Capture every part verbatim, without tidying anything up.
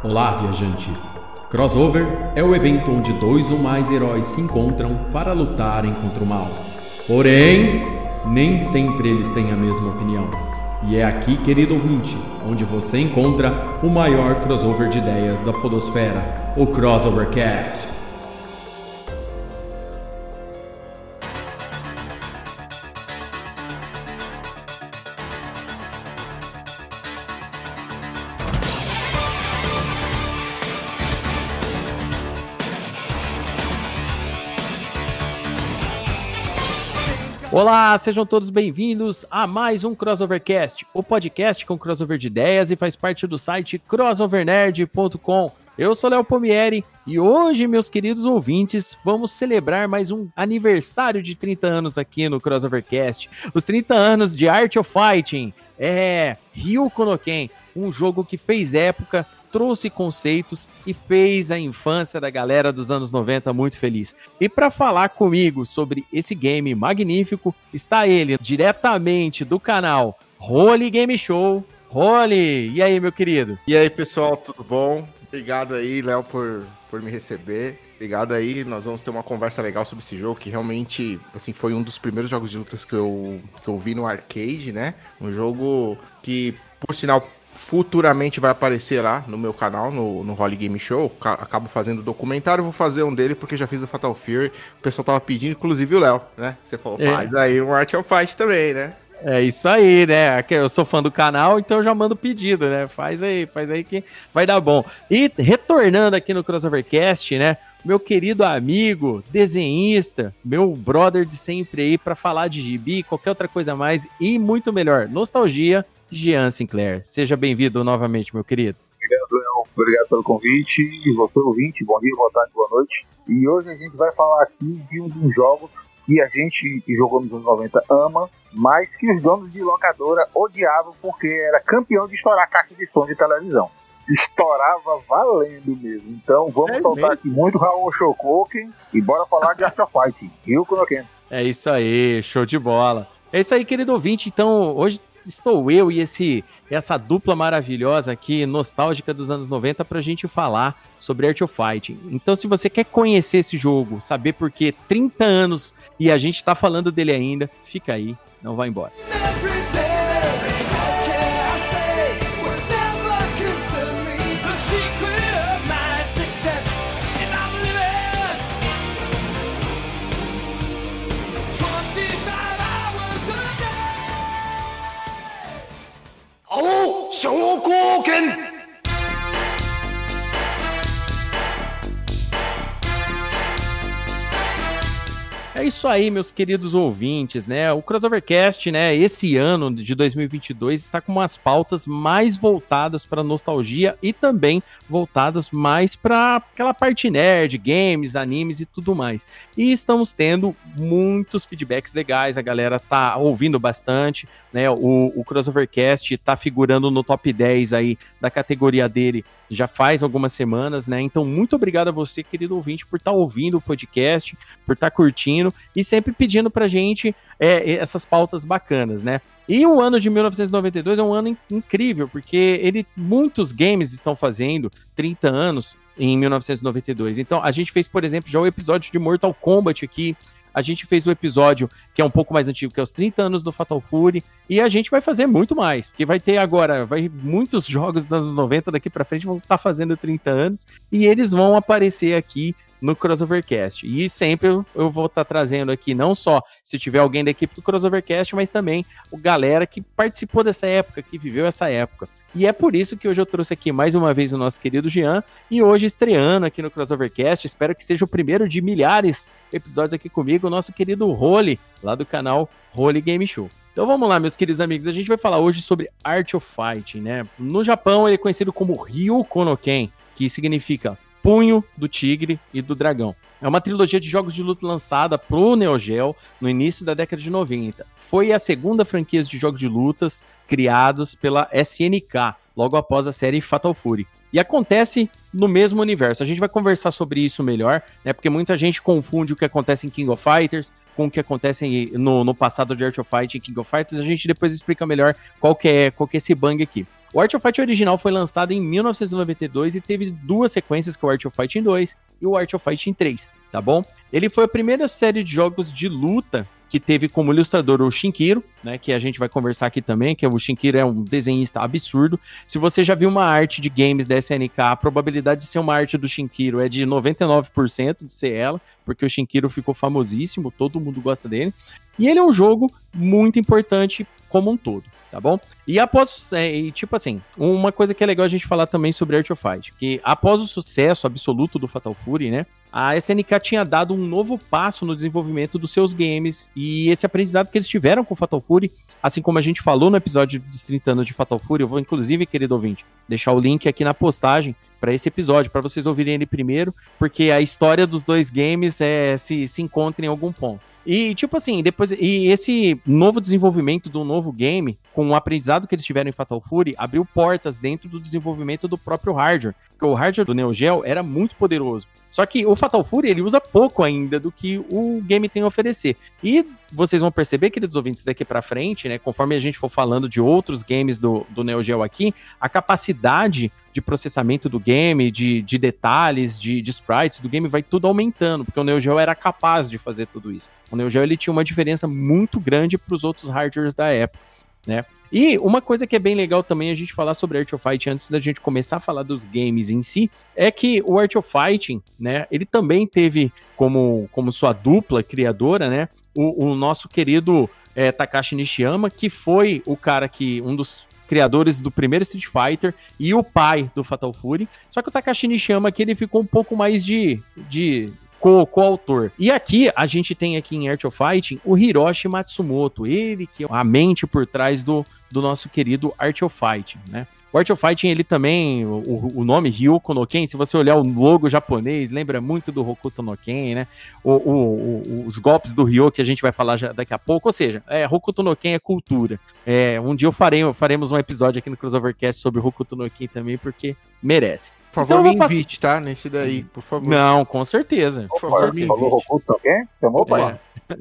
Olá, viajante! Crossover é o evento onde dois ou mais heróis se encontram para lutarem contra o mal. Porém, nem sempre eles têm a mesma opinião. E é aqui, querido ouvinte, onde você encontra o maior crossover de ideias da podosfera, o Crossovercast. Olá, sejam todos bem-vindos a mais um Crossovercast, o podcast com crossover de ideias e faz parte do site crossover nerd ponto com. Eu sou Léo Pomieri e hoje, meus queridos ouvintes, vamos celebrar mais um aniversário de trinta anos aqui no Crossovercast. Os trinta anos de Art of Fighting, é, Ryuko no Ken, um jogo que fez época, trouxe conceitos e fez a infância da galera dos anos noventa muito feliz. E para falar comigo sobre esse game magnífico, está ele, diretamente do canal Holy Game Show. Holy, e aí, meu querido? E aí, pessoal, tudo bom? Obrigado aí, Léo, por, por me receber. Obrigado aí, nós vamos ter uma conversa legal sobre esse jogo, que realmente, assim, foi um dos primeiros jogos de lutas que eu, que eu vi no arcade, né? Um jogo que, por sinal, futuramente vai aparecer lá no meu canal, no, no Holy Game Show. Acabo fazendo documentário, vou fazer um dele porque já fiz o Fatal Fury. O pessoal tava pedindo, inclusive o Léo, né? Você falou, é. faz aí um Art of Fight também, né? É isso aí, né? Eu sou fã do canal, então eu já mando pedido, né? Faz aí, faz aí que vai dar bom. E retornando aqui no Crossovercast, né? Meu querido amigo, desenhista, meu brother de sempre aí para falar de gibi, qualquer outra coisa mais e muito melhor, nostalgia, Jean Sinclair. Seja bem-vindo novamente, meu querido. Obrigado, Léo. Obrigado pelo convite. E você, ouvinte, bom dia, boa tarde, boa noite. E hoje a gente vai falar aqui de um dos jogos que a gente que jogou nos anos noventa ama, mas que os donos de locadora odiavam porque era campeão de estourar caixa de som de televisão. Estourava valendo mesmo. Então vamos é soltar mesmo? Aqui muito Raul Shokoken e bora falar de Art of Fighting. Ryuko no Ken. É isso aí, show de bola. É isso aí, querido ouvinte. Então hoje estou eu e esse, essa dupla maravilhosa aqui, nostálgica dos anos noventa, pra gente falar sobre Art of Fighting. Então, se você quer conhecer esse jogo, saber por que trinta anos e a gente tá falando dele ainda, fica aí, não vai embora. Shokoken! É isso aí, meus queridos ouvintes, né? O Crossovercast, né, esse ano de dois mil e vinte e dois está com umas pautas mais voltadas para nostalgia e também voltadas mais para aquela parte nerd, games, animes e tudo mais. E estamos tendo muitos feedbacks legais, a galera tá ouvindo bastante, né? O, o Crossovercast tá figurando no top dez aí da categoria dele já faz algumas semanas, né? Então, muito obrigado a você, querido ouvinte, por estar tá ouvindo o podcast, por estar tá curtindo e sempre pedindo pra gente é, essas pautas bacanas, né? E o ano de mil novecentos e noventa e dois é um ano in- incrível, porque ele, muitos games estão fazendo trinta anos em mil novecentos e noventa e dois. Então, a gente fez, por exemplo, já o episódio de Mortal Kombat aqui, a gente fez o episódio que é um pouco mais antigo, que é os trinta anos do Fatal Fury, e a gente vai fazer muito mais, porque vai ter agora, vai muitos jogos dos anos noventa daqui pra frente vão estar fazendo trinta anos, e eles vão aparecer aqui no Crossovercast. E sempre eu, eu vou estar tá trazendo aqui, não só se tiver alguém da equipe do Crossovercast, mas também o galera que participou dessa época, que viveu essa época. E é por isso que hoje eu trouxe aqui mais uma vez o nosso querido Jean, e hoje estreando aqui no Crossovercast, espero que seja o primeiro de milhares de episódios aqui comigo, o nosso querido Holy, lá do canal Holy Game Show. Então vamos lá, meus queridos amigos, a gente vai falar hoje sobre Art of Fighting, né? No Japão ele é conhecido como Ryuko no Ken, que significa Punho do Tigre e do Dragão. É uma trilogia de jogos de luta lançada pro Neo Geo no início da década de noventa. Foi a segunda franquia de jogos de lutas criados pela S N K, logo após a série Fatal Fury. E acontece no mesmo universo. A gente vai conversar sobre isso melhor, né? Porque muita gente confunde o que acontece em King of Fighters com o que acontece no, no passado de Art of Fighting e King of Fighters. A gente depois explica melhor qual que é, qual que é esse bang aqui. O Art of Fight original foi lançado em mil novecentos e noventa e dois e teve duas sequências, que é o Art of Fighting dois e o Art of Fighting três, tá bom? Ele foi a primeira série de jogos de luta que teve como ilustrador o Shinkiro, né, que a gente vai conversar aqui também, que o Shinkiro é um desenhista absurdo. Se você já viu uma arte de games da S N K, a probabilidade de ser uma arte do Shinkiro é de noventa e nove por cento de ser ela, porque o Shinkiro ficou famosíssimo, todo mundo gosta dele. E ele é um jogo muito importante como um todo, tá bom? E após, é, e tipo assim, uma coisa que é legal a gente falar também sobre Art of Fight, que após o sucesso absoluto do Fatal Fury, né, a S N K tinha dado um novo passo no desenvolvimento dos seus games, e esse aprendizado que eles tiveram com Fatal Fury, assim como a gente falou no episódio dos trinta anos de Fatal Fury, eu vou inclusive, querido ouvinte, deixar o link aqui na postagem para esse episódio, para vocês ouvirem ele primeiro, porque a história dos dois games é, se, se encontra em algum ponto. E, tipo assim, depois. E esse novo desenvolvimento do novo game, com o aprendizado que eles tiveram em Fatal Fury, abriu portas dentro do desenvolvimento do próprio hardware. Porque o hardware do Neo Geo era muito poderoso. Só que o Fatal Fury, ele usa pouco ainda do que o game tem a oferecer. E vocês vão perceber, queridos ouvintes, daqui pra frente, né, conforme a gente for falando de outros games do, do Neo Geo aqui, a capacidade de processamento do game, de, de detalhes, de, de sprites do game vai tudo aumentando, porque o Neo Geo era capaz de fazer tudo isso. O Neo Geo, ele tinha uma diferença muito grande para os outros hardwares da época, né? E uma coisa que é bem legal também a gente falar sobre Art of Fight antes da gente começar a falar dos games em si, é que o Art of Fighting, né, ele também teve como, como sua dupla criadora, né, o, o nosso querido é, Takashi Nishiyama, que foi o cara que, um dos criadores do primeiro Street Fighter e o pai do Fatal Fury. Só que o Takashi Nishiyama aqui, ele ficou um pouco mais de... de Co- coautor. E aqui, a gente tem aqui em Art of Fighting o Hiroshi Matsumoto, ele que é a mente por trás do, do nosso querido Art of Fighting, né? O Art of Fighting, ele também, o, o nome Ryuko no Ken, se você olhar o logo japonês, lembra muito do Hokuto no Ken, né? O, o, o, os golpes do Ryo, que a gente vai falar já daqui a pouco, ou seja, é, Hokuto no Ken é cultura. É, um dia eu farei, faremos um episódio aqui no Crossovercast sobre Hokuto no Ken também, porque merece. Por favor, então, me pass... invite, tá? Nesse daí, por favor. Não, com certeza. Por favor, me Falou invite. Hokuto no Ken? Chamou, pai? É.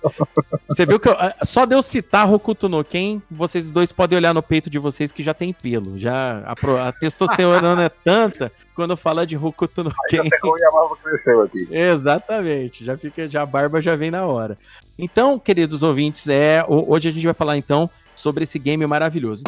Você viu que eu, só de eu citar Hokuto no Ken, vocês dois podem olhar no peito de vocês que já tem pelo. Já a, a testosterona é tanta quando fala de Hokuto no Ken. E a barba cresceu aqui. Exatamente, já fica, já a barba já vem na hora. Então, queridos ouvintes, é, hoje a gente vai falar então sobre esse game maravilhoso.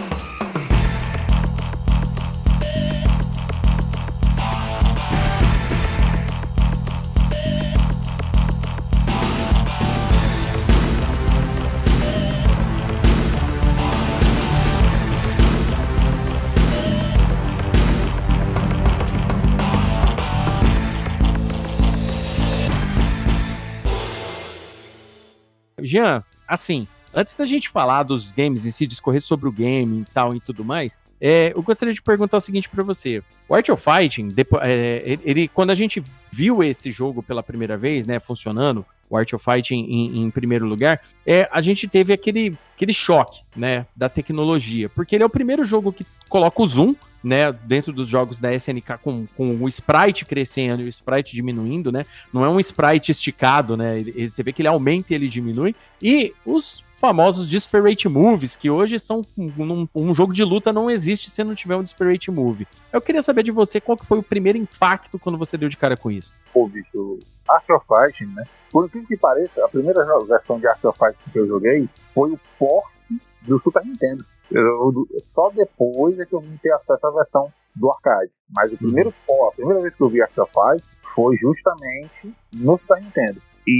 Jean, assim, antes da gente falar dos games em si, discorrer sobre o game e tal e tudo mais, é, eu gostaria de perguntar o seguinte pra você. O Art of Fighting, depois, é, ele, ele, quando a gente viu esse jogo pela primeira vez, né, funcionando, o Art of Fighting em, em primeiro lugar, é, a gente teve aquele, aquele choque, né, da tecnologia, porque ele é o primeiro jogo que coloca o zoom, né, dentro dos jogos da S N K com, com o sprite crescendo e o sprite diminuindo, né, não é um sprite esticado, né, ele, você vê que ele aumenta e ele diminui, e os famosos Disparate Moves, que hoje são um, um jogo de luta não existe se não tiver um Disparate Move. Eu queria saber de você qual que foi o primeiro impacto quando você deu de cara com isso. Pô, bicho, Art of Fighting, né, por incrível que pareça, a primeira versão de Art of Fighting que eu joguei foi o port do Super Nintendo. Eu, só depois é que eu vim ter acesso à versão do arcade. Mas o primeiro uhum. pó, a primeira vez que eu vi Art of Fight foi justamente no Super Nintendo.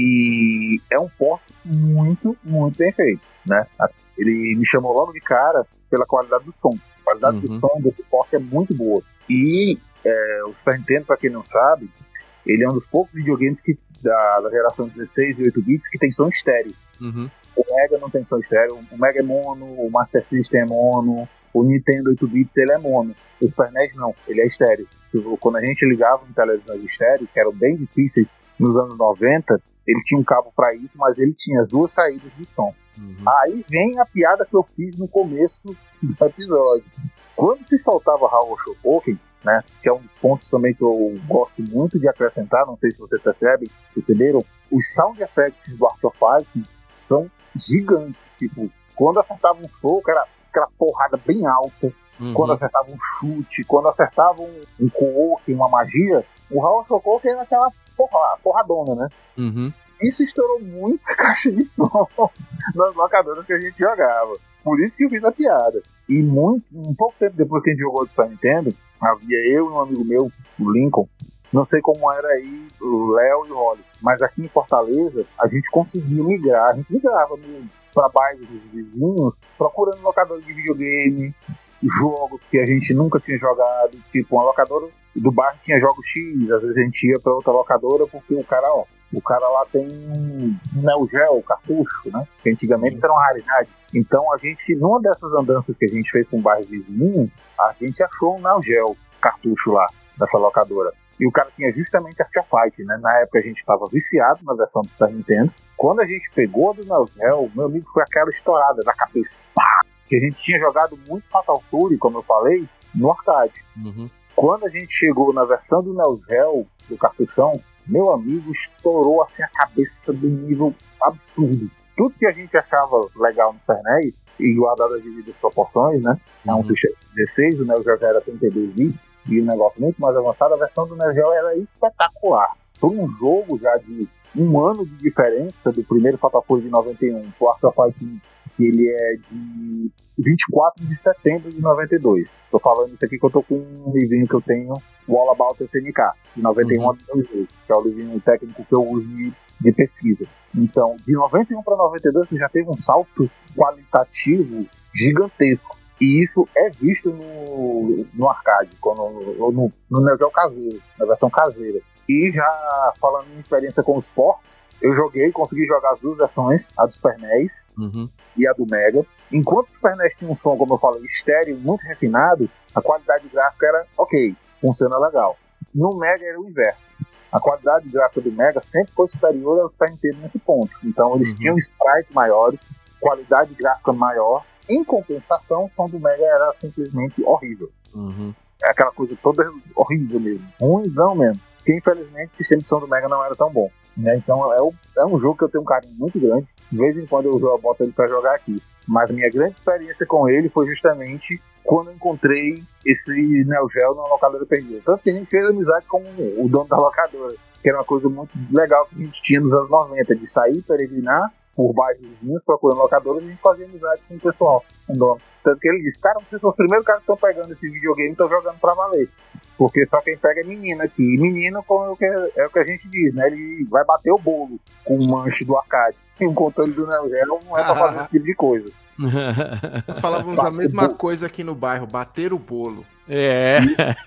E é um port muito, muito bem feito, né? Ele me chamou logo de cara pela qualidade do som. A qualidade uhum. do som desse port é muito boa. E é, o Super Nintendo, para quem não sabe, ele é um dos poucos videogames que, da, da geração dezesseis e oito bits que tem som estéreo. Uhum. O Mega não tem som estéreo, o Mega é mono, o Master System é mono, o Nintendo oito bits ele é mono, o Super N E S não, ele é estéreo. Quando a gente ligava em televisões estéreo, que eram bem difíceis nos anos noventa, ele tinha um cabo para isso, mas ele tinha as duas saídas de som. Uhum. Aí vem a piada que eu fiz no começo do episódio. Quando se soltava Raul Shokoken, né, que é um dos pontos também que eu gosto muito de acrescentar, não sei se vocês percebem, perceberam, os sound effects do Art of Fighting são gigantes, tipo, quando acertava um soco, era aquela porrada bem alta, Uhum. quando acertava um chute, quando acertava um, um co-op, uma magia, o Raul Shokoku era aquela porra, porradona, né? Uhum. Isso estourou muito a caixa de som nas locadoras que a gente jogava. Por isso que eu fiz a piada. E muito, um pouco tempo depois que a gente jogou do Super Nintendo, havia eu e um amigo meu, o Lincoln, não sei como era aí o Léo e o Holly, mas aqui em Fortaleza a gente conseguia migrar, a gente migrava para bairros dos vizinhos, procurando locadores de videogame, jogos que a gente nunca tinha jogado, tipo uma locadora do bairro tinha jogos X, às vezes a gente ia para outra locadora porque o cara, ó, o cara lá tem um Neo Geo, cartucho, né? Que antigamente isso era uma raridade. Então a gente, numa dessas andanças que a gente fez com o bairro vizinho, a gente achou um Neo Geo cartucho lá, dessa locadora. E o cara tinha justamente a Street Fighter, né? Na época a gente estava viciado na versão do Super Nintendo. Quando a gente pegou a do Neo Geo, meu amigo, foi aquela estourada na cabeça. Pá! Que a gente tinha jogado muito Fatal Fury, como eu falei, no arcade. Uhum. Quando a gente chegou na versão do Neo Geo, do cartuchão, meu amigo, estourou assim a cabeça do nível absurdo. Tudo que a gente achava legal no Super N E S, e guardado as devidas proporções, né? É um dezesseis, o Neo Geo já era trinta e dois bits, e um negócio muito mais avançado, a versão do Neo Geo era espetacular. Foi um jogo já de um ano de diferença do primeiro Fatal Fury de noventa e um pro Art of Fighting, que ele é de vinte e quatro de setembro de noventa e dois. Tô falando isso aqui que eu tô com um livrinho que eu tenho, o All About S N K, de noventa e um uhum. a dois mil e dois, que é o livrinho técnico que eu uso de, de pesquisa. Então, de noventa e um para noventa e dois, já teve um salto qualitativo gigantesco. E isso é visto no, no arcade, no, no, no Neo Geo caseiro, na versão caseira. E já falando em experiência com os ports, eu joguei, consegui jogar as duas versões, a do Super N E S uhum. e a do Mega. Enquanto o Super N E S tinha um som, como eu falei, estéreo, muito refinado, a qualidade gráfica era ok, funciona legal. No Mega era o inverso. A qualidade gráfica do Mega sempre foi superior ao Super Nintendo nesse ponto. Então eles uhum. tinham sprites maiores, qualidade gráfica maior. Em compensação, o som do Mega era simplesmente horrível. Uhum. É aquela coisa toda horrível mesmo, ruimzão mesmo. Porque infelizmente o sistema de som do Mega não era tão bom. Né? Então é, o, é um jogo que eu tenho um carinho muito grande. De vez em quando eu, eu boto ele para jogar aqui. Mas a minha grande experiência com ele foi justamente quando eu encontrei esse Neo Geo na locadora perdida. Tanto que a gente fez amizade com o dono da locadora, que era uma coisa muito legal que a gente tinha nos anos noventa, de sair, peregrinar por bairros vizinhos, procurando locadoras, e a gente fazia amizade com o pessoal, com o dono. Tanto que ele disse, cara, vocês são os primeiros caras que estão pegando esse videogame e estão jogando pra valer. Porque só quem pega é menino aqui. E menino, como é o, que, é o que a gente diz, né? Ele vai bater o bolo com o manche do arcade. E um controle do Neo Geo não é pra fazer esse tipo de coisa. Nós falávamos a mesma coisa aqui no bairro, bater o bolo. É.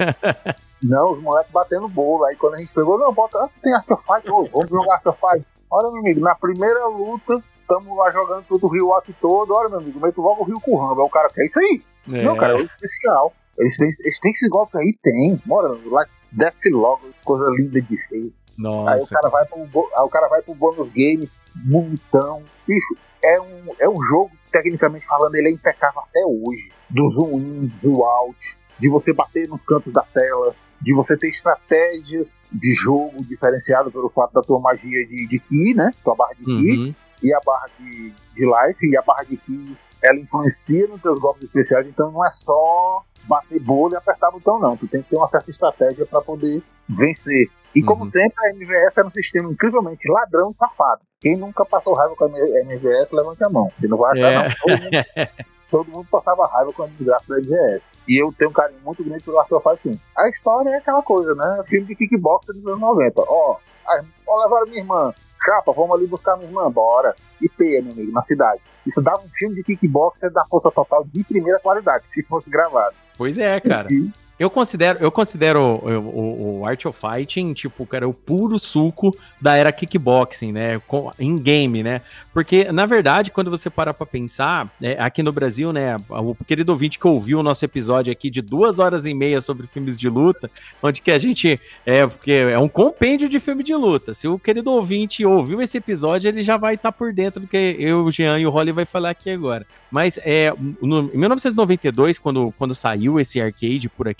Não, os moleques batendo bolo. Aí quando a gente pegou, não, bota, ah, tem Astro Fight, oh, vamos jogar Astro Fight. Olha, meu amigo, na primeira luta, estamos lá jogando todo o Rio Aqui todo. Olha, meu amigo, meto logo o Rio com o Rambo. Aí o cara, que é isso aí? É. Não, cara, é o especial. Eles têm, eles têm esse golpe aí? Tem. Bora, lá, desce logo, coisa linda de feio. Nossa. Aí o cara vai pro, aí o cara vai pro bônus game, bonitão. Bicho, é um, é um jogo, tecnicamente falando, ele é impecável até hoje. Do zoom in, do out, de você bater nos cantos da tela, de você ter estratégias de jogo diferenciado pelo fato da tua magia de, de ki, né? Tua barra de ki uhum. e a barra de, de life, e a barra de ki, ela influencia nos teus golpes especiais, então não é só bater bolo e apertar botão, não. Tu tem que ter uma certa estratégia para poder vencer. E como uhum. sempre, a M V S era um sistema incrivelmente ladrão e safado. Quem nunca passou raiva com a M V S, levante a mão. Você não vai achar, é. não. Todo mundo, todo mundo passava raiva com a desgraça da M V S. E eu tenho um carinho muito grande pelo Astro Fighting. A história é aquela coisa, né? Filme de kickboxer dos anos noventa. Ó, ó, levaram minha irmã. Chapa, vamos ali buscar minha irmã, bora. E peia, meu amigo, na cidade. Isso dava um filme de kickboxer da força total de primeira qualidade, se fosse gravado. Pois é, cara. E, Eu considero, eu considero o, o, o Art of Fighting, tipo, cara, o puro suco da era kickboxing, né, em game, né, porque, na verdade, quando você para pra pensar, é, aqui no Brasil, né, o querido ouvinte que ouviu o nosso episódio aqui de duas horas e meia sobre filmes de luta, onde que a gente, é, porque é um compêndio de filme de luta, se o querido ouvinte ouviu esse episódio, ele já vai estar tá por dentro do que eu, o Jean e o Holly vai falar aqui agora, mas, é, no, em mil novecentos e noventa e dois, quando, quando saiu esse arcade por aqui,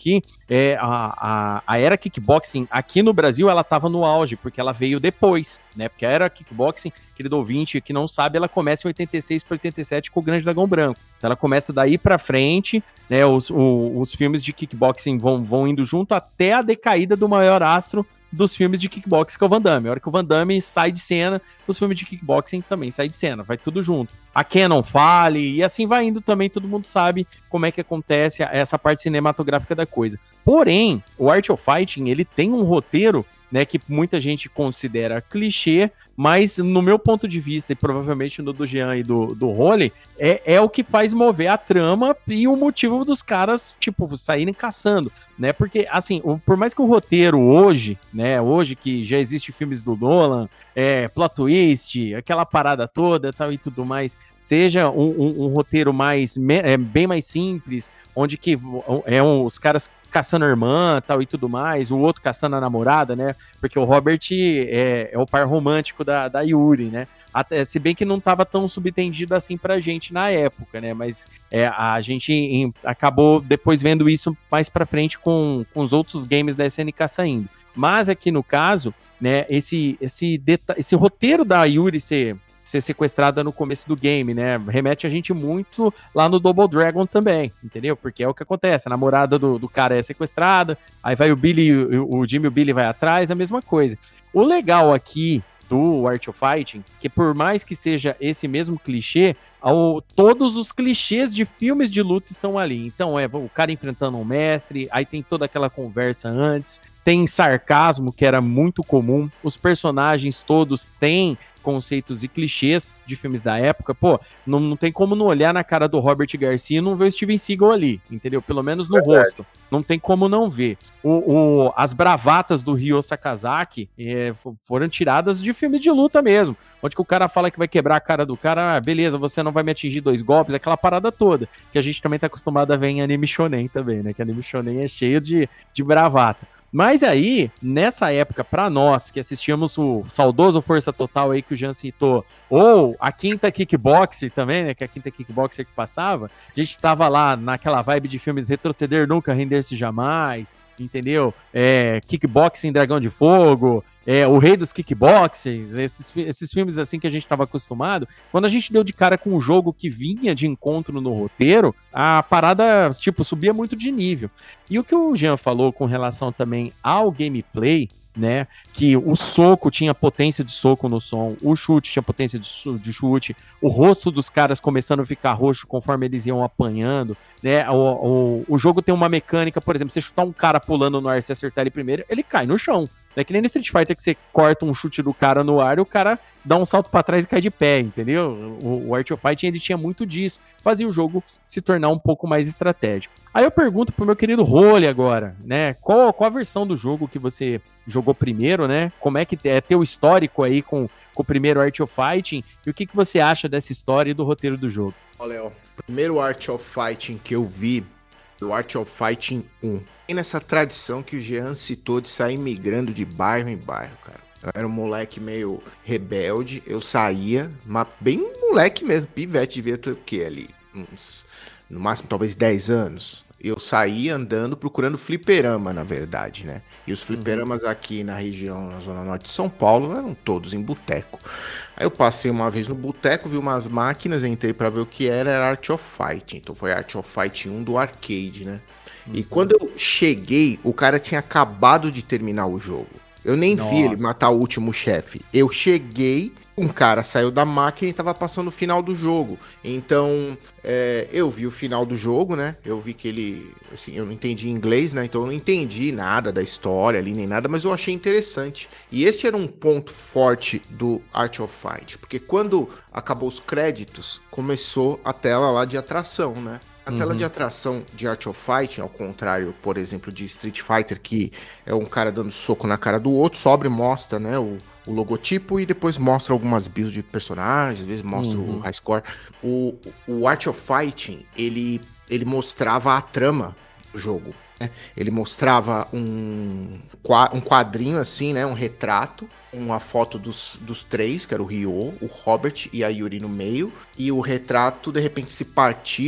aqui, é, a, a, a era kickboxing aqui no Brasil, ela tava no auge, porque ela veio depois, né? Porque a era kickboxing, querido ouvinte que não sabe, ela começa em oitenta e seis para oitenta e sete com o Grande Dragão Branco. Então ela começa daí pra frente, né? Os, o, os filmes de kickboxing vão, vão indo junto até a decaída do maior astro dos filmes de kickboxing, que é o Van Damme. A hora que o Van Damme sai de cena, os filmes de kickboxing também saem de cena, vai tudo junto. A Canon fale, e assim vai indo também, todo mundo sabe como é que acontece essa parte cinematográfica da coisa. Porém, o Art of Fighting, ele tem um roteiro, né, que muita gente considera clichê, mas no meu ponto de vista, e provavelmente no do Jean e do, do Rolly, é, é o que faz mover a trama e o motivo dos caras, tipo, saírem caçando, né, porque, assim, o, por mais que o roteiro hoje, né, hoje que já existe filmes do Nolan, é, plot twist, aquela parada toda, tal e tudo mais, seja um, um, um roteiro mais, é, bem mais simples, onde que é um, os caras caçando a irmã, tal e tudo mais, o outro caçando a namorada, né, porque o Robert é, é o par romântico da, da Yuri, né, até, se bem que não estava tão subentendido assim pra gente na época, né, mas é, a gente em, acabou depois vendo isso mais pra frente com, com os outros games da S N K saindo. Mas aqui no caso, né, esse, esse, esse roteiro da Yuri ser, ser sequestrada no começo do game, né, remete a gente muito lá no Double Dragon também, entendeu? Porque é o que acontece, a namorada do, do cara é sequestrada, aí vai o Billy, o, o Jimmy e o Billy vai atrás, a mesma coisa. O legal aqui do Art of Fighting, que por mais que seja esse mesmo clichê, ao, todos os clichês de filmes de luta estão ali. Então é o cara enfrentando um mestre, aí tem toda aquela conversa antes, tem sarcasmo que era muito comum, os personagens todos têm conceitos e clichês de filmes da época. Pô, não, não tem como não olhar na cara do Robert Garcia e não ver o Steven Seagal ali, entendeu? Pelo menos no Verdade. rosto. Não tem como não ver. O, o, as bravatas do Ryo Sakazaki é, foram tiradas de filmes de luta mesmo, onde que o cara fala que vai quebrar a cara do cara, ah, beleza, você não vai me atingir dois golpes, aquela parada toda, que a gente também tá acostumado a ver em anime shonen também, né? Que anime shonen é cheio de, de bravata. Mas aí, nessa época, pra nós que assistíamos o saudoso Força Total aí que o Jean citou, ou a Quinta Kickboxer também, né, que é a Quinta Kickboxer que passava, a gente tava lá naquela vibe de filmes Retroceder Nunca, Render-se Jamais, entendeu? É, Kickboxing Dragão de Fogo, é, O Rei dos Kickboxers, esses, esses filmes assim que a gente estava acostumado. Quando a gente deu de cara com um jogo que vinha de encontro no roteiro, a parada, tipo, subia muito de nível. E o que o Jean falou com relação também ao gameplay, né, que o soco tinha potência de soco no som, o chute tinha potência de, de chute, o rosto dos caras começando a ficar roxo conforme eles iam apanhando, né, o, o, o jogo tem uma mecânica, por exemplo, você chutar um cara pulando no ar e você acertar ele primeiro, ele cai no chão. Não é que nem no Street Fighter que você corta um chute do cara no ar e o cara dá um salto pra trás e cai de pé, entendeu? O, o Art of Fighting, ele tinha muito disso, fazia o jogo se tornar um pouco mais estratégico. Aí eu pergunto pro meu querido Rolly agora, né, qual, qual a versão do jogo que você jogou primeiro, né? Como é que é teu histórico aí com, com o primeiro Art of Fighting e o que, que você acha dessa história e do roteiro do jogo? Olha, o primeiro Art of Fighting que eu vi, o Art of Fighting um. E nessa tradição que o Jean citou de sair migrando de bairro em bairro, cara. Eu era um moleque meio rebelde, eu saía, mas bem moleque mesmo, pivete, devia ter o quê ali? Uns, no máximo talvez dez anos. Eu saía andando procurando fliperama, na verdade, né? E os fliperamas uhum. aqui na região, na zona norte de São Paulo, eram todos em boteco. Aí eu passei uma vez no boteco, vi umas máquinas, entrei pra ver o que era, era Art of Fighting. Então foi Art of Fighting um do arcade, né? Uhum. E quando eu cheguei, o cara tinha acabado de terminar o jogo. Eu nem Nossa. vi ele matar o último chefe. Eu cheguei, um cara saiu da máquina e tava passando o final do jogo. Então, é, eu vi o final do jogo, né? Eu vi que ele... Assim, eu não entendi inglês, né? Então eu não entendi nada da história ali, nem nada, mas eu achei interessante. E esse era um ponto forte do Art of Fight. Porque quando acabou os créditos, começou a tela lá de atração, né? A tela uhum. de atração de Art of Fighting, ao contrário, por exemplo, de Street Fighter, que é um cara dando soco na cara do outro, sobe e mostra, né, o, o logotipo e depois mostra algumas builds de personagens, às vezes mostra uhum. o high score. O, o Art of Fighting, ele, ele mostrava a trama do jogo, né? Ele mostrava um, um quadrinho assim, né, um retrato, uma foto dos, dos três, que era o Ryo, o Robert e a Yuri no meio, e o retrato, de repente, se partia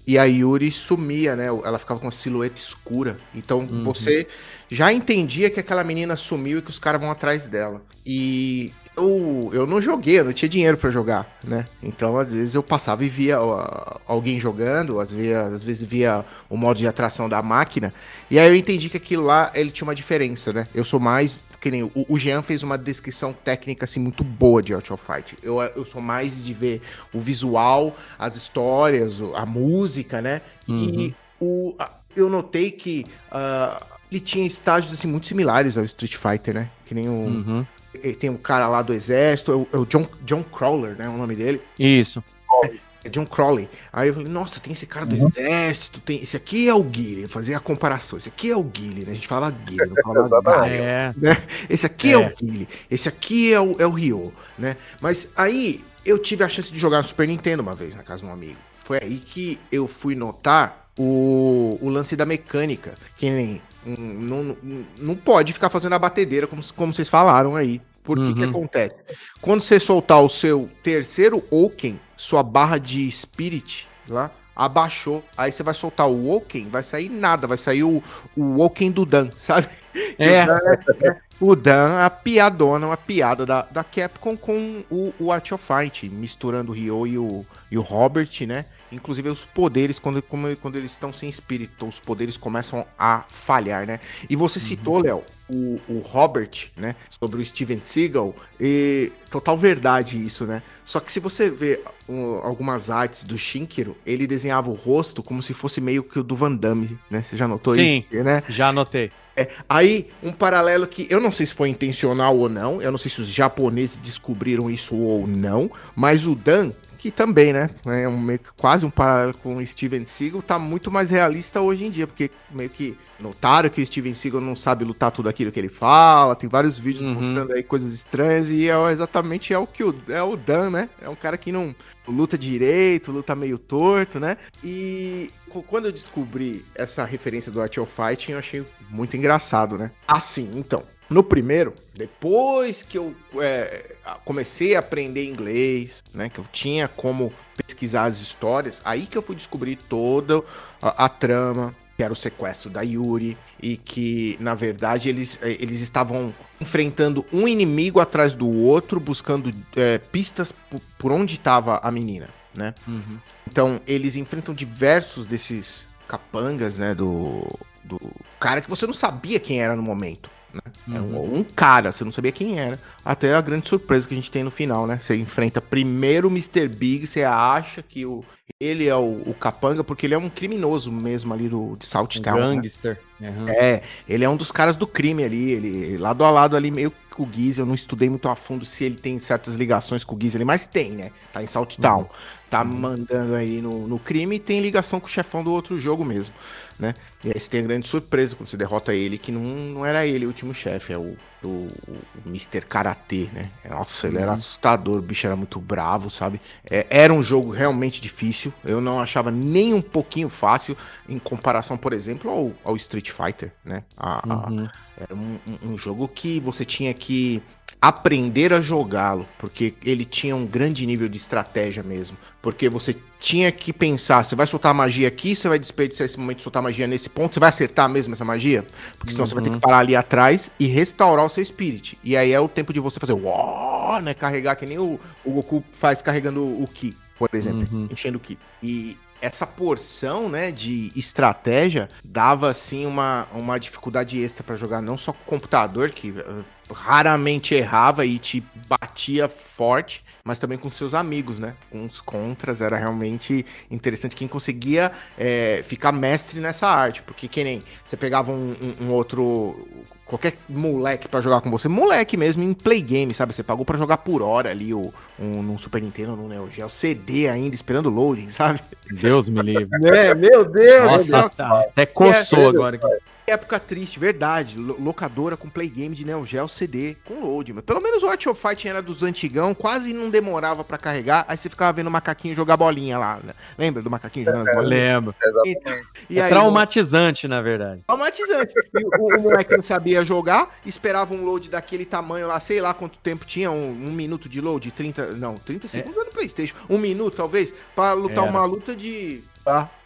e a Yuri sumia, né? Ela ficava com uma silhueta escura. Então Uhum. você já entendia que aquela menina sumiu e que os caras vão atrás dela. E eu, eu não joguei, eu não tinha dinheiro pra jogar, né? Então às vezes eu passava e via ó, alguém jogando, às vezes, às vezes via o modo de atração da máquina. E aí eu entendi que aquilo lá, ele tinha uma diferença, né? Eu sou mais... Que nem o, o Jean fez uma descrição técnica assim muito boa de Art of Fight. Eu, eu sou mais de ver o visual, as histórias, a música, né? Uhum. E o, a, eu notei que uh, ele tinha estágios assim muito similares ao Street Fighter, né? Que nem o Uhum. tem um cara lá do exército, é o, é o John, John Crawler, né? O nome dele. Isso. É John Crowley. Aí eu falei, nossa, tem esse cara do Uhum. exército, tem... esse aqui é o Guile. Eu fazia a comparação. Esse aqui é o Guile, né? A gente fala Guile, não fala Gaio, É. né? Esse aqui é, É. o Guile. Esse aqui é o, é o Ryo, né? Mas aí eu tive a chance de jogar no Super Nintendo uma vez na casa de um amigo. Foi aí que eu fui notar o, o lance da mecânica. Que nem... hum, Não, não, não pode ficar fazendo a batedeira, como, como vocês falaram aí. Por que Uhum. que acontece? Quando você soltar o seu terceiro Oken, sua barra de Spirit lá, abaixou. Aí você vai soltar o Oken, vai sair nada, vai sair o, o Oken do Dan, sabe? É. O Dan é, é o Dan, a piadona, uma piada da, da Capcom com o, o Art of Fight, misturando o Ryo e o, e o Robert, né? Inclusive os poderes, quando, como, quando eles estão sem espírito, os poderes começam a falhar, né? E você citou, Léo, o, o Robert, né? Sobre o Steven Seagal, e total verdade isso, né? Só que se você vê uh, algumas artes do Shinkiro, ele desenhava o rosto como se fosse meio que o do Van Damme, né? Você já notou Sim. isso? Né? Já anotei. É, aí, um paralelo que eu não sei se foi intencional ou não, eu não sei se os japoneses descobriram isso ou não, mas o Dan, que também, né, é um, meio que quase um paralelo com o Steven Seagal, tá muito mais realista hoje em dia, porque meio que notaram que o Steven Seagal não sabe lutar tudo aquilo que ele fala, tem vários vídeos Uhum. mostrando aí coisas estranhas, e é exatamente é o que o, é o Dan, né, é um cara que não luta direito, luta meio torto, né, e quando eu descobri essa referência do Art of Fighting, eu achei muito engraçado, né, assim, então... No primeiro, depois que eu é, comecei a aprender inglês, né, que eu tinha como pesquisar as histórias, aí que eu fui descobrir toda a, a trama, que era o sequestro da Yuri, e que, na verdade, eles, eles estavam enfrentando um inimigo atrás do outro, buscando é, pistas por, por onde estava a menina, né? Uhum. Então, eles enfrentam diversos desses capangas, né, do, do cara que você não sabia quem era no momento. Né? Era um, um cara, você não sabia quem era. Até a grande surpresa que a gente tem no final, né? Você enfrenta primeiro o mister Big, você acha que o, ele é o, o capanga, porque ele é um criminoso mesmo ali do, de South Um Town. Né? gangster. Uhum. É, ele é um dos caras do crime ali, ele lado a lado ali, meio que com o Giz, eu não estudei muito a fundo se ele tem certas ligações com o Giz ali, mas tem, né? Tá em South Town, uhum. tá uhum. mandando aí no, no crime e tem ligação com o chefão do outro jogo mesmo, né? E aí você tem a grande surpresa quando você derrota ele, que não, não era ele o último chefe, é o, o, o mister Karatê, né? Nossa, ele uhum. era assustador, o bicho era muito bravo, sabe? É, era um jogo realmente difícil, eu não achava nem um pouquinho fácil em comparação, por exemplo, ao, ao Street Fighter, né? A, uhum. a, era um, um jogo que você tinha que aprender a jogá-lo, porque ele tinha um grande nível de estratégia mesmo, porque você tinha que pensar, você vai soltar a magia aqui, você vai desperdiçar esse momento de soltar a magia nesse ponto, você vai acertar mesmo essa magia? Porque senão uhum. você vai ter que parar ali atrás e restaurar o seu Spirit, e aí é o tempo de você fazer uau, né, carregar que nem o, o Goku faz carregando o Ki, por exemplo, uhum. enchendo o Ki, e essa porção, né, de estratégia dava, assim, uma, uma dificuldade extra pra jogar, não só com o computador, que uh, raramente errava e te batia forte, mas também com seus amigos, né, com os contras, era realmente interessante quem conseguia é, ficar mestre nessa arte, porque que nem você pegava um, um, um outro... qualquer moleque pra jogar com você, moleque mesmo, em play game, sabe? Você pagou pra jogar por hora ali, o, um, num Super Nintendo, num Neo Geo, C D ainda, esperando loading, sabe? Deus me livre. É, meu Deus! Nossa, meu Deus. Tá, até coçou é, agora. Que época triste, verdade. Locadora com play game de Neo Geo C D, com loading. Mas pelo menos o Art of Fight era dos antigão, quase não demorava pra carregar, aí você ficava vendo o macaquinho jogar bolinha lá, né? Lembra do macaquinho jogando é, bolinha? Lembro. E, e é aí, traumatizante, no... na verdade. Traumatizante. o, o moleque não sabia jogar, esperava um load daquele tamanho lá, sei lá quanto tempo tinha, um, um minuto de load, trinta, não, trinta segundos é. no PlayStation, um minuto talvez, pra lutar era. uma luta de... Tá?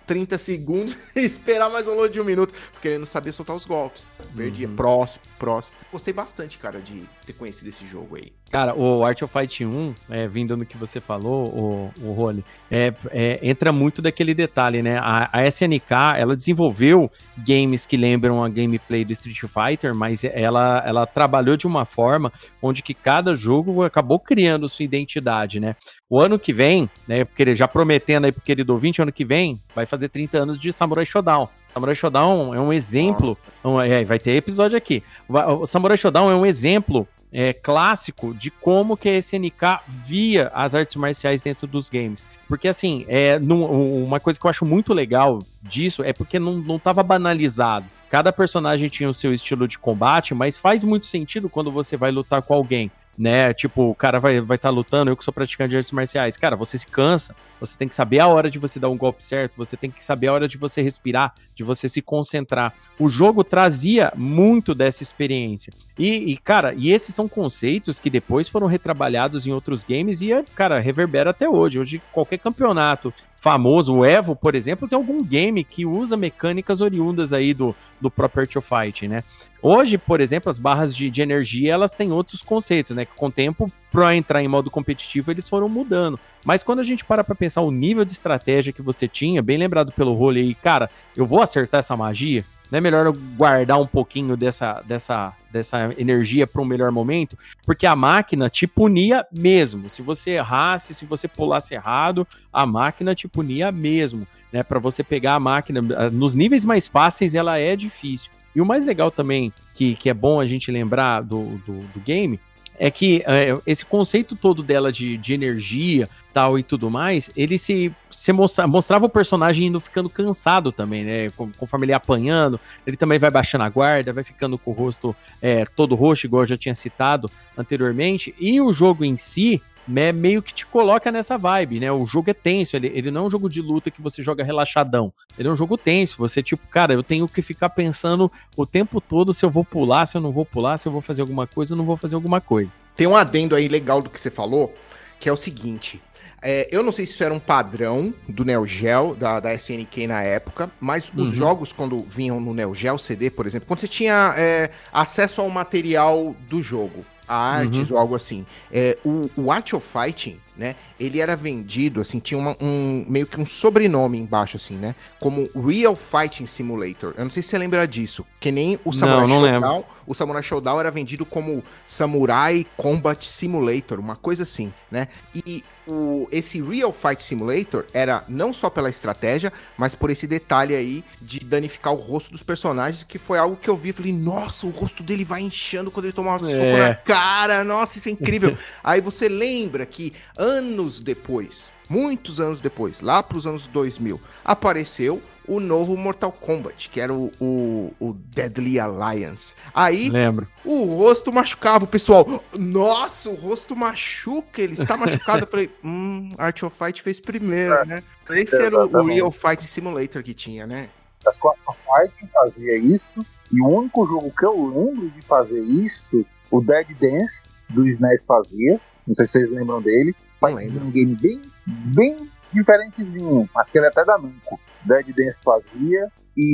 trinta segundos e esperar mais um load de um minuto, porque ele não sabia soltar os golpes. Perdia. Uhum. Próximo, próximo. Gostei bastante, cara, de ter conhecido esse jogo aí. Cara, o Art of Fight um, é, vindo no que você falou, o, o Rony, é, é, entra muito daquele detalhe, né? A, a S N K, ela desenvolveu games que lembram a gameplay do Street Fighter, mas ela, ela trabalhou de uma forma onde que cada jogo acabou criando sua identidade, né? O ano que vem, né, porque já prometendo aí pro querido ouvinte, ano que vem vai fazer trinta anos de Samurai Shodown. Samurai Shodown é um exemplo, um, é, vai ter episódio aqui. O Samurai Shodown é um exemplo É, clássico de como que a S N K via as artes marciais dentro dos games. Porque, assim, é, num, uma coisa que eu acho muito legal disso é porque não, não tava banalizado. Cada personagem tinha o seu estilo de combate, mas faz muito sentido quando você vai lutar com alguém, né? Tipo, o cara vai estar vai tá lutando, eu que sou praticante de artes marciais. Cara, você se cansa, você tem que saber a hora de você dar um golpe certo, você tem que saber a hora de você respirar, de você se concentrar. O jogo trazia muito dessa experiência. E, e, cara, e esses são conceitos que depois foram retrabalhados em outros games e, cara, reverbera até hoje. Hoje, qualquer campeonato famoso, o Evo, por exemplo, tem algum game que usa mecânicas oriundas aí do, do próprio Art of Fight, né? Hoje, por exemplo, as barras de, de energia, elas têm outros conceitos, né? Que com o tempo, para entrar em modo competitivo, eles foram mudando. Mas quando a gente para pra pensar o nível de estratégia que você tinha, bem lembrado pelo role aí, cara, eu vou acertar essa magia? Não é melhor eu guardar um pouquinho dessa, dessa, dessa energia para um melhor momento? Porque a máquina te punia mesmo. Se você errasse, se você pulasse errado, a máquina te punia mesmo, né? Para você pegar a máquina, nos níveis mais fáceis, ela é difícil. E o mais legal também, que, que é bom a gente lembrar do, do, do game, é que é, esse conceito todo dela de, de energia, tal e tudo mais, ele se, se mostra, mostrava o personagem indo ficando cansado também, né? Conforme ele ia apanhando, ele também vai baixando a guarda, vai ficando com o rosto é, todo roxo, igual eu já tinha citado anteriormente. E o jogo em si, né, meio que te coloca nessa vibe, né? O jogo é tenso, ele, ele não é um jogo de luta que você joga relaxadão. Ele é um jogo tenso, você tipo, cara, eu tenho que ficar pensando o tempo todo se eu vou pular, se eu não vou pular, se eu vou fazer alguma coisa ou não vou fazer alguma coisa. Tem um adendo aí legal do que você falou, que é o seguinte, é, eu não sei se isso era um padrão do Neo Geo, da, da S N K na época, mas os Uhum. jogos quando vinham no Neo Geo C D, por exemplo, quando você tinha é, acesso ao material do jogo, a artes Uhum. ou algo assim. É, o, o Art of Fighting, né? Ele era vendido, assim, tinha uma, um meio que um sobrenome embaixo, assim, né? Como Real Fighting Simulator. Eu não sei se você lembra disso. Que nem o Samurai Não, não Showdown. lembro. O Samurai Showdown era vendido como Samurai Combat Simulator, uma coisa assim, né? E o, esse Real Fight Simulator era não só pela estratégia, mas por esse detalhe aí de danificar o rosto dos personagens, que foi algo que eu vi e falei, nossa, o rosto dele vai inchando quando ele toma um É. soco na cara, nossa, isso é incrível. Aí você lembra que anos depois, muitos anos depois, lá pros anos dois mil, apareceu o novo Mortal Kombat, que era o, o, o Deadly Alliance. Aí Lembro. o rosto machucava, o pessoal, nossa, o rosto machuca, ele está machucado. Eu falei, hum, Art of Fight fez primeiro, né? Esse era o, o Real Fight Simulator que tinha, né? A Squad Fighting fazia isso, e o único jogo que eu lembro de fazer isso, o Dead Dance, do S N E S fazia, não sei se vocês lembram dele, mas um game bem, bem diferentezinho, aquele até da Namco. Dead Dance fazia,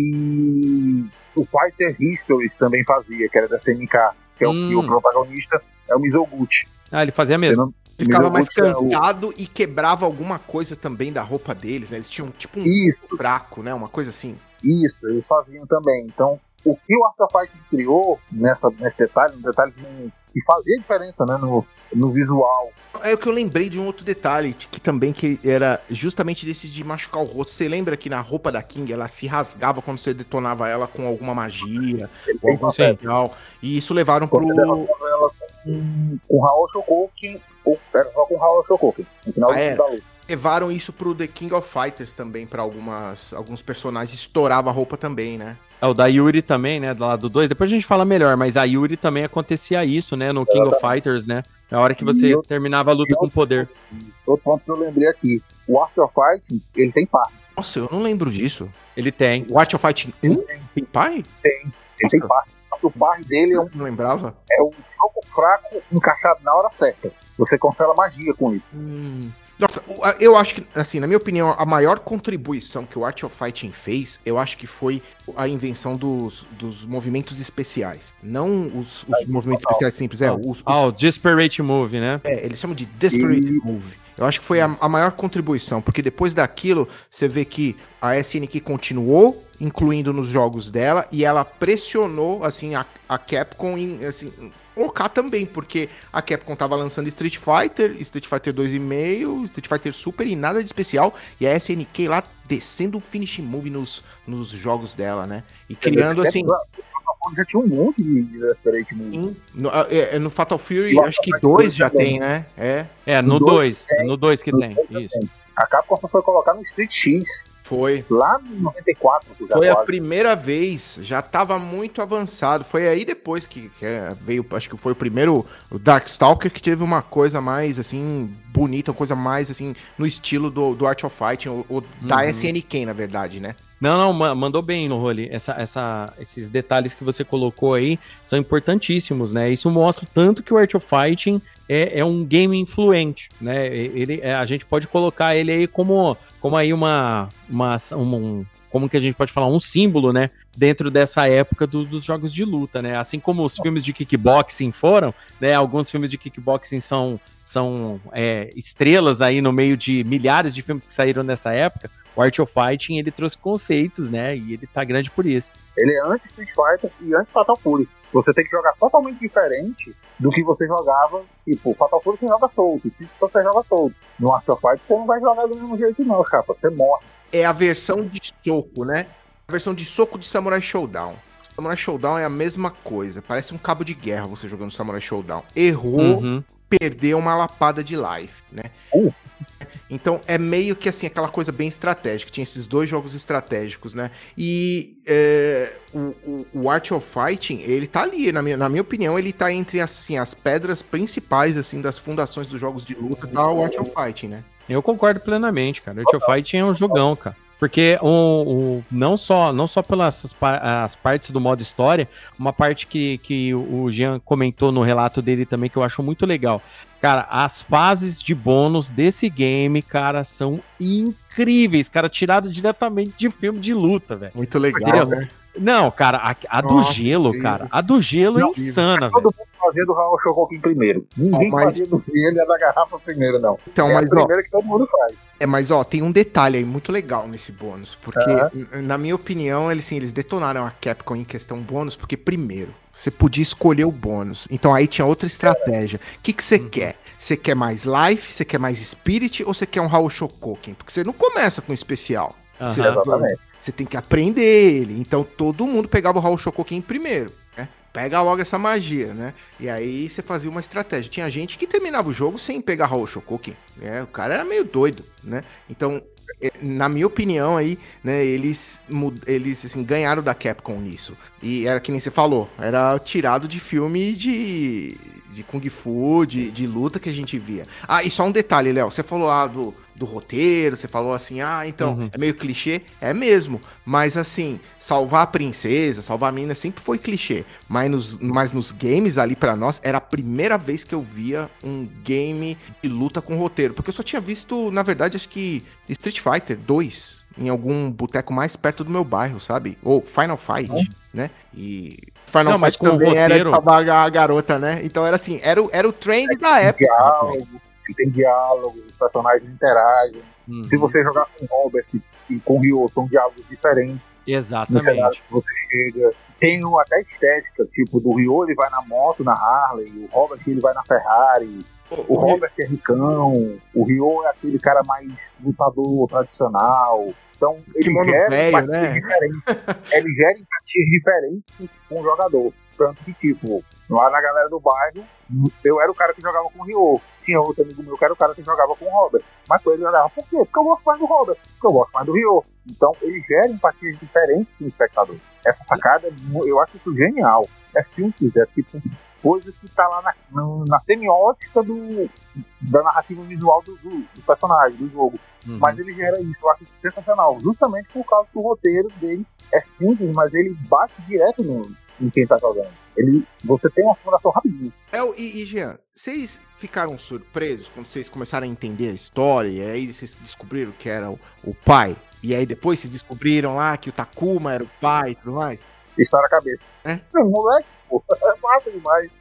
e o Fighter History também fazia, que era da S N K, que é o, Hum. que o protagonista é o Mizoguchi. Ah, ele fazia mesmo. Não- Ele ficava mais Mizoguchi é o- cansado e quebrava alguma coisa também da roupa deles, né? Eles tinham tipo um Isso, fraco, né? Uma coisa assim. isso, eles faziam também. Então, o que o Art of Fight criou nessa, nesse detalhe, um detalhezinho que fazia diferença, né, no, no visual. É o que eu lembrei de um outro detalhe, que também que era justamente desse de machucar o rosto. Você lembra que na roupa da King, ela se rasgava quando você detonava ela com alguma magia, ou algum Sim. especial. E isso levaram pro... Quando derrotava ela com, com Raul Shokoken, ou era só com Raul Shokoken, no final Ah, do era. da luta. Levaram isso pro The King of Fighters também, pra algumas, alguns personagens. Estourava a roupa também, né? É, o da Yuri também, né, do lado dois. Depois a gente fala melhor, mas a Yuri também acontecia isso, né, no King of Fighters, né? Na hora que você E eu- terminava a luta e com eu- poder. Outro ponto que eu lembrei aqui, o Art of Fight, ele tem par. Nossa, eu não lembro disso. Ele tem. O Art of Fighting um tem pai? Ele tem par. O par dele é um, Não lembrava? é um soco fraco encaixado na hora certa. Você cancela magia com isso. Hum. Nossa, eu acho que, assim, na minha opinião, a maior contribuição que o Art of Fighting fez, eu acho que foi a invenção dos, dos movimentos especiais. Não os, os movimentos especiais simples, é, os... os Ah, o Desperate Move, né? É, eles chamam de Desperate E- Move. Eu acho que foi a, a maior contribuição, porque depois daquilo, você vê que a S N K continuou incluindo nos jogos dela e ela pressionou, assim, a, a Capcom em, assim, colocar também, porque a Capcom tava lançando Street Fighter, Street Fighter dois e meio, Street Fighter Super e nada de especial, e a S N K lá descendo o Finishing Move nos, nos jogos dela, né? E criando, assim... Já tinha um monte de Desperate Move. Sim. No, é, no Fatal Fury, No acho que Fatal dois Fury já também. tem, né? É, É, no No dois. dois É no dois que No tem. dois Isso. A Capcom só foi colocar no Street X, foi. lá em noventa e quatro. que já Foi a quase. primeira vez, já tava muito avançado. Foi aí depois que, que é, veio, acho que foi o primeiro o Darkstalker que teve uma coisa mais, assim, bonita, uma coisa mais, assim, no estilo do, do Art of Fighting, ou, ou da Uhum. S N K, na verdade, né? Não, não, ma- mandou bem no rolê. Essa, essa, esses detalhes que você colocou aí são importantíssimos, né? Isso mostra o tanto que o Art of Fighting é, é um game influente, né? Ele, é, a gente pode colocar ele aí como, como aí uma, uma, um, como que a gente pode falar, um símbolo, né? Dentro dessa época do- dos jogos de luta, né? Assim como os filmes de kickboxing foram, né? Alguns filmes de kickboxing são, são é, estrelas aí no meio de milhares de filmes que saíram nessa época. O Art of Fighting, ele trouxe conceitos, né? E ele tá grande por isso. Ele é anti-Street Fighter e anti-Fatal Fury. Você tem que jogar totalmente diferente do que você jogava. Tipo, Fatal Fury você joga solto, Street Fighter você joga solto. No Art of Fighter você não vai jogar do mesmo jeito não, capa. Você morre. É a versão de soco, né? A versão de soco de Samurai Showdown. Samurai Showdown é a mesma coisa. Parece um cabo de guerra você jogando Samurai Showdown. Errou, Uhum. perdeu uma lapada de life, né? Uh. Então é meio que assim, aquela coisa bem estratégica. Tinha esses dois jogos estratégicos, né? E é, o, o, o Art of Fighting, ele tá ali, na minha, na minha opinião, ele tá entre assim, as pedras principais assim, das fundações dos jogos de luta, tá o Art of Fighting, né? Eu concordo plenamente, cara. Art of Fighting é um jogão, cara. Porque o, o, não só, não só pelas pa- as partes do modo história, uma parte que, que o Jean comentou no relato dele também, que eu acho muito legal. Cara, as fases de bônus desse game, cara, são incríveis, cara, tirado diretamente de filme de luta, velho. Muito legal, Entendeu? né? Não, cara, a, a do Nossa, gelo, incrível. cara, a do gelo é Não, insana, Todo velho. mundo fazia do Raul Shokokin primeiro. Ninguém Ó, mas- fazia do gelo e a da garrafa primeiro, não. Então, é mas a ó, primeira que todo mundo faz. é, mas ó, tem um detalhe aí muito legal nesse bônus, porque Aham. n- na minha opinião, eles, assim, eles detonaram a Capcom em questão bônus, porque primeiro, você podia escolher o bônus, então aí tinha outra estratégia. O que que você quer? Você quer mais life, você quer mais spirit ou você quer um Raul Shokoken? Porque você não começa com especial. Aham. Exatamente. Você tem que aprender ele. Então todo mundo pegava o Raul Shokoken primeiro, né? Pega logo essa magia, né? E aí você fazia uma estratégia. Tinha gente que terminava o jogo sem pegar Raul Shokoken, né? O cara era meio doido, né? Então, eh, na minha opinião aí, né, eles, mu- eles assim, ganharam da Capcom nisso. E era que nem você falou, era tirado de filme de, de Kung Fu, de, de luta que a gente via. Ah, e só um detalhe, Léo, você falou lá do, do roteiro, você falou assim, ah, então, Uhum. é meio clichê, é mesmo, mas assim, salvar a princesa, salvar a menina sempre foi clichê, mas nos, mas nos games ali pra nós, era a primeira vez que eu via um game de luta com roteiro, porque eu só tinha visto, na verdade, acho que Street Fighter dois, em algum boteco mais perto do meu bairro, sabe? Ou Final Fight, né? E Final Não, Fight mas com o também era de roteiro- salvar a garota, né? Então era assim, era, o- era o trend da época. rapaz. Diálogo, tem diálogo, os personagens interagem. Uhum. Se você jogar com o Robert e com o Ryo, são diálogos diferentes. No cenário Exatamente. que você chega. Tem um- até estética, tipo, do Ryo ele vai na moto, na Harley, o Robert ele vai na Ferrari. O Robert é ricão, o Ryo é aquele cara mais lutador tradicional. Então, ele Kimono gera velho, empatias né? diferentes. Ele gera empatias diferentes com o jogador. Tanto que, tipo, lá na galera do bairro, eu era o cara que jogava com o Ryo. Tinha outro amigo meu que era o cara que jogava com o Robert. Mas com ele jogava, por quê? Porque eu gosto mais do Robert, porque eu gosto mais do Ryo. Então, ele gera empatias diferentes com o espectador. Essa sacada, é mu- eu acho isso genial. É simples, é tipo coisa que tá lá na, na, na semiótica do, da narrativa visual do, do, do personagem, do jogo. Uhum. Mas ele gera isso, eu acho sensacional. Justamente por causa que o roteiro dele é simples, mas ele bate direto no, em quem tá jogando. Ele, você tem uma fundação rapidinho. É, e, e Jean, vocês ficaram surpresos quando vocês começaram a entender a história e aí vocês descobriram que era o, o pai? E aí depois vocês descobriram lá que o Takuma era o pai e tudo mais? História na cabeça. É? Não, moleque, pô, é massa demais.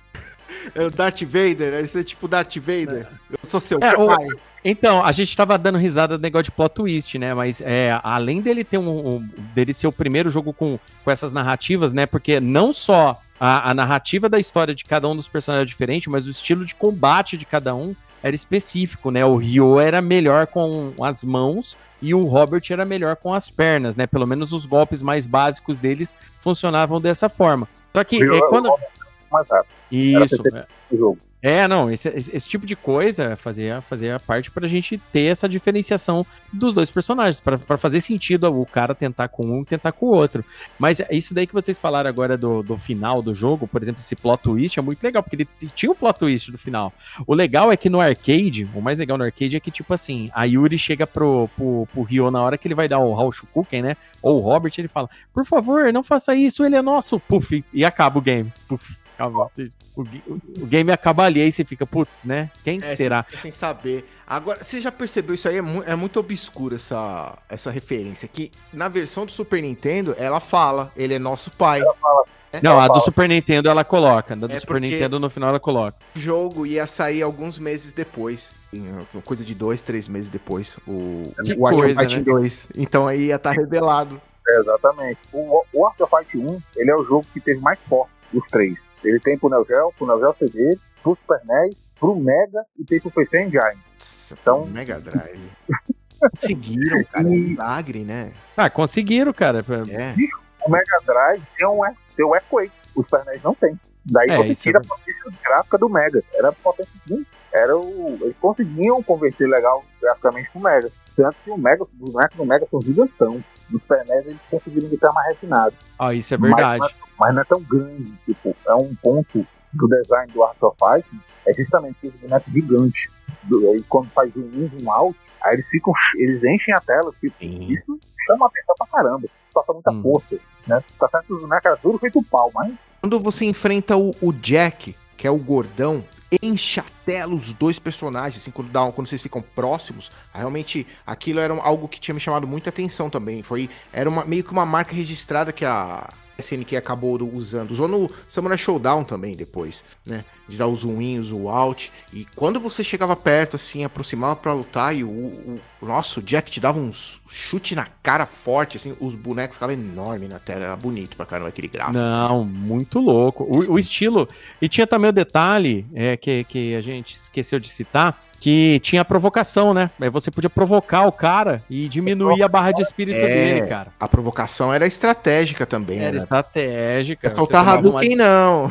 É o Darth Vader, isso é tipo Darth Vader. É. Eu sou seu é, pai. O... Então, a gente tava dando risada do negócio de plot twist, né? Mas é, além dele ter um, um. dele ser o primeiro jogo com, com essas narrativas, né? Porque não só a, a narrativa da história de cada um dos personagens é diferente, mas o estilo de combate de cada um era específico, né? O Ryo era melhor com as mãos e o Robert era melhor com as pernas, né? Pelo menos os golpes mais básicos deles funcionavam dessa forma. Só que é, quando. Mais rápido. Isso. O jogo. É, não, esse, esse, esse tipo de coisa fazia, fazia parte pra gente ter essa diferenciação dos dois personagens, pra, pra fazer sentido o cara tentar com um e tentar com o outro. Mas isso daí que vocês falaram agora do, do final do jogo, por exemplo, esse plot twist é muito legal, porque ele tinha um plot twist no final. O legal é que no arcade, o mais legal no arcade é que, tipo assim, a Yuri chega pro, pro, pro Ryo na hora que ele vai dar o Haoshukuken, né, ou o Robert, ele fala, por favor, não faça isso, ele é nosso, puf, e acaba o game, puf. Acabou. O, o, o game acaba ali, aí você fica, putz, né? Quem é, será? Sem, sem saber. Agora, você já percebeu isso aí? É, mu é muito obscura essa, essa referência. Que na versão do Super Nintendo, ela fala, ele é nosso pai. Ela fala. É? Não, ela a fala. do Super Nintendo ela coloca. A do é Super Nintendo no final ela coloca. O jogo ia sair alguns meses depois. Coisa de dois, três meses depois. O, o Art of Fighting dois. Então aí ia estar tá revelado. É, exatamente. O, o Art of Fight um, ele é o jogo que teve mais forte dos três. Ele tem pro Neo Geo, pro Neo Geo C D, pro Super N E S, pro Mega e tem pro P C Engine. Nossa, então, Mega Drive. Conseguiram, cara, é um milagre, né? Ah, conseguiram, cara. É. O Mega Drive tem um, tem um Earthquake, o Super N E S não tem. Daí é, você tira é... a potência gráfica do Mega. Era potência sim. Era o... Eles conseguiam converter legal graficamente pro Mega. Tanto que o Mega, os bonecos do Mega são gigantão. No Super N E S eles conseguiram ficar mais refinado. Ah, isso é verdade. Mas, mas, mas não é tão grande. Tipo, é um ponto do design do Art of Fight. É justamente esse boneco gigante. Do, aí quando faz um in, um out, aí eles ficam, eles enchem a tela. Tipo, isso chama a atenção pra caramba. Passa muita hum. força. Né? Tá certo que os bonecos eram duro feito pau, mas. Quando você enfrenta o, o Jack, que é o gordão, enche a tela os dois personagens, assim, quando, dá, quando vocês ficam próximos, realmente aquilo era algo que tinha me chamado muita atenção também. Foi, era uma, meio que uma marca registrada que a S N K acabou usando. Usou no Samurai Showdown também depois, né? De dar o zoom in, o zoom out. E quando você chegava perto, assim, aproximava pra lutar e o, o, o nosso Jack te dava uns chute na cara forte, assim, os bonecos ficavam enormes na tela. Era bonito pra caramba aquele gráfico. Não, muito louco. O, o estilo... E tinha também o detalhe é, que, que a gente esqueceu de citar, que tinha a provocação, né? Aí você podia provocar o cara e diminuir a barra de espírito é, dele, cara. A provocação era estratégica também, Era né? estratégica. Não faltava Hadouken, não.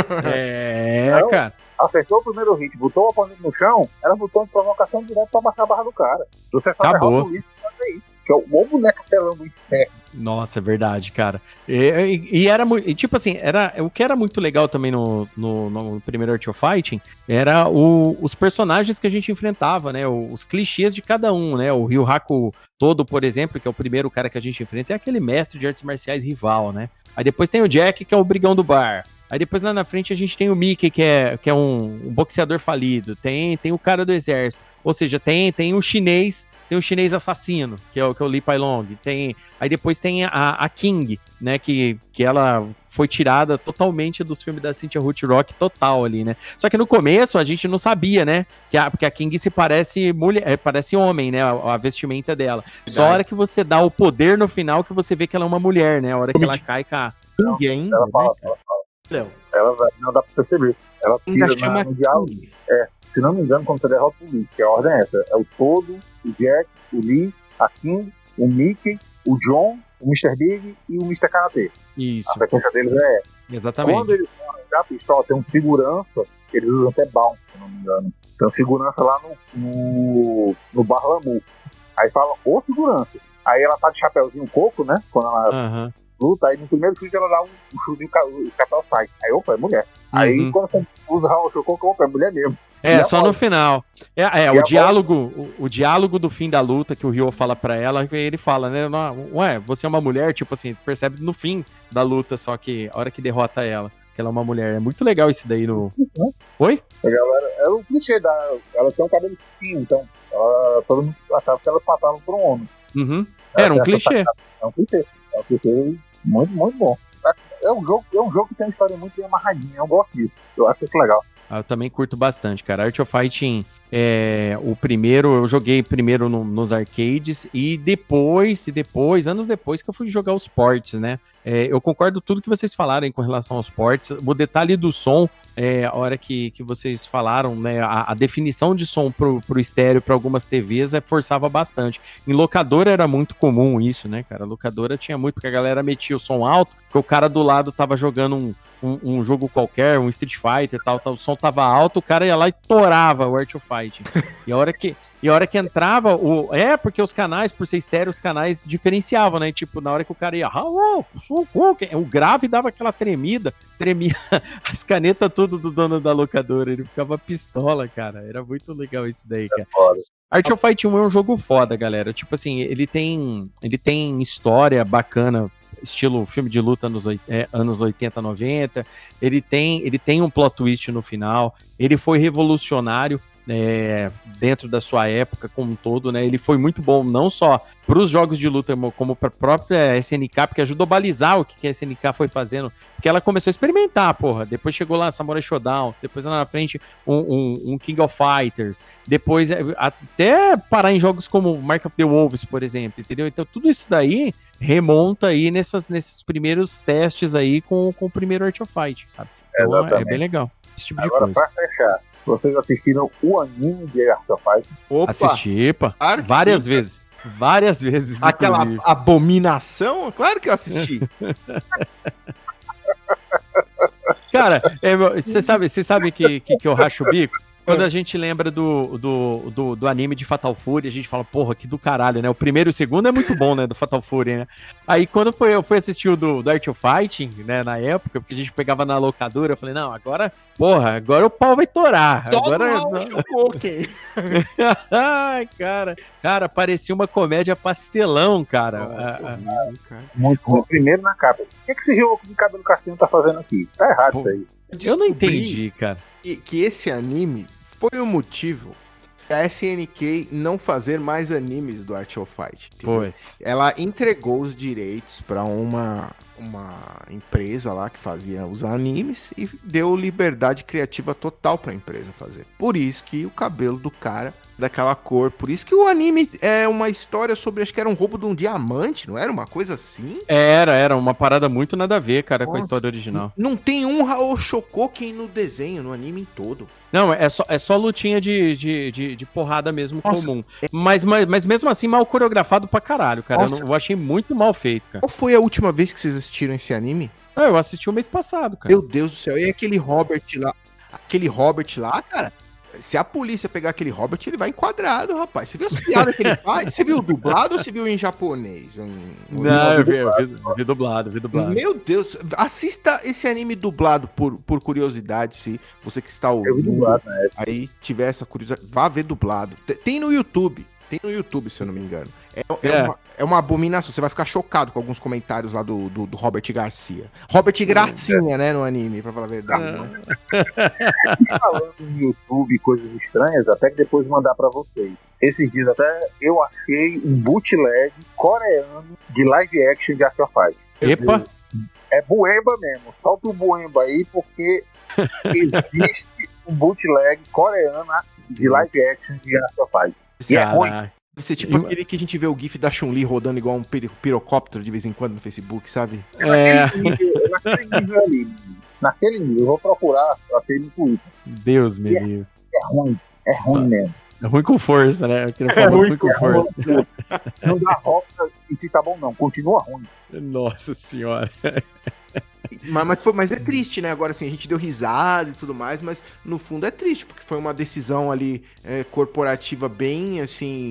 É, não, cara. Acertou o primeiro hit, botou o oponente no chão, era botão de provocação direto pra baixar a barra do cara. Você só acabou. Isso, fazer isso, que é o bom boneco telão do inferno. Nossa, é verdade, cara. E, e, e era muito. Tipo assim, era, o que era muito legal também no, no, no primeiro Art of Fighting era o, os personagens que a gente enfrentava, né? Os clichês de cada um, né? O Ryu-Haku todo, por exemplo, que é o primeiro cara que a gente enfrenta, é aquele mestre de artes marciais rival, né? Aí depois tem o Jack, que é o brigão do bar. Aí depois lá na frente a gente tem o Mickey, que é, que é um, um boxeador falido. Tem, tem o cara do exército. Ou seja, tem, tem o chinês, tem o chinês assassino, que é o, que é o Li Pai Long. Tem, aí depois tem a, a King, né, que, que ela foi tirada totalmente dos filmes da Cynthia Roth Rock, total ali, né. Só que no começo a gente não sabia, né, que a, porque a King se parece mulher, é, parece homem, né, a, a vestimenta dela. Verdade. Só a hora que você dá o poder no final que você vê que ela é uma mulher, né, a hora que ela cai com a King ainda, ela fala, né, ela fala. Não. Ela não dá pra perceber. Ela tira na, no diálogo. É, se não me engano, quando você derrota o Lee, que a ordem é essa: é o Todo, o Jack, o Lee, a King, o Mickey, o John, o mister Big e o mister Karate. Isso. A sequência deles é essa. Exatamente. Quando eles vão arranjar a pistola, tem um segurança, eles usam até bounce, se não me engano. Tem um segurança lá no, no, no Bar Lamu. Aí fala, ô segurança. Aí ela tá de chapéuzinho coco, né? Quando ela. Aham. Luta, aí no primeiro chute ela dá um, um chute e o chapéu sai. Aí, opa, é mulher. Uhum. Aí quando você usa o chocô, opa, é mulher mesmo. É, E só a- no final. É, é E o a diálogo, o, o diálogo do fim da luta que o Ryo fala pra ela, ele fala, né? "Não, ué, você é uma mulher", tipo assim, você percebe no fim da luta, só que a hora que derrota ela, que ela é uma mulher. É muito legal isso daí no. Oi? A galera, é o clichê da. Ela tem um cabelo fininho, então. Ela, todo mundo achava que ela passava por um homem. Uhum. Ela Era um tem essa clichê. sacada. É um clichê. É um clichê muito, muito bom. É um jogo, é um jogo que tem uma história muito bem amarradinha. Eu gosto disso. Eu acho isso legal. Eu também curto bastante, cara. Art of Fighting, é, o primeiro, eu joguei primeiro no- nos arcades e depois, e depois, anos depois que eu fui jogar os ports, né? É, eu concordo tudo que vocês falaram aí com relação aos ports. O detalhe do som, é, a hora que, que vocês falaram, né? A, a definição de som pro, pro estéreo para algumas T Vs é, forçava bastante. Em locadora era muito comum isso, né, cara? Locadora tinha muito, porque a galera metia o som alto, porque o cara do lado tava jogando um, um, um jogo qualquer, um Street Fighter e tal, tal, o som tava alto, o cara ia lá e torava o Art of Fighting. E a hora que, e a hora que entrava, o, é porque os canais, por ser estéreo, os canais diferenciavam, né? Tipo, na hora que o cara ia, o grave dava aquela tremida, tremia as canetas tudo do dono da locadora, ele ficava pistola, cara. Era muito legal isso daí, cara. Foda. Art of Fight um é um jogo foda, galera. Tipo assim, ele tem, ele tem história bacana, estilo filme de luta anos, oit- é, anos oitenta, noventa. Ele tem, ele tem um plot twist no final. Ele foi revolucionário, é, dentro da sua época como um todo, né? Ele foi muito bom não só para os jogos de luta, como para a própria S N K, porque ajudou a balizar o que a S N K foi fazendo, porque ela começou a experimentar, porra. Depois chegou lá Samurai Shodown, depois lá na frente um, um, um King of Fighters, depois é, até parar em jogos como Mark of the Wolves, por exemplo, entendeu? Então tudo isso daí remonta aí nessas, nesses primeiros testes aí com, com o primeiro Art of Fight, sabe? Então é, é Exatamente. bem legal esse tipo de Agora, coisa. pra fechar, vocês assistiram o anime de Art of Fight? Opa! Assisti, pá, Claro que várias sim. vezes. Várias vezes, Aquela inclusive. abominação? Claro que eu assisti. Cara, você sabe, você sabe que, que, que eu racho o bico? Quando a gente lembra do, do, do, do anime de Fatal Fury, a gente fala, porra, que do caralho, né? O primeiro e o segundo é muito bom, né? Do Fatal Fury, né? Aí quando foi, eu fui assistir o do, do Art of Fighting, né? Na época, porque a gente pegava na locadora, eu falei, não, agora, porra, agora o pau vai torar. Só Agora. não chocou, quem? Ai, cara. Cara, parecia uma comédia pastelão, cara. Nossa, Ah, horrível, cara. Muito bom. Primeiro na capa. O que, que esse jogo de cabelo castanho tá fazendo aqui? Tá errado Pô. isso aí. eu não Descobri entendi, cara. Que, que esse anime foi o motivo da S N K não fazer mais animes do Art of Fight. entendeu? Putz. Ela entregou os direitos para uma, uma empresa lá que fazia os animes e deu liberdade criativa total para a empresa fazer. Por isso que o cabelo do cara daquela cor, por isso que o anime é uma história sobre, acho que era um roubo de um diamante, não era uma coisa assim? Era, era uma parada muito nada a ver, cara, com a Nossa. história original. Não tem um Raul Shokoken no desenho, no anime todo. Não, é só, é só lutinha de, de, de, de porrada mesmo, Nossa, comum. Mas, mas, mas mesmo assim, mal coreografado pra caralho, cara. Eu, Nossa. não- eu achei muito mal feito, cara. Qual foi a última vez que vocês assistiram esse anime? Ah, eu assisti o mês passado, cara. Meu Deus do céu, e aquele Robert lá? Aquele Robert lá, cara, se a polícia pegar aquele Robert, ele vai enquadrado, rapaz. Você viu as piadas que ele faz? Você viu dublado ou você viu em japonês? Em- Não, eu vi, eu vi, eu vi dublado, vi dublado. Meu Deus, assista esse anime dublado por, por curiosidade, se você que está Eu vi ouvindo dublado, né? aí tiver essa curiosidade, vá ver dublado. Te- Tem no YouTube, tem no YouTube, se eu não me engano. É, é É. Uma, é uma abominação, você vai ficar chocado com alguns comentários lá do, do, do Robert Garcia. Robert Gracinha, né, no anime, pra falar a verdade. É. Falando no YouTube coisas estranhas, até que depois mandar pra vocês. Esses dias até eu achei um bootleg coreano de live action de Art of Fight. Epa, É buemba mesmo, solta o buemba aí, porque existe um bootleg coreano de live action de Art of Fight. E é ruim. caralho. Deve ser tipo Eu- aquele que a gente vê o gif da Chun-Li rodando igual um pir- pirocóptero de vez em quando no Facebook, sabe? É, Naquele nível, naquele nível ali, naquele nível, eu vou procurar pra ter no Twitter. Deus me livre. É ruim, é ruim mesmo. É ruim com força, né? Aquele É famoso ruim, ruim com é ruim. força. Não dá volta e se tá bom não, continua ruim. Nossa senhora. Mas, mas, foi, mas é triste, né? Agora, assim, a gente deu risada e tudo mais, mas no fundo é triste, porque foi uma decisão ali é, corporativa bem, assim,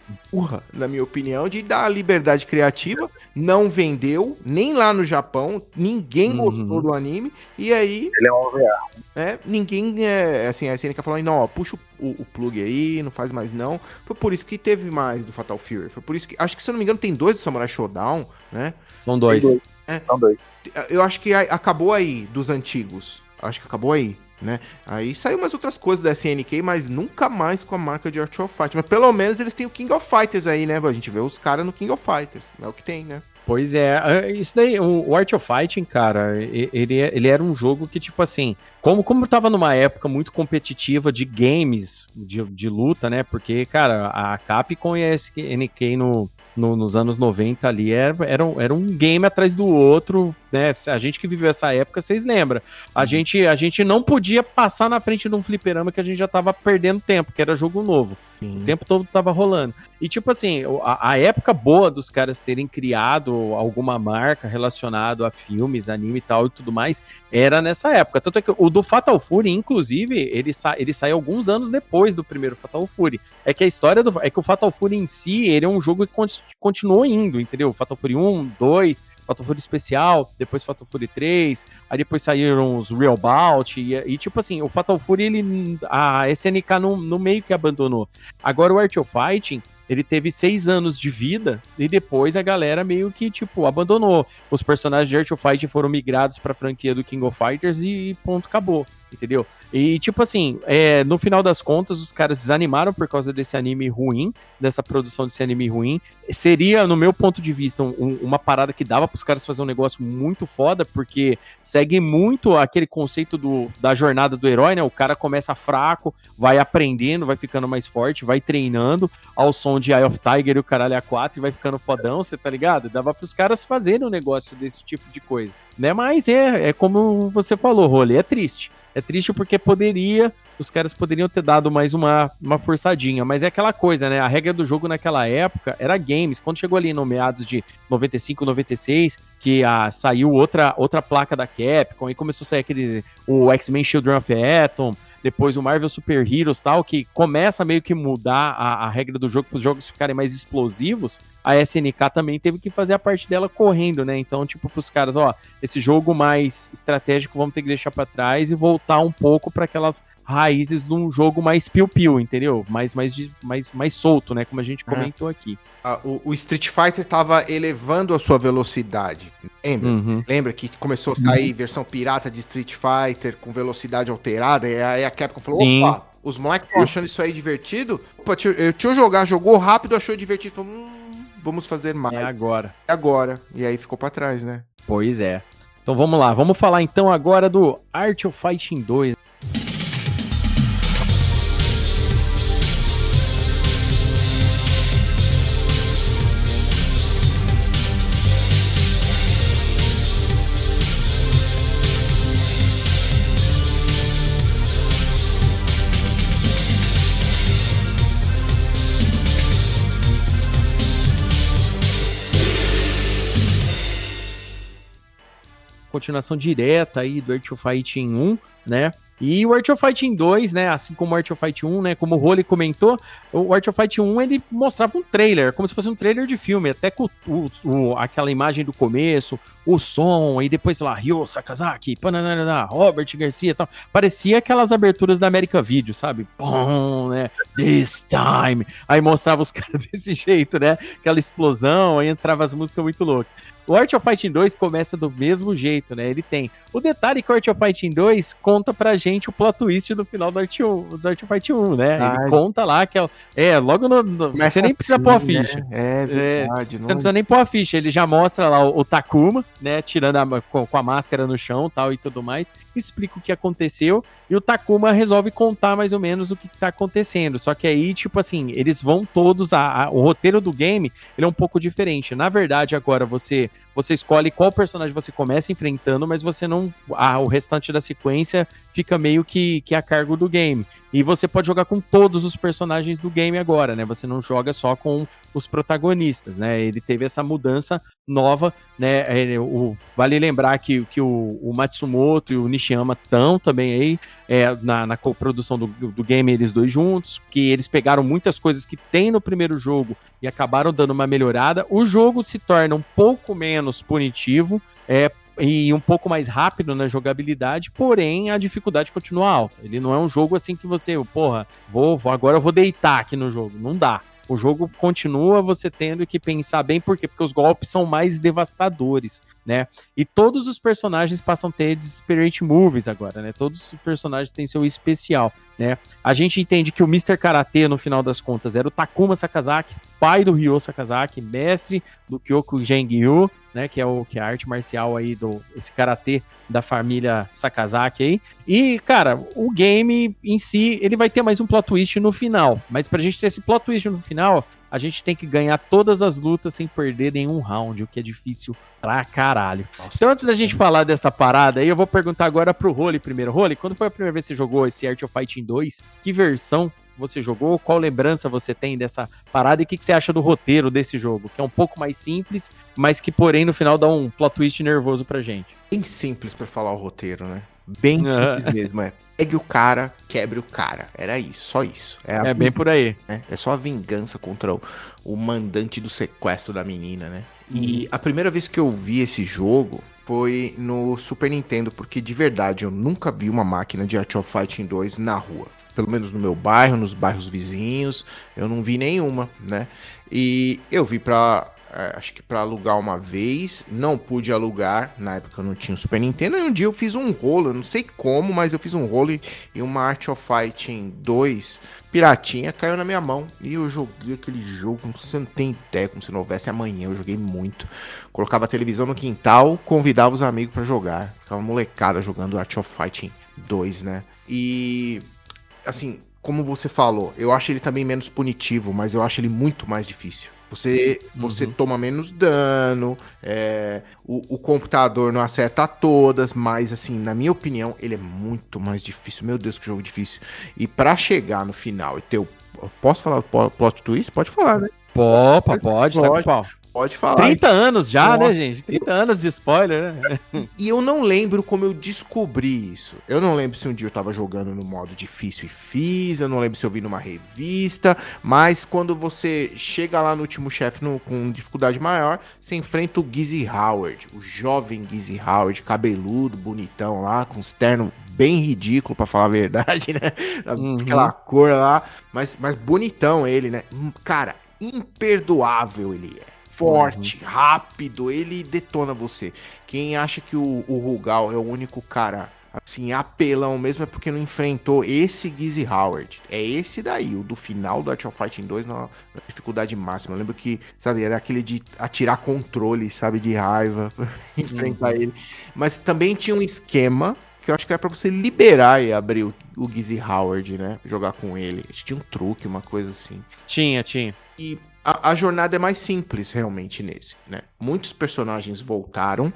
burra, na minha opinião, de dar liberdade criativa, não vendeu, nem lá no Japão, ninguém Uhum. gostou do anime, e aí, Ele é um O V A. é, ninguém, é, assim, a S N K falou, não, ó, puxa o, o, o plug aí, não faz mais não, foi por isso que teve mais do Fatal Fury, foi por isso que, acho que se eu não me engano tem dois do Samurai Showdown, né, São dois. Tem dois. É. São dois. eu acho que a- acabou aí, dos antigos, acho que acabou aí. Né? Aí saiu mais outras coisas da S N K, mas nunca mais com a marca de Art of Fight. Mas pelo menos eles têm o King of Fighters aí, né? A gente vê os caras no King of Fighters. É o que tem, né? Pois é, é, isso daí, o o Art of Fighting, cara, e- ele, é- ele era um jogo que, tipo assim, como, como tava numa época muito competitiva de games, de, de luta, né? Porque, cara, a Capcom e a S N K no, no- nos anos noventa ali era, era, um, era um game atrás do outro, né? A gente que viveu essa época, vocês lembram. A, gente, a gente não podia passar na frente de um fliperama que a gente já tava perdendo tempo, que era jogo novo. O tempo todo tava rolando. E tipo assim, o- a, a época boa dos caras terem criado alguma marca relacionada a filmes, anime e tal e tudo mais, era nessa época. Tanto é que o do Fatal Fury, inclusive, ele, sa ele saiu alguns anos depois do primeiro Fatal Fury. É que a história do... É que o Fatal Fury em si, ele é um jogo que con continuou indo, entendeu? Fatal Fury um, dois, Fatal Fury Especial, depois Fatal Fury três, aí depois saíram os Real Bout, e, e tipo assim, o Fatal Fury, ele, a S N K no, no meio que abandonou. Agora o Art of Fighting, ele teve seis anos de vida e depois a galera meio que, tipo, abandonou. Os personagens de Art of Fighting foram migrados pra franquia do King of Fighters e ponto, acabou. Entendeu? E, tipo assim, é, no final das contas, os caras desanimaram por causa desse anime ruim, dessa produção desse anime ruim. Seria, no meu ponto de vista, um, uma parada que dava pros caras fazer um negócio muito foda, porque segue muito aquele conceito do, da jornada do herói, né? O cara começa fraco, vai aprendendo, vai ficando mais forte, vai treinando ao som de Eye of Tiger e o caralho A quatro e vai ficando fodão, você tá ligado? Dava pros caras fazerem um negócio desse tipo de coisa, né? Mas é, é como você falou, Rolê, é triste. É triste porque poderia, os caras poderiam ter dado mais uma, uma forçadinha, mas é aquela coisa, né? A regra do jogo naquela época era games. Quando chegou ali no meados de noventa e cinco, noventa e seis, que a, saiu outra, outra placa da Capcom, e começou a sair aquele, o X-Men Children of Atom, depois o Marvel Super Heroes tal, que começa a meio que mudar a, a regra do jogo para os jogos ficarem mais explosivos. A S N K também teve que fazer a parte dela correndo, né? Então, tipo, pros caras, ó, esse jogo mais estratégico vamos ter que deixar pra trás e voltar um pouco para aquelas raízes de um jogo mais piu-piu, entendeu? Mais, mais, mais, mais solto, né? Como a gente comentou é. aqui. Ah, o, o Street Fighter tava elevando a sua velocidade. Lembra? Uhum. Lembra que começou a sair versão pirata de Street Fighter com velocidade alterada? E aí a Capcom falou, Sim. opa, os moleques estão achando isso aí divertido? Opa, deixa, eu- deixa eu jogar, jogou rápido, achou divertido. Falou, hum, vamos fazer mais. É agora. É agora. E aí ficou pra trás, né? Pois é. Então vamos lá, vamos falar então agora do Art of Fighting dois. Continuação direta aí do Art of Fighting um, né? E o Art of Fighting dois, né, assim como o Art of Fighting um, né, como o Rolly comentou, o Art of Fighting um, ele mostrava um trailer, como se fosse um trailer de filme, até com o, o, aquela imagem do começo, o som, aí depois, sei lá, Ryo Sakazaki, pananana, Robert Garcia e tal, parecia aquelas aberturas da America Video, sabe? Pum, né, this time, aí mostrava os caras desse jeito, né, aquela explosão, aí entrava as músicas muito loucas. O Art of Fighting dois começa do mesmo jeito, né? Ele tem. O detalhe que o Art of Fighting dois conta pra gente o plot twist do final do Art, um, do Art of Fighting um, né? Ah, ele conta lá que é. É, logo no. no você nem precisa assim, pôr a ficha. Né? É verdade. É, você não precisa nem pôr a ficha. Ele já mostra lá o, o Takuma, né? Tirando a, com, com a máscara no chão tal e tudo mais. Explica o que aconteceu. E o Takuma resolve contar mais ou menos o que tá acontecendo. Só que aí, tipo assim, eles vão todos. A, a, o roteiro do game ele é um pouco diferente. Na verdade, agora você. você escolhe qual personagem você começa enfrentando, mas você não... Ah, o restante da sequência fica meio que, que a cargo do game. E você pode jogar com todos os personagens do game agora, né? Você não joga só com os protagonistas, né? Ele teve essa mudança nova, né? Ele, o, vale lembrar que, que o, o Matsumoto e o Nishiyama estão também aí é, na, na coprodução do, do game, eles dois juntos, que eles pegaram muitas coisas que tem no primeiro jogo e acabaram dando uma melhorada. O jogo se torna um pouco menos punitivo, é, e um pouco mais rápido na jogabilidade, porém a dificuldade continua alta. Ele não é um jogo assim que você, porra, vou, vou agora eu vou deitar aqui no jogo. Não dá. O jogo continua você tendo que pensar bem, por quê? Porque os golpes são mais devastadores, né? E todos os personagens passam a ter Desperate Moves agora, né? Todos os personagens têm seu especial, né? A gente entende que o mister Karate, no final das contas, era o Takuma Sakazaki, pai do Ryo Sakazaki, mestre do Kyoku Jengyu, né, que é o que é a arte marcial aí do esse karatê da família Sakazaki aí. E, cara, o game em si, ele vai ter mais um plot twist no final, mas pra gente ter esse plot twist no final, a gente tem que ganhar todas as lutas sem perder nenhum round, o que é difícil pra caralho. Nossa. Então, antes da gente falar dessa parada aí, eu vou perguntar agora pro Rolly primeiro. Rolly, quando foi a primeira vez que você jogou esse Art of Fighting dois? Que versão você jogou? Qual lembrança você tem dessa parada? E o que, que você acha do roteiro desse jogo? Que é um pouco mais simples, mas que, porém, no final dá um plot twist nervoso pra gente. Bem simples pra falar o roteiro, né? Bem simples uhum. mesmo, é. Pegue o cara, quebre o cara. Era isso, só isso. É, é bem por aí. Né? É só a vingança contra o, o mandante do sequestro da menina, né? E a primeira vez que eu vi esse jogo foi no Super Nintendo, porque de verdade eu nunca vi uma máquina de Art of Fighting dois na rua. Pelo menos no meu bairro, nos bairros vizinhos, eu não vi nenhuma, né? E eu vi pra, é, acho que pra alugar uma vez, não pude alugar, na época eu não tinha o Super Nintendo, e um dia eu fiz um rolo, eu não sei como, mas eu fiz um rolo e, e uma Art of Fighting dois piratinha caiu na minha mão, e eu joguei aquele jogo, não sei se você não tem ideia, como se não houvesse amanhã, eu joguei muito. Colocava a televisão no quintal, convidava os amigos pra jogar, ficava molecada jogando Art of Fighting dois, né? E... assim, como você falou, eu acho ele também menos punitivo, mas eu acho ele muito mais difícil. Você, uhum. você toma menos dano, é, o, o computador não acerta todas, mas assim, na minha opinião, ele é muito mais difícil. Meu Deus, que jogo difícil. E pra chegar no final e ter o... Posso falar o plot twist? Pode falar, né? Opa, pode, pode, tá com pau. Pode falar. trinta anos já, Nossa. né, gente? trinta anos de spoiler, né? E eu não lembro como eu descobri isso. Eu não lembro se um dia eu tava jogando no modo difícil e fiz, eu não lembro se eu vi numa revista, mas quando você chega lá no último chefe no, com dificuldade maior, você enfrenta o Gizzy Howard, o jovem Gizzy Howard, cabeludo, bonitão lá, com os ternos bem ridículo, pra falar a verdade, né? Uhum. Aquela cor lá, mas, mas bonitão ele, né? Cara, imperdoável ele é. Forte, uhum. rápido, ele detona você. Quem acha que o, o Rugal é o único cara, assim, apelão mesmo, é porque não enfrentou esse Gizzy Howard. É esse daí, o do final do Art of Fighting dois, na, na dificuldade máxima. Eu lembro que, sabe, era aquele de atirar controle, sabe, de raiva, enfrentar uhum. ele. Mas também tinha um esquema que eu acho que era pra você liberar e abrir o, o Gizzy Howard, né? Jogar com ele. Tinha um truque, uma coisa assim. Tinha, tinha. E a, a jornada é mais simples, realmente, nesse, né? Muitos personagens voltaram,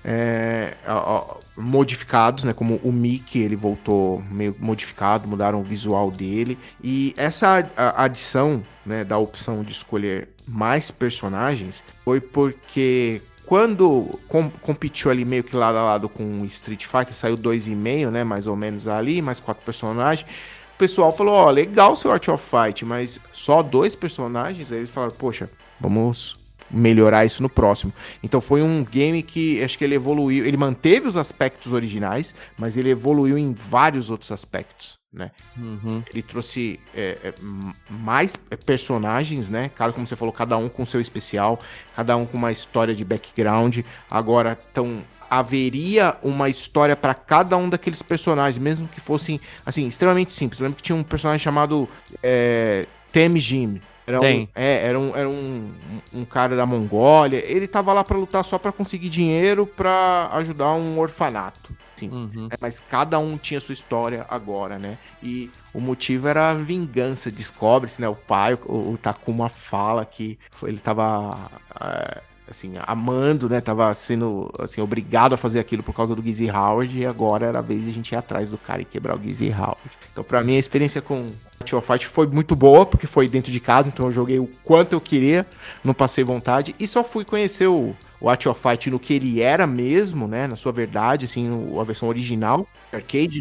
é, a, a, modificados, né? Como o Mickey, ele voltou meio modificado, mudaram o visual dele. E essa a, adição, né, da opção de escolher mais personagens foi porque... quando com, competiu ali meio que lado a lado com o Street Fighter, saiu dois e meio, né, mais ou menos ali, mais quatro personagens, o pessoal falou, ó, oh, legal o seu Art of Fight, mas só dois personagens? Aí eles falaram, poxa, vamos melhorar isso no próximo. Então foi um game que, acho que ele evoluiu, ele manteve os aspectos originais, mas ele evoluiu em vários outros aspectos, né? Uhum. Ele trouxe é, é, mais personagens, né? Cada, como você falou, cada um com seu especial, cada um com uma história de background. Agora, tão, haveria uma história para cada um daqueles personagens, mesmo que fossem, assim, extremamente simples. Eu lembro que tinha um personagem chamado é, Temujin. Era, um, é, era, um, era um, um cara da Mongólia. Ele tava lá pra lutar só pra conseguir dinheiro pra ajudar um orfanato. Sim. Uhum. É, mas cada um tinha sua história agora, né? E o motivo era a vingança. Descobre-se, né? O pai, o, o Takuma fala que ele tava... É, assim, amando, né? Tava sendo, assim, obrigado a fazer aquilo por causa do Gizzy Howard, e agora era a vez de a gente ir atrás do cara e quebrar o Gizzy Howard. Então, pra mim, a experiência com Art of Fight foi muito boa, porque foi dentro de casa, então eu joguei o quanto eu queria, não passei vontade, e só fui conhecer o, o Art of Fight no que ele era mesmo, né? Na sua verdade, assim, a versão original, arcade,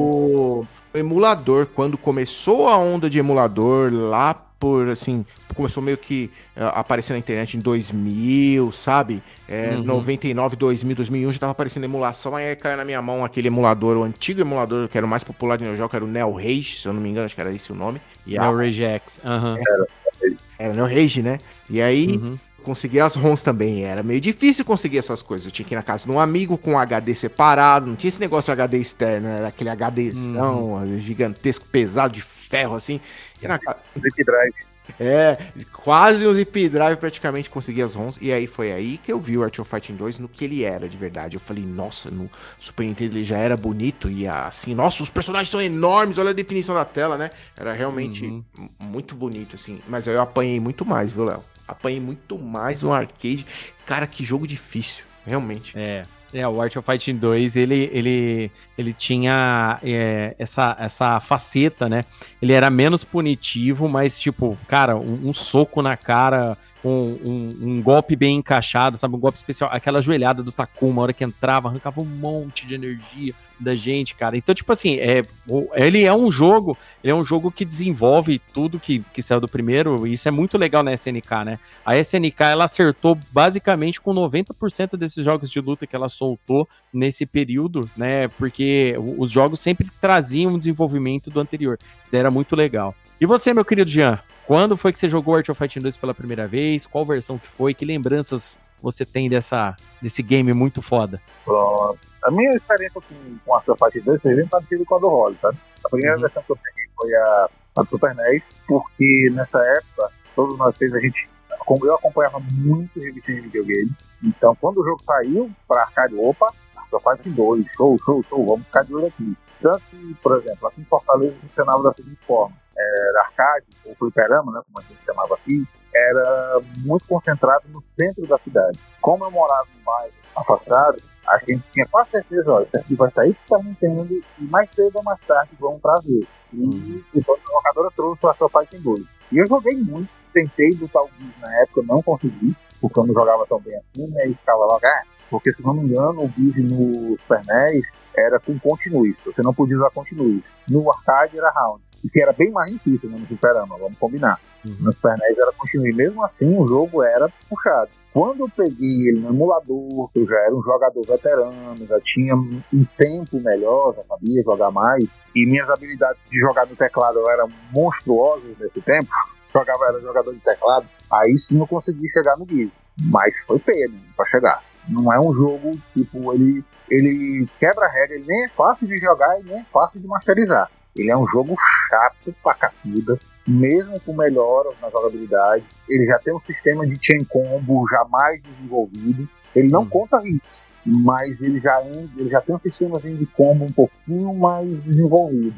no emulador, quando começou a onda de emulador lá por, assim, começou meio que uh, aparecer na internet em dois mil, sabe? É, uhum. noventa e nove, dois mil, dois mil e um já tava aparecendo emulação, aí caiu na minha mão aquele emulador, o antigo emulador, que era o mais popular de Neo Geo, que era o Neo Rage, se eu não me engano, acho que era esse o nome. E Neo a... Rage X, aham. Uhum. Era, era Neo Rage, né? E aí... Uhum. Consegui as ROMs também, era meio difícil conseguir essas coisas. Eu tinha que ir na casa de um amigo com um H D separado, não tinha esse negócio de H D externo, era aquele HDzão uhum. gigantesco, pesado, de ferro, assim. E na casa... Zip Drive. É, quase um Zip Drive praticamente consegui as ROMs. E aí foi aí que eu vi o Art of Fighting dois no que ele era de verdade. Eu falei, nossa, no Super Nintendo ele já era bonito e assim, nossa, os personagens são enormes, olha a definição da tela, né? Era realmente uhum. muito bonito, assim. Mas eu apanhei muito mais, viu, Léo? Apanhei muito mais no arcade. Cara, que jogo difícil, realmente. É, é o Art of Fighting dois, ele, ele, ele tinha é, essa, essa faceta, né? Ele era menos punitivo, mas tipo, cara, um, um soco na cara, um, um, um golpe bem encaixado, sabe? Um golpe especial, aquela joelhada do Takuma, a hora que entrava, arrancava um monte de energia da gente, cara. Então, tipo assim, é, ele é um jogo, ele é um jogo que desenvolve tudo que, que saiu do primeiro, e isso é muito legal na S N K, né? A S N K, ela acertou basicamente com noventa por cento desses jogos de luta que ela soltou nesse período, né? Porque os jogos sempre traziam um desenvolvimento do anterior. Isso daí era muito legal. E você, meu querido Jean? Quando foi que você jogou Art of Fighting dois pela primeira vez? Qual versão que foi? Que lembranças você tem dessa, desse game muito foda? Pronto. A minha experiência com, com Art of Fighting dois foi bem parecida com a do Holly, sabe? A primeira uhum. versão que eu peguei foi a, a do Super N E S, porque nessa época, todos nós três, a gente, como eu acompanhava muito revistas de videogame, então quando o jogo saiu pra arcade, opa, Art of Fighting dois, show, show, show, vamos ficar de olho aqui. Tanto que, por exemplo, aqui em Fortaleza funcionava da seguinte forma, era arcade, ou fliperama, né, como a gente chamava aqui, era muito concentrado no centro da cidade. Como eu morava em bairro afastado, a gente tinha quase certeza, olha, isso aqui vai sair que está Nintendo e mais cedo ou mais tarde vão trazer. E uhum. então a locadora trouxe o Art of Fighting dois. E eu joguei muito, tentei botar o Giz na época, não consegui, porque eu não jogava tão bem assim, né, e ficava lá, ah, porque se não me engano, o Giz no Super N E S era com continuous, você não podia usar continuous. No arcade era round, que era bem mais difícil, né, no Superama, vamos combinar. Uhum. No Super N E S era continuous, mesmo assim o jogo era puxado. Quando eu peguei ele no emulador, eu já era um jogador veterano, já tinha um tempo melhor, já sabia jogar mais, e minhas habilidades de jogar no teclado eram monstruosas nesse tempo, jogava, era jogador de teclado, aí sim eu consegui chegar no Giz, mas foi pena pra chegar. Não é um jogo, tipo, ele, ele quebra a regra, ele nem é fácil de jogar e nem é fácil de masterizar. Ele é um jogo chato pra cacida, mesmo com melhoras na jogabilidade. Ele já tem um sistema de chain combo já mais desenvolvido. Ele não hum. conta hits, mas ele já, ele já tem um sistema de combo um pouquinho mais desenvolvido.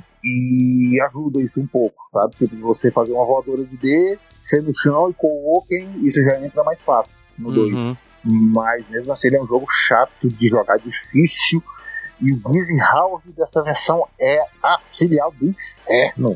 E ajuda isso um pouco, sabe? Tipo, você fazer uma voadora de D, ser no chão e com o Oken, isso já entra mais fácil no dois. Uhum. Mas mesmo assim ele é um jogo chato de jogar, difícil. E o Gizzy Howard dessa versão é a filial do inferno.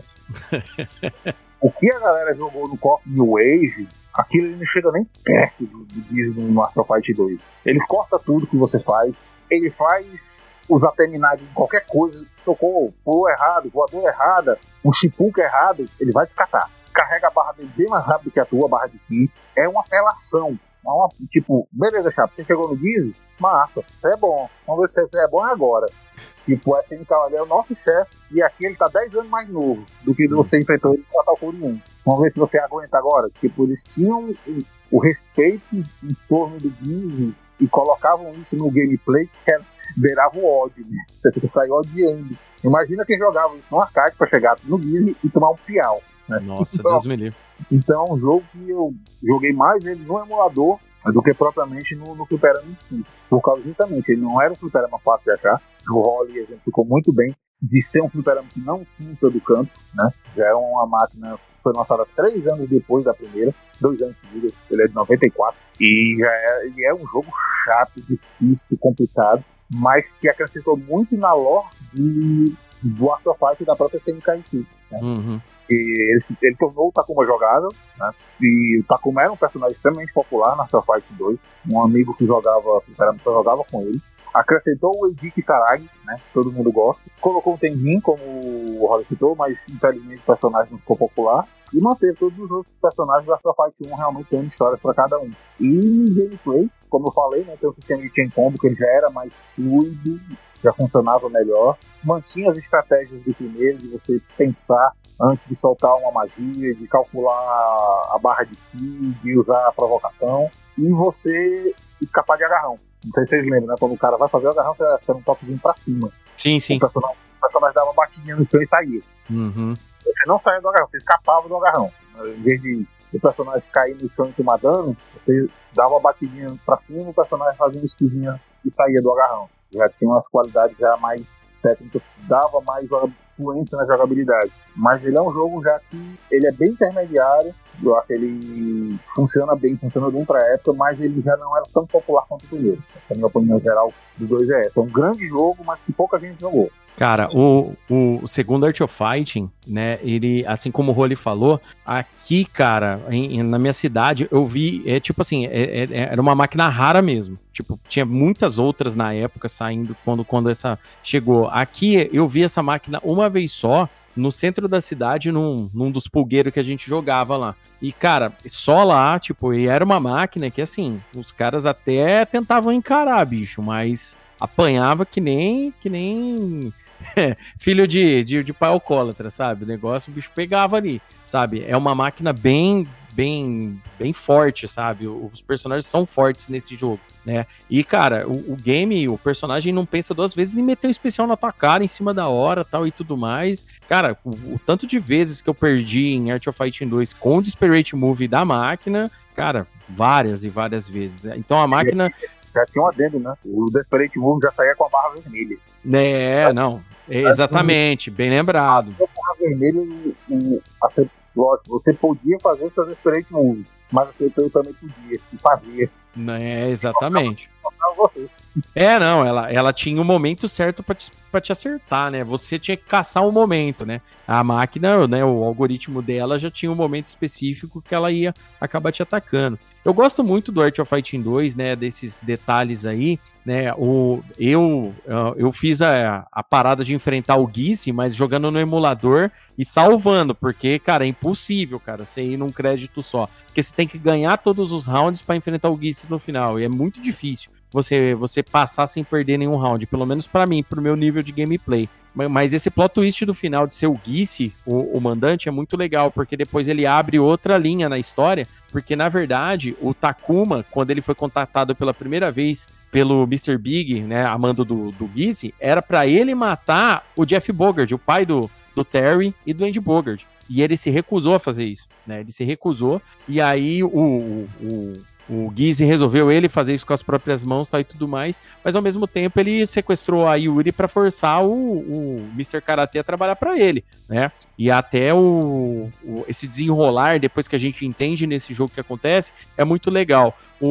O que a galera jogou no Coffee New Wave, aquilo ele não chega nem perto do, do Gizzy no Art of Fight dois. Ele corta tudo que você faz, ele faz os aterminados em qualquer coisa, tocou, pulou errado, voador errada, um chipuca errado, ele vai te catar. Carrega a barra dele bem mais rápido que a tua barra de ki. É uma apelação. Uma, tipo, beleza, Chapo, você chegou no Gizzy? Massa, você é bom. Vamos ver se você é bom agora. Tipo, o S N K é o nosso chefe e aqui ele tá dez anos mais novo do que você enfrentou ele com a Fatal Fury um. Vamos ver se você aguenta agora. Tipo, eles tinham o, o respeito em torno do Gizzy e colocavam isso no gameplay que era, beirava o ódio, né? Você saiu odiando. Imagina quem jogava isso no arcade pra chegar no Gizzy e tomar um piau. Né? Nossa, então, Deus me livre. Então é um jogo que eu joguei mais ele no emulador do que propriamente no, no fliperama em si. Por causa justamente, ele não era um fliperama fácil de achar. O Holly exemplificou muito bem de ser um fliperama que não tinha em todo canto, né? Já era uma máquina foi lançada três anos depois da primeira, dois anos seguidos, ele é de noventa e quatro, e já é, ele é um jogo chato, difícil, complicado, mas que acrescentou muito na lore de, do Art of Fight e da própria T N K em si, né? Uhum. E ele, ele tornou o Takuma jogável, né? E o Takuma era um personagem extremamente popular na Art of Fight dois, um amigo que jogava, que jogava com ele. Acrescentou o Eiji Kisaragi, né? Todo mundo gosta. Colocou o Tenjin, como o Rory citou, mas infelizmente o personagem não ficou popular. E manteve todos os outros personagens da Art of Fight um realmente tendo histórias para cada um. E em gameplay, como eu falei, né? Tem um sistema de chain combo que ele já era mais fluido, já funcionava melhor. Mantinha as estratégias do primeiro, de você pensar antes de soltar uma magia, de calcular a barra de ki, de usar a provocação, e você escapar de agarrão. Não sei se vocês lembram, né? Quando o cara vai fazer o agarrão, você dá um toquezinho pra cima. Sim, sim. O personagem, o personagem dava uma batidinha no chão e saía. Uhum. Você não saía do agarrão, você escapava do agarrão. Em vez de o personagem cair no chão e tomar dano, você dava uma batidinha pra cima, o personagem fazia uma esquivinha e saía do agarrão. Já tinha umas qualidades já mais técnicas, dava mais influência na jogabilidade. Mas ele é um jogo já que ele é bem intermediário, eu acho que ele funciona bem, funciona bem pra época, mas ele já não era tão popular quanto o primeiro. A minha opinião geral dos dois é essa. É um grande jogo, mas que pouca gente jogou. Cara, o, o segundo Art of Fighting, né, ele, assim como o Rolly falou, aqui, cara, em, na minha cidade, eu vi, é tipo assim, é, é, era uma máquina rara mesmo, tipo, tinha muitas outras na época saindo, quando, quando essa chegou. Aqui, eu vi essa máquina uma vez só, no centro da cidade, num, num dos pulgueiros que a gente jogava lá. E, cara, só lá, tipo, e era uma máquina que, assim, os caras até tentavam encarar, bicho, mas apanhava que nem, que nem... filho de, de, de pai alcoólatra, sabe? O negócio, o bicho pegava ali, sabe? É uma máquina bem, bem, bem forte, sabe? Os personagens são fortes nesse jogo, né? E, cara, o, o game, o personagem não pensa duas vezes em meter um especial na tua cara em cima da hora, tal e tudo mais. Cara, o, o tanto de vezes que eu perdi em Art of Fighting dois com o Desperate Move da máquina, cara, várias e várias vezes. Então a máquina... Já tinha um adendo, né? O Desperate Move já saía com a barra vermelha. É, não. Exatamente, bem lembrado. A barra vermelha, o, a, lógico, você podia fazer o seu Desperate Move, mas você também podia, e fazia. É, exatamente. É, não, ela, ela tinha o momento certo pra te, pra te acertar, né? Você tinha que caçar um momento, né? A máquina, né, o algoritmo dela já tinha um momento específico que ela ia acabar te atacando. Eu gosto muito do Art of Fighting dois, né, desses detalhes aí, né? O, eu, eu fiz a, a parada de enfrentar o Guise, mas jogando no emulador e salvando, porque, cara, é impossível, cara, você ir num crédito só. Porque você tem que ganhar todos os rounds pra enfrentar o Guise no final, e é muito difícil você, você passar sem perder nenhum round, pelo menos pra mim, pro meu nível de gameplay. Mas esse plot twist do final de ser o Guise, o, o mandante, é muito legal, porque depois ele abre outra linha na história, porque na verdade o Takuma, quando ele foi contatado pela primeira vez pelo mister Big, né, a mando do, do Guise, era pra ele matar o Jeff Bogard, o pai do, do Terry e do Andy Bogard. E ele se recusou a fazer isso, né? Ele se recusou, e aí o, o, o O Guise resolveu ele fazer isso com as próprias mãos, tá, e tudo mais, mas ao mesmo tempo ele sequestrou a Yuri pra forçar o, o mister Karate a trabalhar pra ele, né? E até o, o, esse desenrolar, depois que a gente entende nesse jogo que acontece, é muito legal.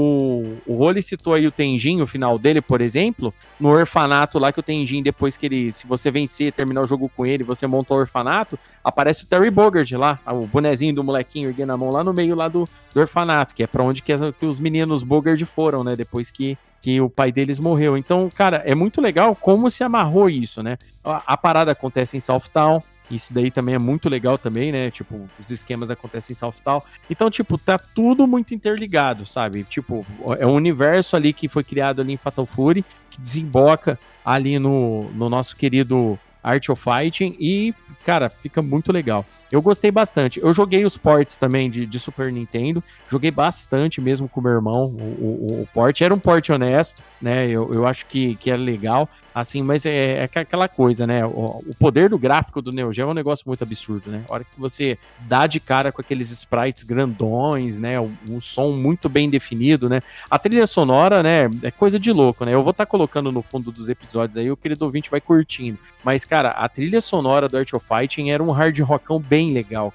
O, o Rolly citou aí o Tenjin, o final dele, por exemplo, no orfanato lá que o Tenjin, depois que ele, se você vencer, terminar o jogo com ele, você monta o orfanato, aparece o Terry Bogard lá, o bonezinho do molequinho erguendo a mão lá no meio lá do, do orfanato, que é pra onde que, as, que os meninos Bogard foram, né, depois que, que o pai deles morreu. Então, cara, é muito legal como se amarrou isso, né? A, a parada acontece em Southtown, isso daí também é muito legal também, né? Tipo, os esquemas acontecem em Southtown. Então, tipo, tá tudo muito interligado, sabe? Tipo, é um universo ali que foi criado ali em Fatal Fury, que desemboca ali no, no nosso querido Art of Fighting e, cara, fica muito legal. Eu gostei bastante. Eu joguei os ports também de, de Super Nintendo. Joguei bastante mesmo com o meu irmão. O, o, o port era um port honesto, né? Eu, eu acho que, que é legal. Assim, mas é, é aquela coisa, né? O, o poder do gráfico do Neo Geo é um negócio muito absurdo, né? A hora que você dá de cara com aqueles sprites grandões, né? Um, um som muito bem definido, né? A trilha sonora, né? É coisa de louco, né? Eu vou estar tá colocando no fundo dos episódios aí, o querido ouvinte vai curtindo. Mas, cara, a trilha sonora do Art of Fighting era um hard rockão bem legal, cara.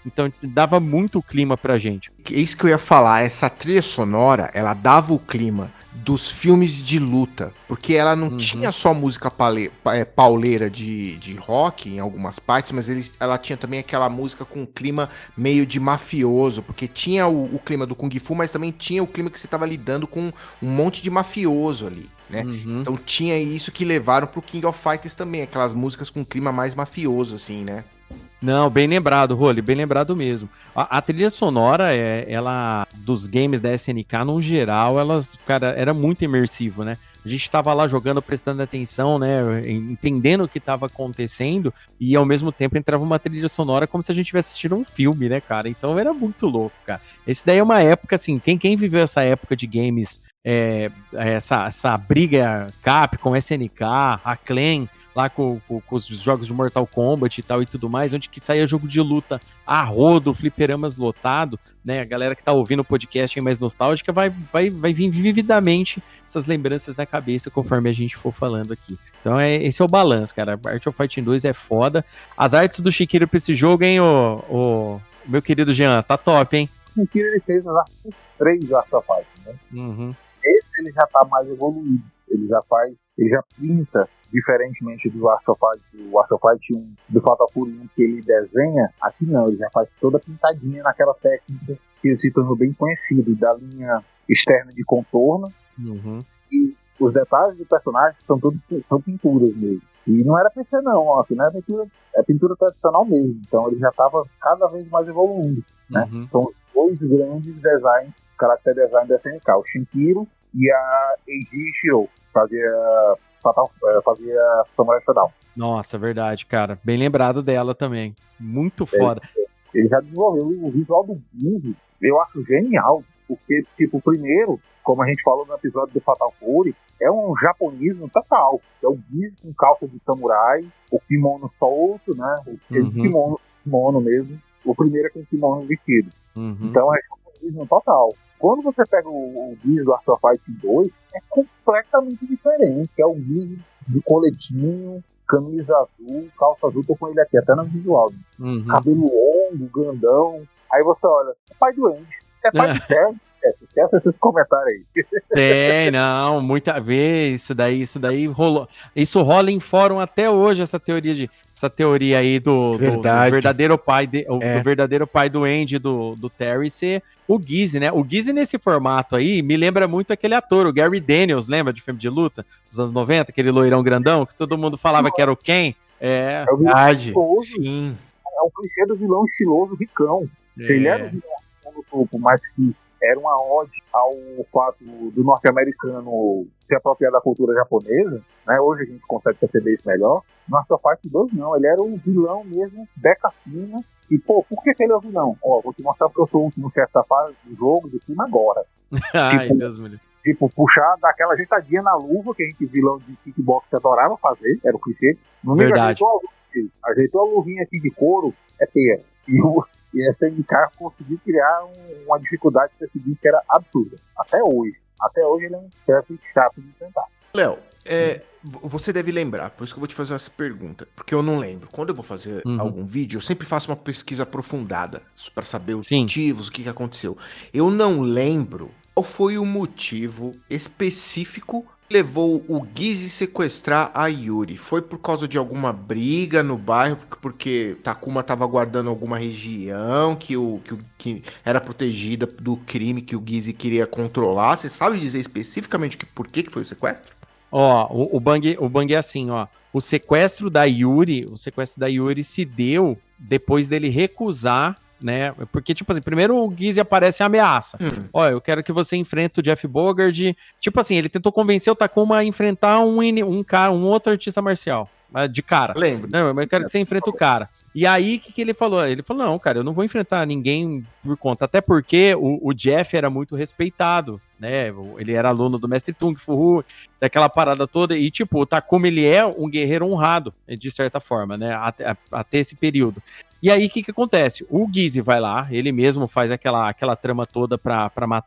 Então dava muito clima pra gente. É isso que eu ia falar, essa trilha sonora, ela dava o clima dos filmes de luta, porque ela não uhum. tinha só música pale, pauleira de, de rock em algumas partes, mas ele, ela tinha também aquela música com um clima meio de mafioso, porque tinha o, o clima do Kung Fu, mas também tinha o clima que você tava lidando com um monte de mafioso ali, né? Uhum. Então tinha isso que levaram pro King of Fighters também, aquelas músicas com clima mais mafioso, assim, né? Não, bem lembrado, Roli, bem lembrado mesmo. A, a trilha sonora, é, ela, dos games da S N K, no geral, elas, cara, era muito imersivo, né? A gente tava lá jogando, prestando atenção, né? Entendendo o que tava acontecendo e, ao mesmo tempo, entrava uma trilha sonora como se a gente estivesse assistindo um filme, né, cara? Então era muito louco, cara. Esse daí é uma época, assim, quem, quem viveu essa época de games, é, essa, essa briga Capcom, S N K, Acclaim, lá com, com, com os jogos de Mortal Kombat e tal e tudo mais, onde que saía jogo de luta a rodo, fliperamas lotado, né, a galera que tá ouvindo o podcast aí mais nostálgica vai, vai, vai vir vividamente essas lembranças na cabeça conforme a gente for falando aqui. Então é, esse é o balanço, cara, Art of Fighting dois é foda. As artes do Shikiro pra esse jogo, hein, o, o meu querido Jean, tá top, hein? O Shikiro, ele fez as artes três Art of Fighting, né? Uhum. Esse ele já tá mais evoluído, ele já faz, ele já pinta diferentemente do Art of Fight, o Art of Fight um, do Fatal Fury um que ele desenha, aqui não, ele já faz toda pintadinha naquela técnica que ele se tornou bem conhecido, da linha externa de contorno, uhum. e os detalhes do personagem são todos são pinturas mesmo. E não era P C não, ó, não é pintura, é pintura tradicional mesmo, então ele já estava cada vez mais evoluindo, né? Uhum. São os dois grandes designs, character design da S N K, o Shinkiro e a Eiji Shiro, fazia Fatal, fazia Samurai Shodown. Nossa, verdade, cara. Bem lembrado dela também. Muito foda. Ele, ele já desenvolveu o visual do Giz, eu acho genial, porque, tipo, primeiro, como a gente falou no episódio do Fatal Fury, é um japonismo total. É o Giz com calça de samurai, o kimono solto, né? O uhum. kimono, kimono mesmo. O primeiro é com o kimono vestido. Uhum. Então é japonismo total. Quando você pega o, o Giz do Art of Fighting dois, é completamente diferente. É o Giz de coletinho, camisa azul, calça azul, tô com ele aqui até no visual. Uhum. Cabelo longo, grandão. Aí você olha, é pai do Andy, é pai de Sérgio. Esquece esses comentários aí. Tem, não, muita vez, isso daí, isso daí rolou. Isso rola em fórum até hoje, essa teoria de essa teoria aí do, do, do verdadeiro pai de, é. do verdadeiro pai do Andy, do, do Terry ser o Giz, né? O Giz nesse formato aí me lembra muito aquele ator, o Gary Daniels, lembra de filme de luta dos anos noventa, aquele loirão grandão que todo mundo falava que era o Ken? É, é o verdade. Sim. É o clichê do vilão estiloso ricão. É. Ele era o vilão no topo, mas que era uma ode ao fato do norte-americano se apropriar da cultura japonesa, né? Hoje a gente consegue perceber isso melhor. No Art of Fight dois não, ele era um vilão mesmo, beca fina. E, pô, por que, que ele é o vilão? Ó, vou te mostrar porque eu sou o último chefe da fase do jogo de cima agora. Ai, tipo, Deus me livre. Tipo, puxar daquela ajeitadinha na luva que a gente, vilão de kickbox, adorava fazer, era o clichê. No Verdade. Ajeitou a, luva, ajeitou a luvinha aqui de couro, é pera. E o E a S N K conseguiu criar um, uma dificuldade para esse disco que era absurda. Até hoje. Até hoje ele é um chefe chato de enfrentar. Léo, é, você deve lembrar, por isso que eu vou te fazer essa pergunta. Porque eu não lembro. Quando eu vou fazer uhum. algum vídeo, eu sempre faço uma pesquisa aprofundada para saber os Sim. motivos, o que, que aconteceu. Eu não lembro qual foi o motivo específico levou o Giz sequestrar a Yuri. Foi por causa de alguma briga no bairro, porque Takuma tava guardando alguma região que, o, que, o, que era protegida do crime que o Giz queria controlar? Você sabe dizer especificamente que, por que, que foi o sequestro? Ó, o, o, Bang, o Bang é assim, ó. O sequestro da Yuri, o sequestro da Yuri se deu depois dele recusar, né? Porque, tipo assim, primeiro o Giz aparece em ameaça. Hum. Ó, eu quero que você enfrente o Jeff Bogard. Tipo assim, ele tentou convencer o Takuma a enfrentar um, um cara, um outro artista marcial. De cara. Lembro. Não, eu quero que você enfrente o cara. E aí, o que, que ele falou? Ele falou, não, cara, eu não vou enfrentar ninguém por conta. Até porque o, o Jeff era muito respeitado, né? Ele era aluno do Mestre Tung Fu, daquela parada toda. E, tipo, o Takuma, ele é um guerreiro honrado, de certa forma, né? Até, até esse período. E aí, o que que acontece? O Giz vai lá, ele mesmo faz aquela, aquela trama toda pra, pra matar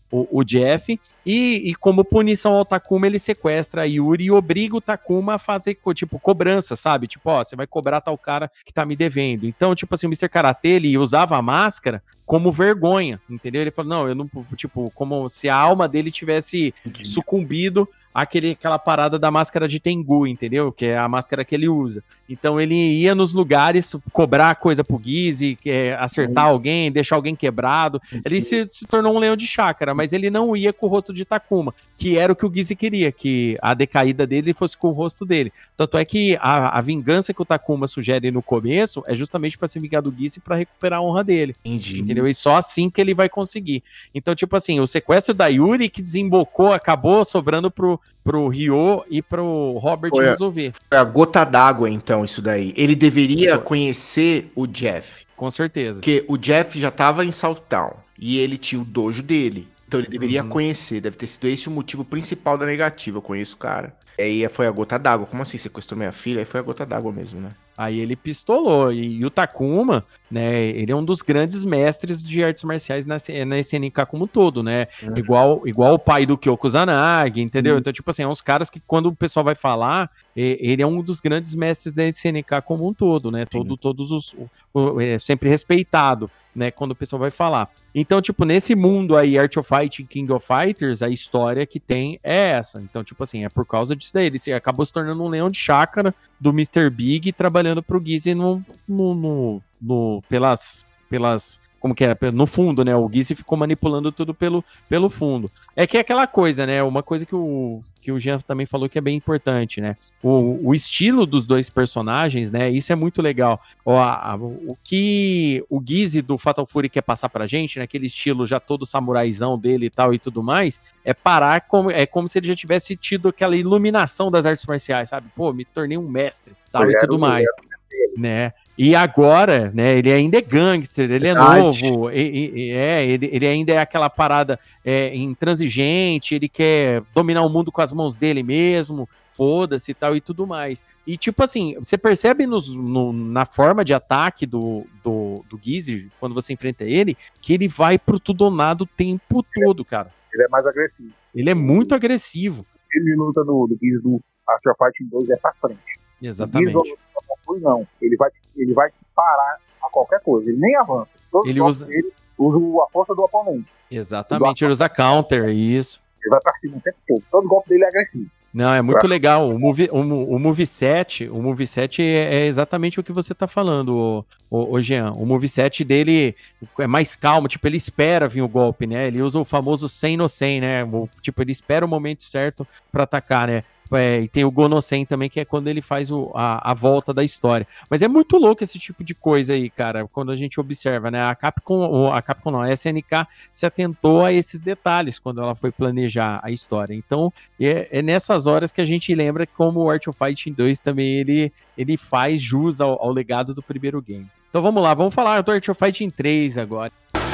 o, o Jeff, e, e como punição ao Takuma, ele sequestra a Yuri e obriga o Takuma a fazer, tipo, cobrança, sabe? Tipo, ó, você vai cobrar tal cara que tá me devendo. Então, tipo assim, o mister Karate, ele usava a máscara como vergonha, entendeu? Ele falou, não, eu não, tipo, como se a alma dele tivesse Entendi. sucumbido àquele, aquela parada da máscara de Tengu, entendeu? Que é a máscara que ele usa. Então ele ia nos lugares cobrar coisa pro Gizzy, é, acertar uhum. alguém, deixar alguém quebrado. Ele se, se tornou um leão de chácara, mas ele não ia com o rosto de Takuma, que era o que o Gizzy queria, que a decaída dele fosse com o rosto dele. Tanto é que a, a vingança que o Takuma sugere no começo é justamente pra se vingar do Gizzy pra recuperar a honra dele. Entendi. Entendeu? E só assim que ele vai conseguir. Então, tipo assim, o sequestro da Yuri que desembocou, acabou sobrando pro, pro Ryo e pro Robert Foi a, resolver. Foi a gota d'água, então, isso daí. Ele deveria foi. conhecer o Jeff. Com certeza. Porque o Jeff já tava em Southtown e ele tinha o dojo dele. Então ele deveria uhum. conhecer. Deve ter sido esse o motivo principal da negativa. Eu conheço o cara. Aí foi a gota d'água. Como assim? Sequestrou minha filha? Aí foi a gota d'água mesmo, né? Aí ele pistolou. E, e o Takuma, né? Ele é um dos grandes mestres de artes marciais na, na S N K como um todo, né? Uhum. Igual, igual o pai do Kyoko Zanagi, entendeu? Uhum. Então, tipo assim, é uns caras que quando o pessoal vai falar, ele é um dos grandes mestres da S N K como um todo, né? Todo, todos os... O, o, é sempre respeitado, né? Quando o pessoal vai falar. Então, tipo, nesse mundo aí, Art of Fighting, King of Fighters, a história que tem é essa. Então, tipo assim, é por causa disso daí. Ele se, acabou se tornando um leão de chácara do mister Big, trabalhando pro Gizzy no, no, no, no, pelas, pelas, como que é, no fundo, né, o Gizzy ficou manipulando tudo pelo, pelo fundo. É que é aquela coisa, né, uma coisa que o, que o Jean também falou que é bem importante, né, o, o estilo dos dois personagens, né, isso é muito legal. O, a, o que o Gizzy do Fatal Fury quer passar pra gente, naquele né, estilo já todo samuraizão dele e tal e tudo mais, é parar, como, é como se ele já tivesse tido aquela iluminação das artes marciais, sabe, pô, me tornei um mestre, tal eu e tudo mais, né. E agora, né, ele ainda é gangster, ele Verdade. é novo, e, e, é, ele, ele ainda é aquela parada é, intransigente, ele quer dominar o mundo com as mãos dele mesmo, foda-se e tal e tudo mais. E tipo assim, você percebe nos, no, na forma de ataque do, do, do Gizzy, quando você enfrenta ele, que ele vai pro tudo ou nada o tempo todo, cara. Ele é mais agressivo. Ele é muito ele, agressivo. Ele luta do, do Gizzy do Art of Fighting dois é pra frente. Exatamente. Não, ele vai, ele vai parar a qualquer coisa, ele nem avança. Todos ele usa dele usa a força do oponente. Exatamente, ele usa counter, isso. Ele vai pra cima o tempo todo, todo golpe dele é agressivo. Não, é muito legal. O, move, o, o moveset, o moveset é, é exatamente o que você tá falando, o, o, o Jean. O moveset dele é mais calmo, tipo, ele espera vir o golpe, né? Ele usa o famoso sem no sem, né? O, tipo, ele espera o momento certo pra atacar, né? É, e tem o Gonosen também, que é quando ele faz o, a, a volta da história. Mas é muito louco esse tipo de coisa aí, cara, quando a gente observa, né? A Capcom, a Capcom não, a S N K se atentou a esses detalhes quando ela foi planejar a história. Então, é, é nessas horas que a gente lembra como o Art of Fighting dois também, ele, ele faz jus ao, ao legado do primeiro game. Então vamos lá, vamos falar do Art of Fighting três agora.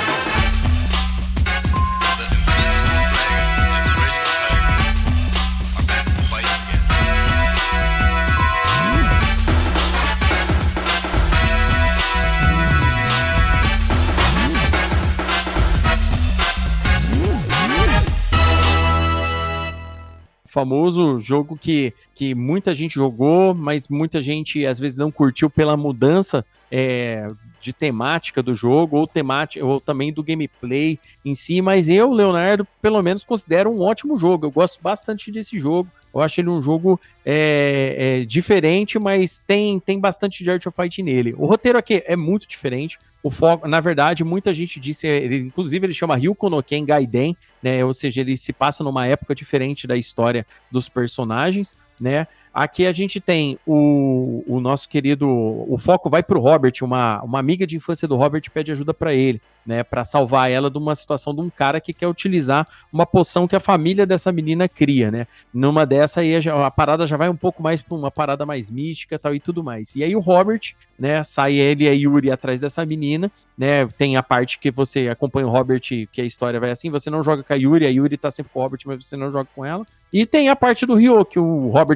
Famoso jogo que, que muita gente jogou, mas muita gente às vezes não curtiu pela mudança é, de temática do jogo, ou temática, ou também do gameplay em si, mas eu, Leonardo, pelo menos considero um ótimo jogo. Eu gosto bastante desse jogo. Eu acho ele um jogo é, é, diferente, mas tem, tem bastante de Art of Fighting nele. O roteiro aqui é muito diferente. O foco, na verdade, muita gente disse, ele, inclusive ele chama Ryuko no Ken Gaiden, né? Ou seja, ele se passa numa época diferente da história dos personagens, né? Aqui a gente tem o, o nosso querido, o foco vai pro Robert, uma, uma amiga de infância do Robert pede ajuda pra ele, né, pra salvar ela de uma situação de um cara que quer utilizar uma poção que a família dessa menina cria, né? Numa dessa aí a, a parada já vai um pouco mais pra uma parada mais mística, tal e tudo mais. E aí o Robert, né, sai ele e a Yuri atrás dessa menina, né? Tem a parte que você acompanha o Robert, que a história vai assim, você não joga com a Yuri, a Yuri tá sempre com o Robert, mas você não joga com ela. E tem a parte do Ryo, que o Robert some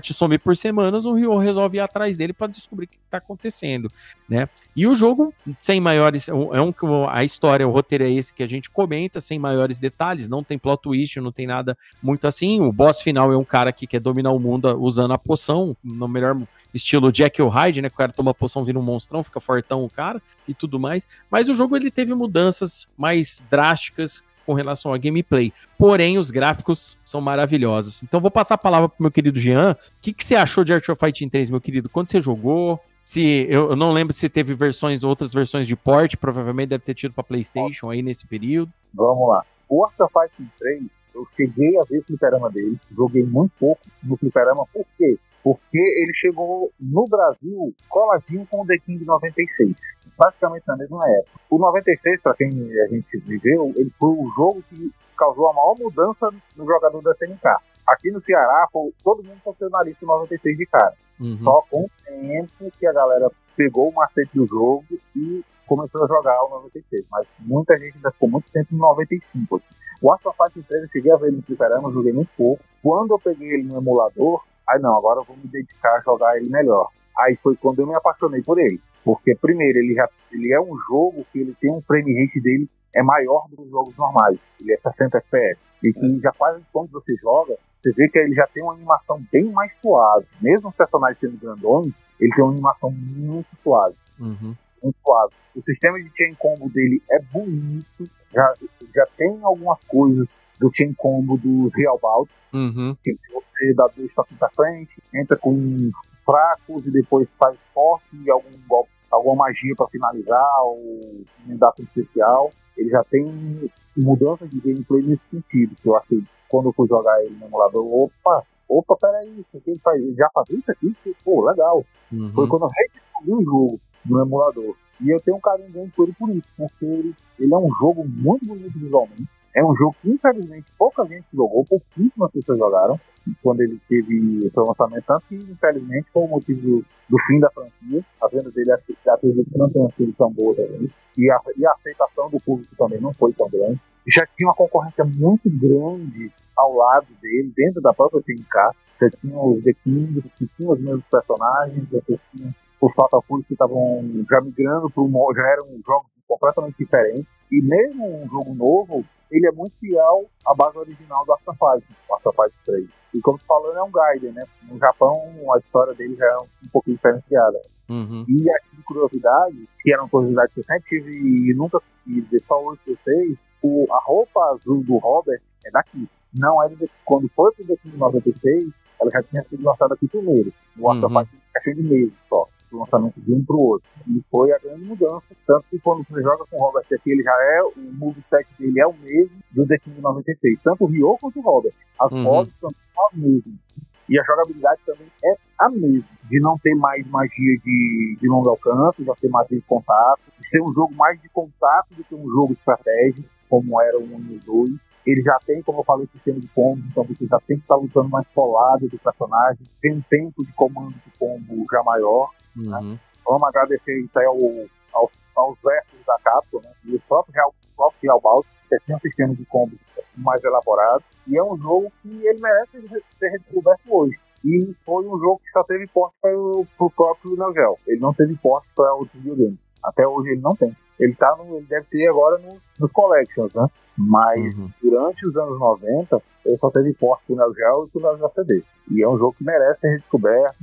por semanas, o Ryo resolve ir atrás dele para descobrir o que está acontecendo, né? E o jogo, sem maiores, é um, a história, o roteiro é esse que a gente comenta, sem maiores detalhes, não tem plot twist, não tem nada muito assim. O boss final é um cara que quer dominar o mundo usando a poção, no melhor estilo Jekyll Hyde, né? Que o cara toma a poção, vira um monstrão, fica fortão o cara e tudo mais. Mas o jogo ele teve mudanças mais drásticas com relação ao gameplay. Porém, os gráficos são maravilhosos. Então, vou passar a palavra pro meu querido Jean. O que, que você achou de Art of Fighting três, meu querido? Quando você jogou? Se, eu, eu não lembro se teve versões, outras versões de port, provavelmente deve ter tido para PlayStation aí nesse período. Vamos lá. O Art of Fighting três, eu cheguei a ver o fliperama dele, joguei muito pouco no fliperama. Por quê? Porque ele chegou no Brasil coladinho com o The King noventa e seis. Basicamente na mesma época. O noventa e seis, para quem a gente viveu, ele foi o jogo que causou a maior mudança no jogador da S N K. Aqui no Ceará, todo mundo foi na lista noventa e seis de cara. Uhum. Só com o tempo que a galera pegou o macete do jogo e começou a jogar o noventa e seis. Mas muita gente ainda ficou muito tempo no noventa e cinco. O Art of Fighting três eu cheguei a ver ele no fliperama, joguei muito pouco. Quando eu peguei ele no emulador, aí não, agora eu vou me dedicar a jogar ele melhor. Aí foi quando eu me apaixonei por ele. Porque, primeiro, ele, já, ele é um jogo que ele tem um frame rate dele é maior do que os jogos normais. Ele é sessenta F P S. E que já quase quando você joga, você vê que ele já tem uma animação bem mais suave. Mesmo os personagens sendo grandões, ele tem uma animação muito suave. Uhum. Muito suave. O sistema de chain combo dele é bonito. Já, já tem algumas coisas do chain combo dos Real Bouts. Uhum. Que você dá dois toques pra frente, entra com fracos e depois faz forte e algum golpe, alguma magia para finalizar ou dar com especial. Ele já tem mudança de gameplay nesse sentido, que eu achei quando eu fui jogar ele no emulador, opa, opa, peraí, isso aqui ele, faz, ele já fazia isso aqui, pô, legal. Uhum. Foi quando eu redescobri o jogo no emulador. E eu tenho um carinho grande por ele por isso, porque ele, ele é um jogo muito bonito visualmente. É um jogo que, infelizmente, pouca gente jogou, pouquíssimas pessoas jogaram quando ele teve seu lançamento, tanto que, infelizmente, foi o motivo do, do fim da franquia. A venda dele, acredito que não tem sido tão boa também. E a, e a aceitação do público também não foi tão grande. Já tinha uma concorrência muito grande ao lado dele, dentro da própria S N K. Você tinha os The Kings, que tinham os mesmos personagens, você tinha os Fatal Fury que estavam já migrando para o já eram jogos completamente diferentes. E mesmo um jogo novo, ele é muito fiel à base original do Art of Fighting, o Art of Fighting três. E como você falou, é um Gaiden, né? No Japão, a história dele já é um, um pouquinho diferenciada. Uhum. E aqui de curiosidade, que era uma curiosidade que eu sempre tive e nunca consegui dizer, só hoje que eu sei, o, a roupa azul do Robert é daqui. Não é de, quando foi pro The King noventa e seis, ela já tinha sido lançada aqui primeiro. No Art of Uhum. Fighting é cheio de meses só. Do lançamento de um pro outro. E foi a grande mudança. Tanto que quando você joga com o Robert aqui, ele já é, o moveset dele é o mesmo do The King noventa e seis. Tanto o Ryo quanto o Robert. As Uhum. poses são as mesmas. E a jogabilidade também é a mesma. De não ter mais magia de, de longo alcance, de não ter magia de contato. De ser um jogo mais de contato do que um jogo de estratégia, como era o um e o dois. Ele já tem, como eu falei, o sistema de combo, então você já tem que estar lutando mais colado do personagem. Tem um tempo de comando de combo já maior. Uhum. Né? Vamos agradecer isso aí ao, ao, aos versos da Capcom, né? E o próprio Real, o próprio Real Bout, que tem um sistema de combo mais elaborado. E é um jogo que ele merece ser redescoberto hoje. E foi um jogo que só teve porte para o próprio Neo Geo. Ele não teve porte para outros videogames. Até hoje ele não tem. Ele, tá no, ele deve ter agora nos, nos Collections, né? Mas Uhum. durante os anos noventa, ele só teve porte para o Neo Geo e para o Neo Geo C D. E é um jogo que merece ser redescoberto.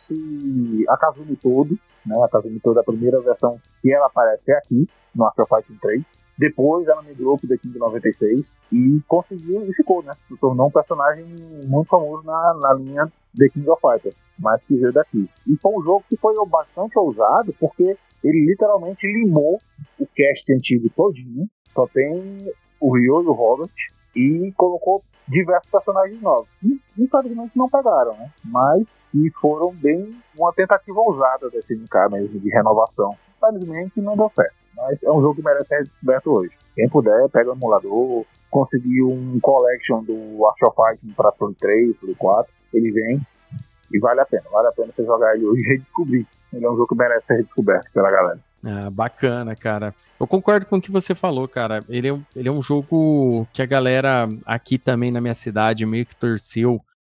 Trouxe a Kazumi todo, né? A Kazumi toda, a primeira versão que ela aparece é aqui, no Art of Fighting três. Depois ela migrou pro The King noventa e seis e conseguiu, e ficou, né? Se tornou um personagem muito famoso na, na linha The King of Fighters, mas que veio daqui. E foi um jogo que foi bastante ousado, porque ele literalmente limou o cast antigo todinho, só tem o Ryo e o Robert, e colocou diversos personagens novos. E infelizmente não pegaram, né? Mas que foram bem uma tentativa ousada da S N K mesmo, de renovação. Infelizmente não deu certo. Mas é um jogo que merece ser descoberto hoje. Quem puder, pega o emulador, conseguir um collection do Art of Fighting para Play três, Play quatro, ele vem e vale a pena. Vale a pena você jogar ele hoje e redescobrir. Ele é um jogo que merece ser redescoberto pela galera. Ah, bacana, cara. Eu concordo com o que você falou, cara. Ele é, um, ele é um jogo que a galera aqui também na minha cidade meio que torceu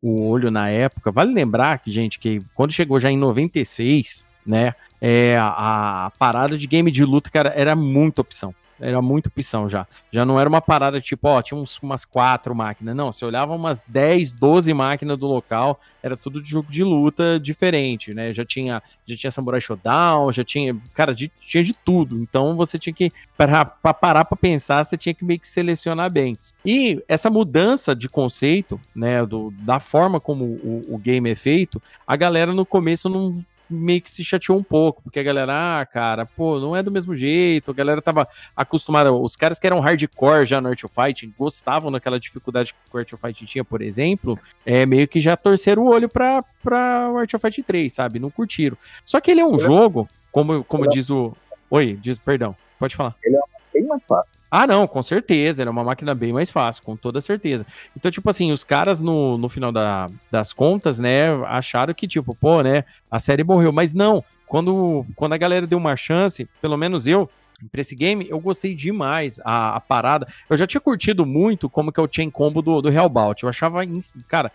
o olho na época. Vale lembrar que, gente, que quando chegou já em noventa e seis, né, é, a, a parada de game de luta, cara, era muita opção. Era muita opção já. Já não era uma parada tipo, ó, tinha uns, umas quatro máquinas. Não, você olhava umas dez, doze máquinas do local, era tudo de jogo de luta diferente, né? Já tinha, já tinha Samurai Shodown, já tinha, cara, de, tinha de tudo. Então você tinha que, para parar pra pensar, você tinha que meio que selecionar bem. E essa mudança de conceito, né, do, da forma como o, o game é feito, a galera no começo não meio que se chateou um pouco, porque a galera, ah, cara, pô, não é do mesmo jeito, a galera tava acostumada, os caras que eram hardcore já no Art of Fighting, gostavam daquela dificuldade que o Art of Fighting tinha, por exemplo, é meio que já torceram o olho pra, pra o Art of Fighting três, sabe, não curtiram. Só que ele é um jogo, como, como diz o... Oi, diz, perdão, pode falar. Ele é bem mais fácil. Ah, não, com certeza, era uma máquina bem mais fácil, com toda certeza. Então, tipo assim, os caras no, no final da, das contas, né, acharam que, tipo, pô, né, a série morreu. Mas não, quando, quando a galera deu uma chance, pelo menos eu, pra esse game, eu gostei demais a, a parada. Eu já tinha curtido muito como que é o chain combo do, do Real Bout. Eu achava, ins, cara,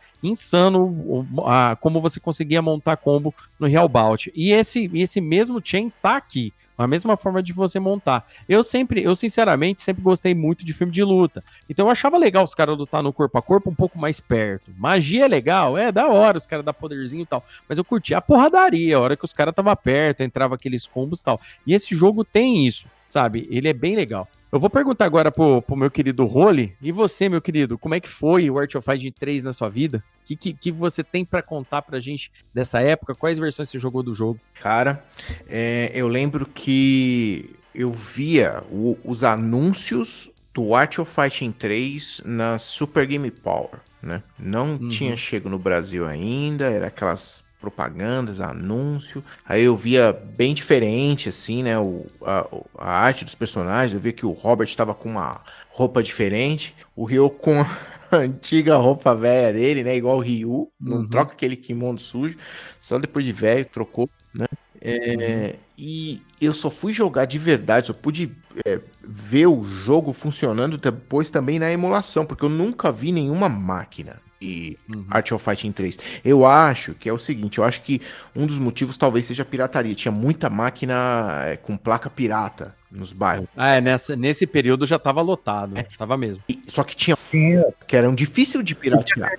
insano a, como você conseguia montar combo no Real Bout. E esse, esse mesmo chain tá aqui. A mesma forma de você montar. Eu sempre, eu sinceramente, sempre gostei muito de filme de luta. Então eu achava legal os caras lutar no corpo a corpo um pouco mais perto. Magia é legal, é da hora, os caras dão poderzinho e tal. Mas eu curtia a porradaria, a hora que os caras estavam perto, entrava aqueles combos e tal. E esse jogo tem isso, sabe? Ele é bem legal. Eu vou perguntar agora pro, pro meu querido Role. E você, meu querido, como é que foi o Art of Fighting três na sua vida? O que, que, que você tem pra contar pra gente dessa época? Quais versões você jogou do jogo? Cara, é, eu lembro que eu via o, os anúncios do Art of Fighting três na Super Game Power, né? Não uhum. tinha chego no Brasil ainda, era aquelas propagandas, anúncio. Aí eu via bem diferente, assim, né? O, a, a arte dos personagens. Eu via que o Robert tava com uma roupa diferente. O Ryo com a antiga roupa velha dele, né? Igual o Ryu. Não uhum. troca aquele kimono sujo. Só depois de velho, trocou, né? É, uhum. E eu só fui jogar de verdade, só pude é, ver o jogo funcionando depois também na emulação, porque eu nunca vi nenhuma máquina e uhum. Art of Fighting três. Eu acho que é o seguinte, eu acho que um dos motivos talvez seja a pirataria. Tinha muita máquina é, com placa pirata nos bairros. Ah, é, nessa, nesse período já tava lotado, é. tava mesmo. E, só que tinha que eram difíceis de piratear.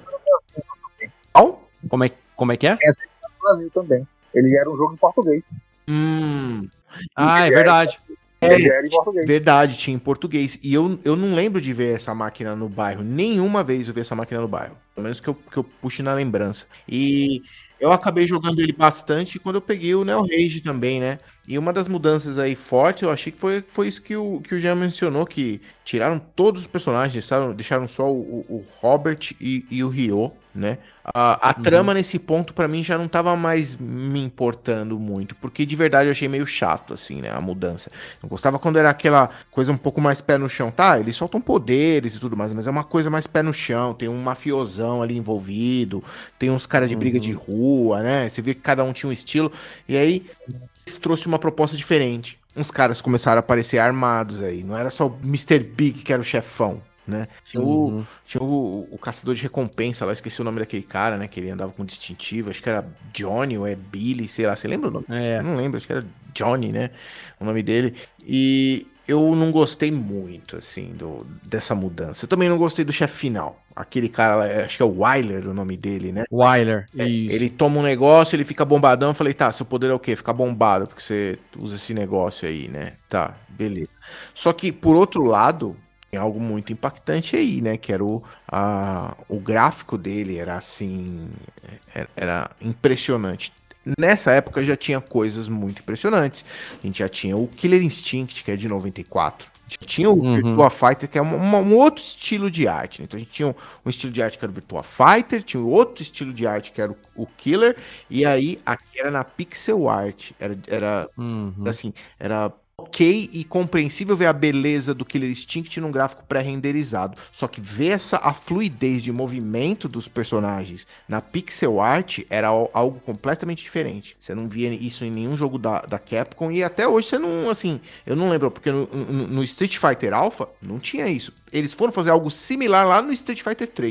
Qual? Como é, como é que é? É, no Brasil também. Ele era um jogo em português. Hum. Ah, é verdade. É, verdade, tinha em português. E eu, eu não lembro de ver essa máquina no bairro. Nenhuma vez eu vi essa máquina no bairro. Pelo menos que eu, que eu puxe na lembrança. E eu acabei jogando ele bastante quando eu peguei o Neo Rage também, né? E uma das mudanças aí fortes, eu achei que foi, foi isso que o, que o Jean mencionou, que tiraram todos os personagens, deixaram, deixaram só o, o Robert e, e o Ryo, né? A, a uhum. trama nesse ponto, pra mim, já não tava mais me importando muito, porque de verdade eu achei meio chato, assim, né? A mudança. Eu gostava quando era aquela coisa um pouco mais pé no chão. Tá, eles soltam poderes e tudo mais, mas é uma coisa mais pé no chão, tem um mafiosão ali envolvido, tem uns caras de briga uhum. de rua, né? Você vê que cada um tinha um estilo, e aí trouxe uma proposta diferente. Uns caras começaram a aparecer armados aí. Não era só o mister Big que era o chefão, né? Tinha, uhum. o, tinha o, o caçador de recompensa lá, esqueci o nome daquele cara, né? Que ele andava com distintivo. Acho que era Johnny ou é Billy, sei lá. Você lembra o nome? É. Não lembro, acho que era Johnny, né? O nome dele. E eu não gostei muito, assim, do, dessa mudança. Eu também não gostei do chefe final. Aquele cara lá, acho que é o Wyler o nome dele, né? Wyler, é, ele toma um negócio, ele fica bombadão. Eu falei, tá, seu poder é o quê? Ficar bombado, porque você usa esse negócio aí, né? Tá, beleza. Só que, por outro lado, tem algo muito impactante aí, né? Que era o, a, o gráfico dele, era assim, era, era impressionante. Nessa época já tinha coisas muito impressionantes. A gente já tinha o Killer Instinct, que é de noventa e quatro. A gente tinha o uhum. Virtua Fighter, que é uma, uma, um outro estilo de arte. Então a gente tinha um, um estilo de arte que era o Virtua Fighter, tinha outro estilo de arte que era o, o Killer, e aí aqui era na pixel art. Era, era uhum. assim, era ok e compreensível ver a beleza do Killer Instinct num gráfico pré-renderizado. Só que ver essa, a fluidez de movimento dos personagens na pixel art era algo completamente diferente. Você não via isso em nenhum jogo da, da Capcom e até hoje você não, assim, eu não lembro, porque no, no, no Street Fighter Alpha não tinha isso. Eles foram fazer algo similar lá no Street Fighter três.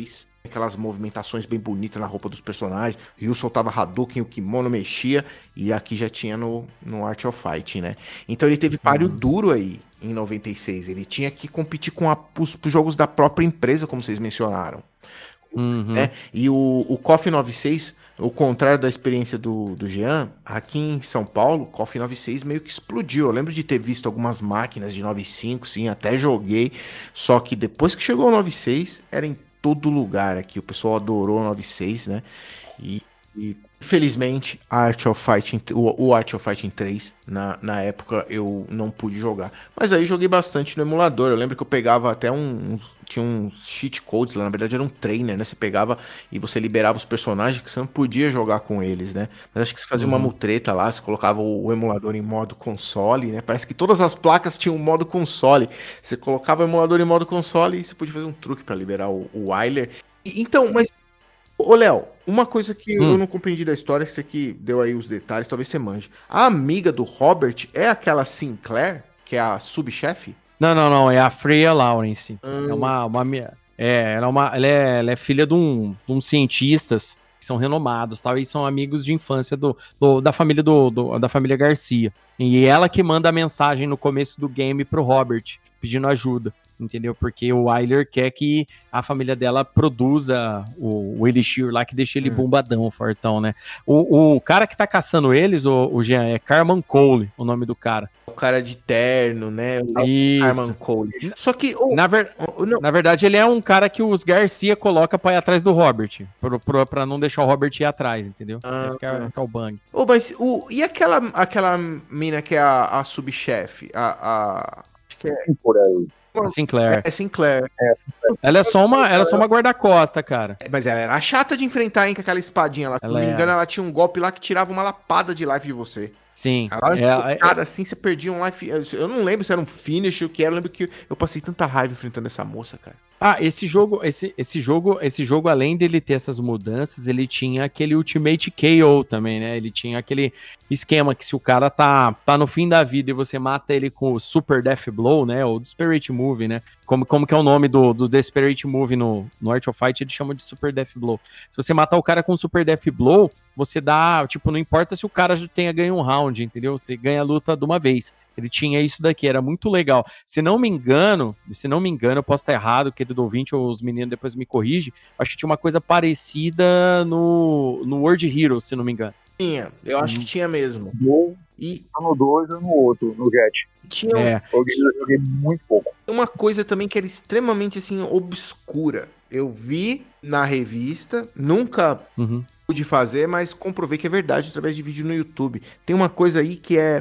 aquelas movimentações bem bonitas na roupa dos personagens, Ryu soltava Hadouken, o kimono mexia, e aqui já tinha no, no Art of Fighting, né? Então ele teve páreo uhum. duro aí em noventa e seis, ele tinha que competir com a, os, os jogos da própria empresa, como vocês mencionaram. Uhum. Né? E o, o K O F noventa e seis, o contrário da experiência do, do Jean, aqui em São Paulo, o K O F noventa e seis meio que explodiu. Eu lembro de ter visto algumas máquinas de noventa e cinco, sim, até joguei, só que depois que chegou o noventa e seis, era em todo lugar aqui, o pessoal adorou o noventa e seis, né? E, e infelizmente, a Art of Fighting, o, o Art of Fighting três, na, na época eu não pude jogar. Mas aí joguei bastante no emulador. Eu lembro que eu pegava até um, uns, tinha uns cheat codes lá, na verdade era um trainer, né? Você pegava e você liberava os personagens que você não podia jogar com eles, né? Mas acho que você fazia uhum. uma mutreta lá, você colocava o, o emulador em modo console, né? Parece que todas as placas tinham um modo console. Você colocava o emulador em modo console e você podia fazer um truque pra liberar o, o Wyler. E, então, mas... Ô, Léo, uma coisa que hum. eu não compreendi da história, que você que deu aí os detalhes, talvez você manje. A amiga do Robert é aquela Sinclair, que é a subchefe? Não, não, não, é a Freya Lawrence. Hum. É uma... uma é, ela é, uma, ela é, ela é filha de, um, de uns cientistas que são renomados, tal, e são amigos de infância do, do, da, família do, do, da família Garcia. E ela que manda a mensagem no começo do game pro Robert, pedindo ajuda. Entendeu? Porque o Wyler quer que a família dela produza o, o Elixir lá, que deixa ele hum. bombadão, fortão, né? O, o cara que tá caçando eles, o, o Jean, é Carman Cole, o nome do cara. O cara de terno, né? Isso. Carman Cole. Só que... Oh, na, ver... oh, na verdade, ele é um cara que os Garcia coloca pra ir atrás do Robert, pro, pro, pra não deixar o Robert ir atrás, entendeu? Ah, Esse que é, ah. que é o bang. Oh, mas o... E aquela, aquela mina que é a, a subchefe? A, a... Acho que é... Por aí. A Sinclair. É, é Sinclair. É. Ela é só uma, ela é só uma guarda-costa, cara. É, mas ela era chata de enfrentar, hein, com aquela espadinha lá. Se ela não me engano, ela tinha um golpe lá que tirava uma lapada de life de você. Sim. Ela, é, cara, é... assim, você perdia um life... Eu não lembro se era um finish ou o que era. Eu lembro que eu passei tanta raiva enfrentando essa moça, cara. Ah, esse jogo, esse, esse jogo, esse jogo, além dele ter essas mudanças, ele tinha aquele Ultimate K O também, né? Ele tinha aquele esquema que se o cara tá, tá no fim da vida e você mata ele com o Super Death Blow, né? Ou Desperate Move, né? Como, como que é o nome do, do Desperate Move no, no Art of Fight, eles chamam de Super Death Blow. Se você matar o cara com Super Death Blow, você dá, tipo, não importa se o cara já tenha ganho um round, entendeu? Você ganha a luta de uma vez. Ele tinha isso daqui, era muito legal. Se não me engano, se não me engano, eu posso estar errado, querido ouvinte, ou os meninos depois me corrigem, acho que tinha uma coisa parecida no, no World Heroes, se não me engano. Tinha, eu acho que tinha mesmo. E no dois ou no outro, no Jet. Tinha é. Eu joguei muito pouco. Uma coisa também que era extremamente, assim, obscura. Eu vi na revista, nunca... Uhum. pude fazer, mas comprovei que é verdade através de vídeo no YouTube. Tem uma coisa aí que é,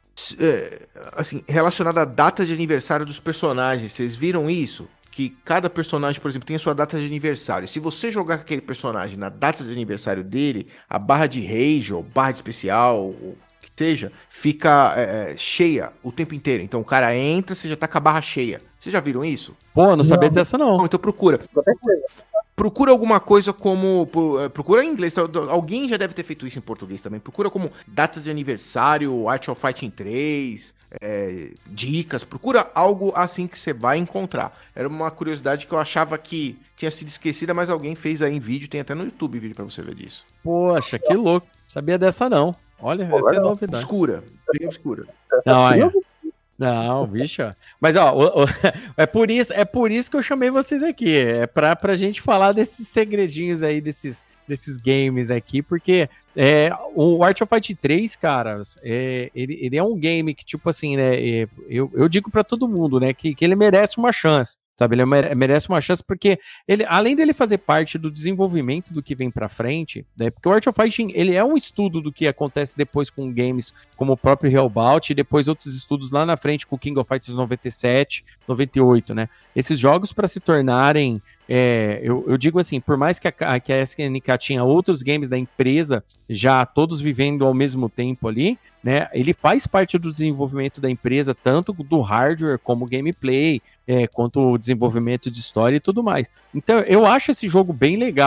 é assim, relacionada à data de aniversário dos personagens. Vocês viram isso? Que cada personagem, por exemplo, tem a sua data de aniversário. Se você jogar aquele personagem na data de aniversário dele, a barra de rage ou barra de especial, ou que seja, fica é, cheia o tempo inteiro. Então o cara entra, você já tá com a barra cheia. Vocês já viram isso? Pô, não, não sabia dessa não. Não. Então procura. Procura alguma coisa como... Procura em inglês. Alguém já deve ter feito isso em português também. Procura como data de aniversário, Art of Fighting três, é, dicas. Procura algo assim que você vai encontrar. Era uma curiosidade que eu achava que tinha sido esquecida, mas alguém fez aí em vídeo. Tem até no YouTube vídeo pra você ver disso. Poxa, que louco. Sabia dessa não. Olha, Pô, essa é novidade. Obscura. Bem obscura. Não, aí... Não, bicho. Mas, ó, o, o, é, por isso, é por isso que eu chamei vocês aqui. É pra, pra gente falar desses segredinhos aí, desses, desses games aqui, porque é, o Art of Fight três, cara, é, ele, ele é um game que, tipo assim, né, é, eu, eu digo pra todo mundo, né, que, que ele merece uma chance. Sabe, ele merece uma chance porque ele, além dele fazer parte do desenvolvimento do que vem pra frente, né, porque o Art of Fighting, ele é um estudo do que acontece depois com games como o próprio Real Bout e depois outros estudos lá na frente com o King of Fighters noventa e sete, noventa e oito, né? Esses jogos para se tornarem, é, eu, eu digo assim, por mais que a, que a S N K tinha outros games da empresa já todos vivendo ao mesmo tempo ali, né? Ele faz parte do desenvolvimento da empresa, tanto do hardware como gameplay, é, quanto o desenvolvimento de história e tudo mais. Então, eu acho esse jogo bem legal.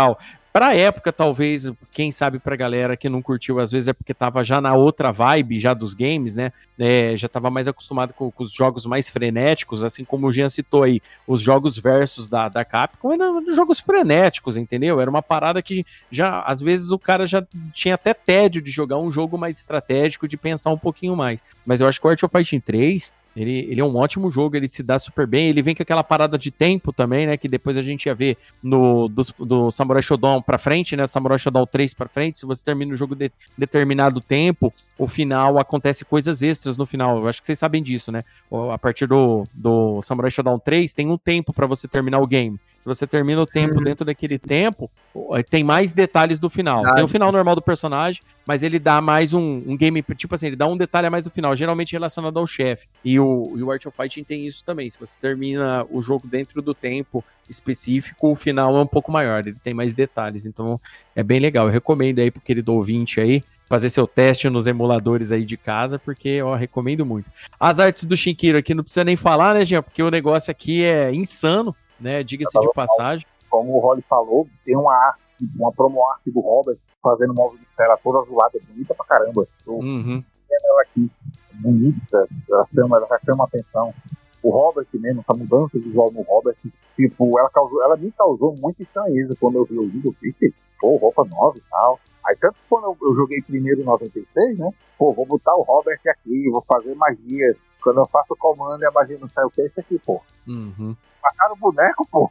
Pra época, talvez, quem sabe pra galera que não curtiu, às vezes é porque tava já na outra vibe já dos games, né? É, já tava mais acostumado com, com os jogos mais frenéticos, assim como o Jean citou aí, os jogos versus da, da Capcom eram jogos frenéticos, entendeu? Era uma parada que já, às vezes, o cara já tinha até tédio de jogar um jogo mais estratégico, de pensar um pouquinho mais. Mas eu acho que o Art of Fighting três... Ele, ele é um ótimo jogo, ele se dá super bem, ele vem com aquela parada de tempo também, né, que depois a gente ia ver no, do, do Samurai Shodown pra frente, né, Samurai Shodown três pra frente, se você termina o jogo de determinado tempo, o final, acontece coisas extras no final, eu acho que vocês sabem disso, né, a partir do, do Samurai Shodown três, tem um tempo pra você terminar o game, se você termina o tempo hum. dentro daquele tempo, tem mais detalhes do final, ah, tem o final normal do personagem, mas ele dá mais um, um game, tipo assim, ele dá um detalhe a mais do final, geralmente relacionado ao chefe, e o, e o Art of Fighting tem isso também, se você termina o jogo dentro do tempo específico, o final é um pouco maior, ele tem mais detalhes, então é bem legal, eu recomendo aí pro querido ouvinte aí, fazer seu teste nos emuladores aí de casa, porque eu recomendo muito. As artes do Shinkiro aqui não precisa nem falar, né, Jean, porque o negócio aqui é insano, né, diga-se de passagem. Como o Rolly falou, tem uma arte, uma promo arte do Robert, fazendo móvel de tela toda azulada, bonita pra caramba. Tô uhum. vendo ela aqui, bonita, ela chama, ela chama atenção. O Robert mesmo, essa mudança visual no Robert, tipo, ela, causou, ela me causou muita estranheza quando eu vi o vídeo, eu fiquei, pô, roupa nova e tal. Aí tanto que quando eu, eu joguei primeiro em noventa e seis, né, pô, vou botar o Robert aqui, vou fazer magia. Quando eu faço o comando e a magia não sai, o que é isso aqui, pô? Uhum. Mataram o boneco, pô.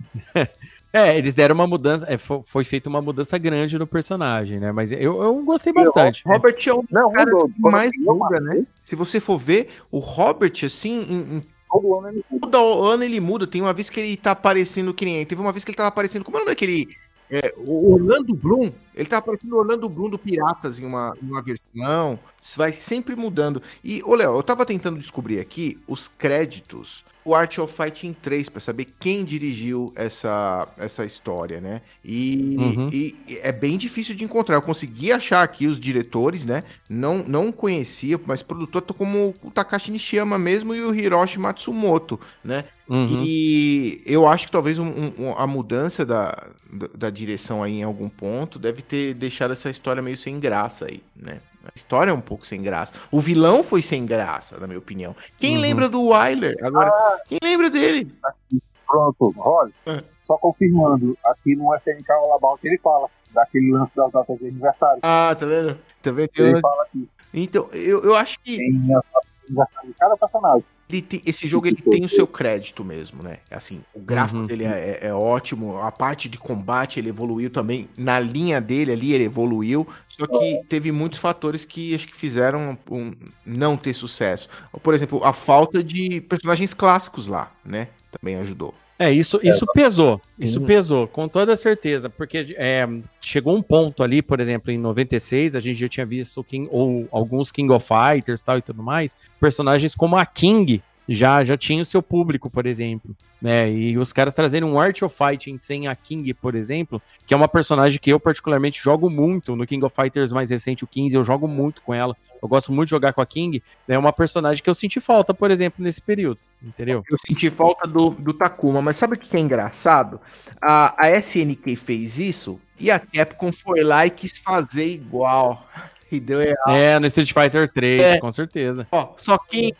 É, eles deram uma mudança, é, foi, foi feita uma mudança grande no personagem, né? Mas eu, eu gostei bastante. O Robert é um dos não, caras mudou, que mais muda, né? Se você for ver, o Robert, assim, em, em... todo ano ele muda. Todo ano ele muda. Tem uma vez que ele tá aparecendo que nem... Teve uma vez que ele tava aparecendo... Como é o nome daquele... É, o Orlando Bloom, ele tá aparecendo o Orlando Bloom do Piratas em uma, em uma versão, vai sempre mudando. E, ô Léo, eu tava tentando descobrir aqui os créditos, o Art of Fighting três, pra saber quem dirigiu essa, essa história, né? E, uhum. e, e é bem difícil de encontrar. Eu consegui achar aqui os diretores, né? Não, não conhecia, mas produtor como o Takashi Nishiyama mesmo e o Hiroshi Matsumoto, né? Uhum. E eu acho que talvez um, um, a mudança da, da, da direção aí em algum ponto deve ter deixado essa história meio sem graça aí, né? A história é um pouco sem graça. O vilão foi sem graça, na minha opinião. Quem uhum. lembra do Wyler? Agora, ah, quem lembra dele? Aqui, pronto, Rolly, é. Só confirmando, aqui no F N K All About ele fala daquele lance das datas de aniversário. Ah, tá vendo? Tá vendo? Ele fala aqui. Então, eu, eu acho que... Tem as datas de aniversário de cada personagem. Ele tem, esse jogo ele tem o seu crédito mesmo, né? Assim, o gráfico uhum. dele é, é ótimo, a parte de combate ele evoluiu também, na linha dele ali ele evoluiu, só que teve muitos fatores que acho que fizeram um, não ter sucesso. Por exemplo, a falta de personagens clássicos lá, né? Também ajudou. É, isso, isso pesou, isso uhum. pesou, com toda certeza, porque é, chegou um ponto ali, por exemplo, em noventa e seis, a gente já tinha visto King, ou alguns King of Fighters tal, e tudo mais, personagens como a King já, já tinha o seu público, por exemplo, né, e os caras trazerem um Art of Fighting sem a King, por exemplo, que é uma personagem que eu particularmente jogo muito, no King of Fighters mais recente, o quinze, eu jogo muito com ela, eu gosto muito de jogar com a King, é uma personagem que eu senti falta, por exemplo, nesse período, entendeu? Eu senti falta do, do Takuma, mas sabe o que é engraçado? A, a S N K fez isso e a Capcom foi lá e quis fazer igual, e deu errado. É, no Street Fighter três, é. Com certeza. Ó, só quem...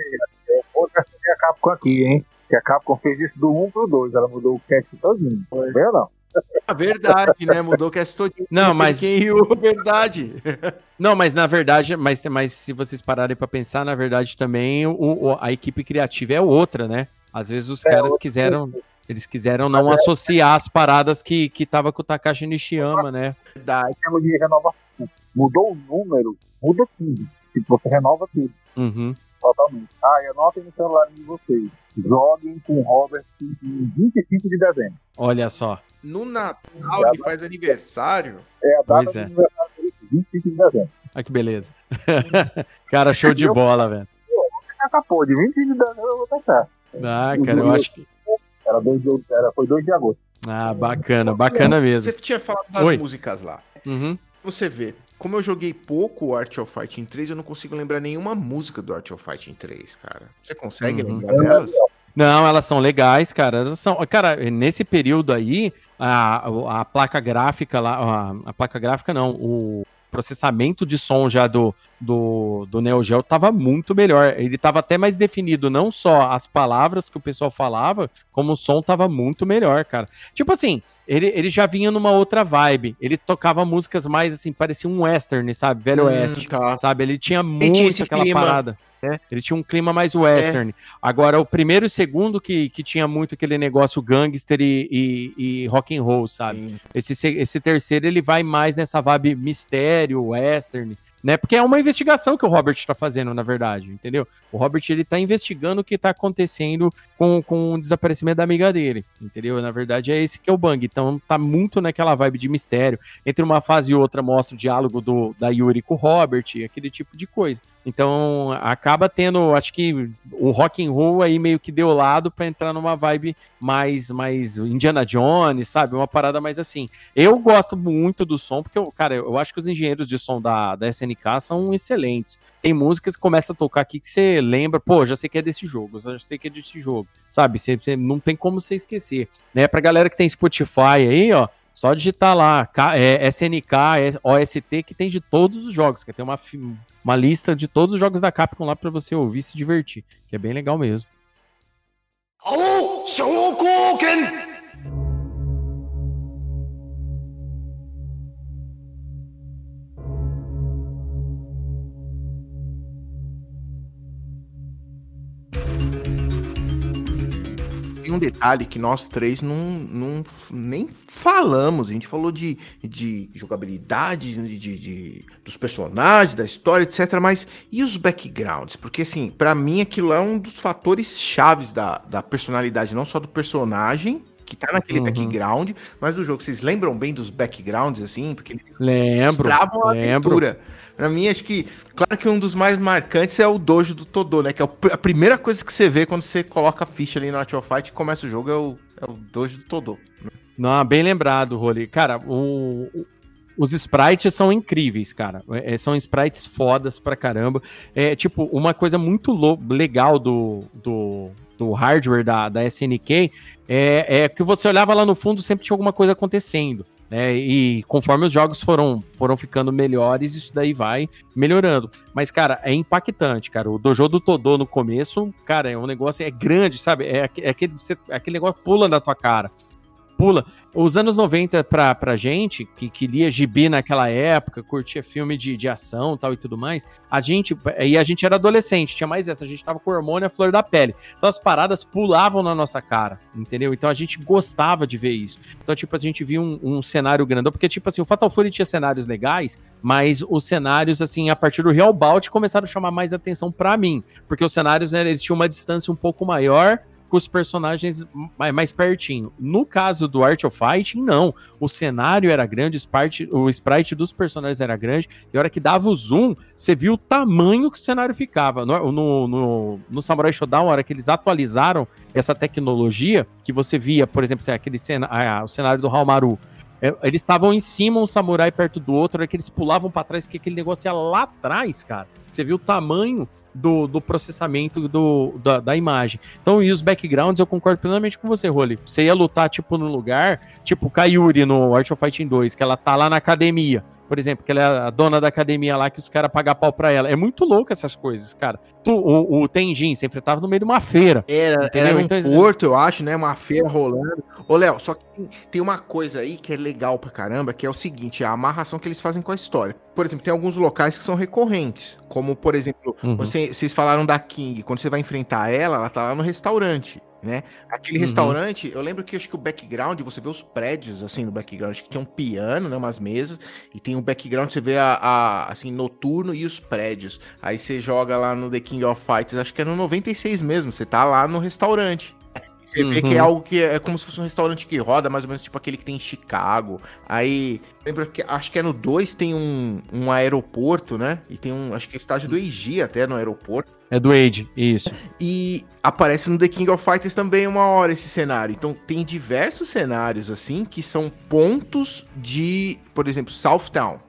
Eu defender a Capcom aqui, hein? Que a Capcom fez isso do um pro dois, ela mudou o cast todinho, não foi eu não? A verdade, né? Mudou o cast todinho. Não, mas... Verdade. Não, mas na verdade, mas, mas se vocês pararem pra pensar, na verdade também o, o, a equipe criativa é outra, né? Às vezes os é, caras outra. quiseram... Eles quiseram não mas associar é... as paradas que, que tava com o Takashi Nishiyama, né? Verdade. De renovação. Mudou o número, muda tudo. Tipo, você renova tudo. Uhum. Totalmente. Ah, e anotem no celular de vocês. Joguem com o Robert em vinte e cinco de dezembro. Olha só. No Natal ele faz aniversário? É, a data pois do é. aniversário dele, vinte e cinco de dezembro. Ah, que beleza. Cara, show de bola, velho. Essa porra, de vinte e cinco de dezembro eu vou testar. Ah, cara, eu acho que... Era dois de, era, foi dois de agosto. Ah, bacana, bacana mesmo. Você tinha falado das Oi. músicas lá. Uhum. Você vê, como eu joguei pouco o Art of Fighting três, eu não consigo lembrar nenhuma música do Art of Fighting três, cara. Você consegue uhum. lembrar delas? Não, elas são legais, cara. Elas são, cara, nesse período aí, a, a placa gráfica lá, a, a placa gráfica não, o processamento de som já do, do, do Neo Geo tava muito melhor. Ele tava até mais definido, não só as palavras que o pessoal falava, como o som tava muito melhor, cara. Tipo assim, ele, ele já vinha numa outra vibe. Ele tocava músicas mais assim, parecia um western, sabe? Velho Hum, oeste, tá. sabe? Ele tinha tinha muito esse aquela clima. parada. É. Ele tinha um clima mais western. Agora, o primeiro e o segundo que, que tinha muito aquele negócio gangster e, e, e rock and roll, sabe? Sim. Esse, se- esse terceiro, ele vai mais nessa vibe mistério, western, né? Porque é uma investigação que o Robert tá fazendo, na verdade, entendeu? O Robert, ele tá investigando o que tá acontecendo com, com o desaparecimento da amiga dele, entendeu? Na verdade, é esse que é o Bang. Então, tá muito naquela vibe de mistério. Entre uma fase e outra, mostra o diálogo do, da Yuri com o Robert, aquele tipo de coisa. Então, acaba tendo, acho que o rock and roll aí meio que deu lado pra entrar numa vibe mais, mais Indiana Jones, sabe? Uma parada mais assim. Eu gosto muito do som, porque, eu, cara, eu acho que os engenheiros de som da, da S N K são excelentes. Tem músicas que começam a tocar aqui que você lembra, pô, já sei que é desse jogo, já sei que é desse jogo, sabe? Você, você não tem como você esquecer, né? Pra galera que tem Spotify aí, ó, só digitar lá, K, é, S N K, O S T, que tem de todos os jogos, que tem uma, fi- uma lista de todos os jogos da Capcom lá pra você ouvir e se divertir, que é bem legal mesmo. 青昇降拳 Tem um detalhe que nós três não, não nem falamos. A gente falou de, de jogabilidade, de, de- de- dos personagens, da história, etcétera. Mas e os backgrounds? Porque, assim, pra mim aquilo é um dos fatores chaves da, da personalidade, não só do personagem, que tá naquele Uhum. background, mas do jogo. Vocês lembram bem dos backgrounds, assim? Porque eles Lembro, travam a lembro. aventura. Pra mim, acho que, claro que um dos mais marcantes é o dojo do Todô, né? Que é o pr- a primeira coisa que você vê quando você coloca a ficha ali no Art of Fight e começa o jogo, é o, é o dojo do Todô. Não, bem lembrado, Rolly. Cara, o- o- os sprites são incríveis, cara. É, são sprites fodas pra caramba. É, tipo, uma coisa muito lo- legal do, do, do hardware da, da S N K é, é que você olhava lá no fundo, sempre tinha alguma coisa acontecendo, né? E conforme os jogos foram, foram ficando melhores, isso daí vai melhorando. Mas, cara, é impactante, cara. O Dojo do Todô no começo, cara, é um negócio, é grande, sabe? É, aque- é aquele, você- aquele negócio pula na tua cara. Pula. Os anos noventa pra, pra gente, que, que lia gibi naquela época, curtia filme de, de ação tal e tudo mais, a gente, e a gente era adolescente, tinha mais essa, a gente tava com hormônio à flor da pele. Então as paradas pulavam na nossa cara, entendeu? Então a gente gostava de ver isso. Então, tipo, a gente via um, um cenário grandão, porque, tipo assim, o Fatal Fury tinha cenários legais, mas os cenários, assim, a partir do Real Bout começaram a chamar mais atenção pra mim, porque os cenários, né, eles tinham uma distância um pouco maior, com os personagens mais, mais pertinho. No caso do Art of Fighting, não. O cenário era grande, o sprite, o sprite dos personagens era grande, e a hora que dava o zoom, você viu o tamanho que o cenário ficava. No, no, no, no Samurai Shodown, a hora que eles atualizaram essa tecnologia, que você via, por exemplo, aquele cena, ah, o cenário do Haomaru, é, eles estavam em cima, um samurai perto do outro, a hora que eles pulavam pra trás, que aquele negócio ia lá atrás, cara. Você viu o tamanho do, do processamento do, da, da imagem. Então, e os backgrounds, eu concordo plenamente com você, Rolly. Você ia lutar, tipo, no lugar, tipo Kayuri no Art of Fighting dois, que ela tá lá na academia, por exemplo, que ela é a dona da academia lá, que os caras pagam pau pra ela. É muito louco essas coisas, cara. Tu, o, o Tenjin, você enfrentava no meio de uma feira. Era, Entendeu? era num Então, porto, eu acho, né? Uma feira rolando. Ô, Léo, só que tem, tem uma coisa aí que é legal pra caramba, que é o seguinte, a amarração que eles fazem com a história. Por exemplo, tem alguns locais que são recorrentes, como, por exemplo, Uhum. você- vocês falaram da King, quando você vai enfrentar ela, ela tá lá no restaurante, né? Aquele Uhum. restaurante, eu lembro que acho que o background, você vê os prédios, assim, no background, acho que tinha um piano, né, umas mesas, e tem um background, você vê a, a, assim, noturno e os prédios. Aí você joga lá no The King of Fighters, acho que é no noventa e seis mesmo, você tá lá no restaurante. Você vê que é Uhum. algo que é como se fosse um restaurante que roda, mais ou menos tipo aquele que tem em Chicago. Aí, lembra que acho que é no dois tem um, um aeroporto, né? E tem um, acho que é o estádio do Eiji até no aeroporto. É do Age, isso. E aparece no The King of Fighters também uma hora esse cenário. Então tem diversos cenários assim que são pontos de, por exemplo, Southtown.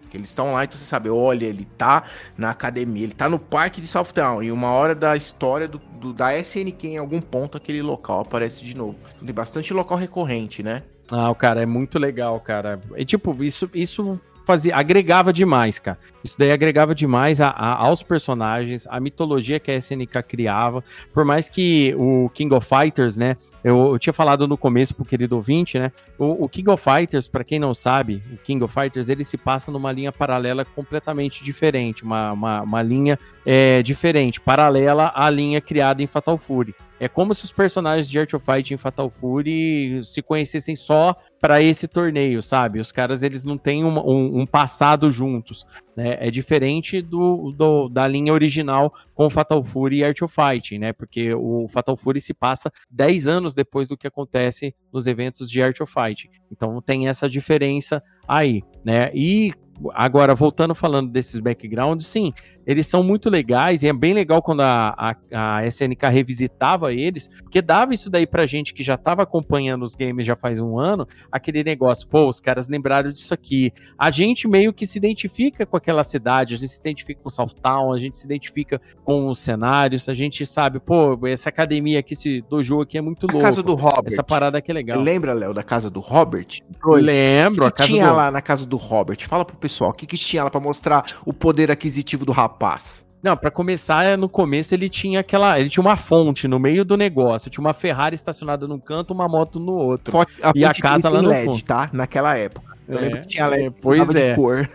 Eles estão lá, então você sabe, olha, ele tá na academia, ele tá no parque de Southtown, e uma hora da história do, do, da S N K, em algum ponto, aquele local aparece de novo. Tem bastante local recorrente, né? Ah, cara, é muito legal, cara. E, tipo, isso, isso fazia, agregava demais, cara. Isso daí agregava demais a, a, aos personagens, a mitologia que a S N K criava. Por mais que o King of Fighters, né, eu, eu tinha falado no começo pro querido ouvinte, né, o, o King of Fighters, pra quem não sabe, o King of Fighters, ele se passa numa linha paralela completamente diferente, uma, uma, uma linha é, diferente, paralela à linha criada em Fatal Fury. É como se os personagens de Art of Fight em Fatal Fury se conhecessem só para esse torneio, sabe? Os caras, eles não têm um, um, um passado juntos, né? É diferente do, do, da linha original com Fatal Fury e Art of Fighting, né? Porque o Fatal Fury se passa dez anos depois do que acontece nos eventos de Art of Fighting. Então tem essa diferença aí, né? E agora, voltando falando desses backgrounds, sim, eles são muito legais, e é bem legal quando a, a, a S N K revisitava eles, porque dava isso daí pra gente que já tava acompanhando os games já faz um ano, aquele negócio, pô, os caras lembraram disso aqui. A gente meio que se identifica com aquela cidade, a gente se identifica com Southtown, a gente se identifica com os cenários, a gente sabe, pô, essa academia aqui, esse dojo aqui é muito louco. A casa do Robert. Essa parada aqui é legal. Lembra, Léo, da casa do Robert? Lembro, o a que casa tinha do... lá na casa do Robert? Fala pro pessoal, o que, que tinha lá pra mostrar o poder aquisitivo do rapaz? Não, pra começar, no começo ele tinha aquela, ele tinha uma fonte no meio do negócio, tinha uma Ferrari estacionada num canto, uma moto no outro, Fo a e a casa lá no L E D, fundo. tá? Naquela época. Eu é, lembro que tinha L E D, é, pois é. de cor.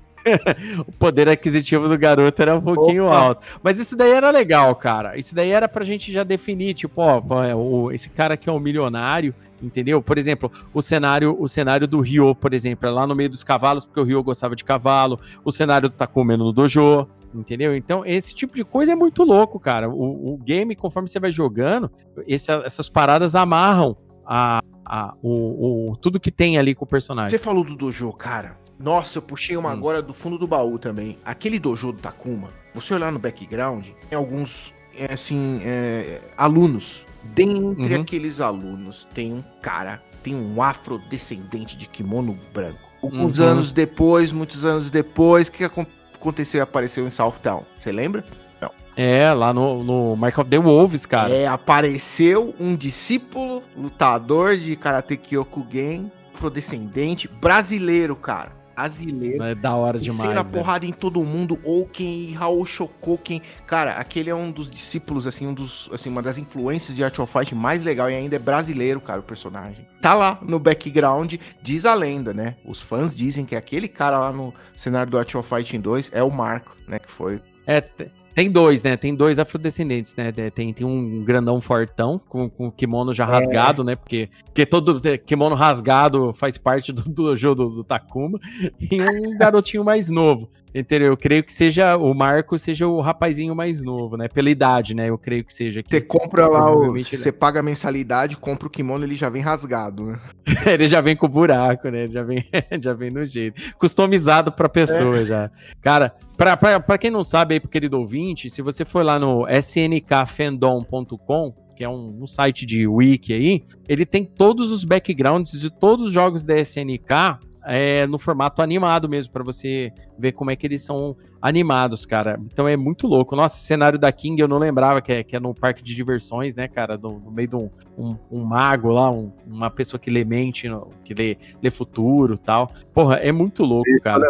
O poder aquisitivo do garoto era um pouquinho Opa. alto. Mas isso daí era legal, cara. Isso daí era pra gente já definir, tipo, ó, o, esse cara aqui é um milionário, entendeu? Por exemplo, o cenário, o cenário do Ryo, por exemplo, é lá no meio dos cavalos, porque o Ryo gostava de cavalo. O cenário do Takuma no dojo, entendeu? Então, esse tipo de coisa é muito louco, cara. O, o game, conforme você vai jogando, essa, essas paradas amarram a, a, o, o, tudo que tem ali com o personagem. Você falou do dojo, cara. Nossa, eu puxei uma hum. agora do fundo do baú também. Aquele dojo do Takuma, você olhar no background, tem alguns, é, assim, é, alunos. Dentre uhum. aqueles alunos, tem um cara, tem um afrodescendente de kimono branco. Alguns uhum. anos depois, muitos anos depois, o que aconteceu e apareceu em Southtown? Você lembra? Não. É, lá no, no Mark of the Wolves, cara. É, apareceu um discípulo, lutador de Karate Kyokugen, afrodescendente, brasileiro, cara. Brasileiro. É da hora demais. Sendo a porrada em todo mundo, Oken e Raul Shokoken. Cara, aquele é um dos discípulos, assim, um dos, assim, uma das influências de Art of Fight mais legal, e ainda é brasileiro, cara, o personagem. Tá lá no background, diz a lenda, né? Os fãs dizem que aquele cara lá no cenário do Art of Fighting dois é o Marco, né? Que foi... É... Tem dois, né? Tem dois afrodescendentes, né? Tem, tem um grandão fortão com, com kimono já rasgado, é. né? Porque, porque todo kimono rasgado faz parte do dojo do, do Takuma. E um garotinho mais novo, entendeu? Eu creio que seja o Marco, seja o rapazinho mais novo, né? Pela idade, né? Eu creio que seja. Você compra lá, o, você ele... paga a mensalidade, compra o kimono, ele já vem rasgado, né? Ele já vem com buraco, né? Ele já vem, já vem no jeito. Customizado pra pessoa é. já. Cara, pra, pra, pra quem não sabe aí, pro querido ouvinte, se você for lá no S N K fandom ponto com, que é um, um site de wiki aí, ele tem todos os backgrounds de todos os jogos da S N K é, no formato animado mesmo, pra você ver como é que eles são animados, cara. Então é muito louco. Nossa, esse cenário da King eu não lembrava que é, que é no parque de diversões, né, cara? No, no meio de um, um, um mago lá, um, uma pessoa que lê mente, que lê, lê futuro e tal. Porra, é muito louco, Eles cara.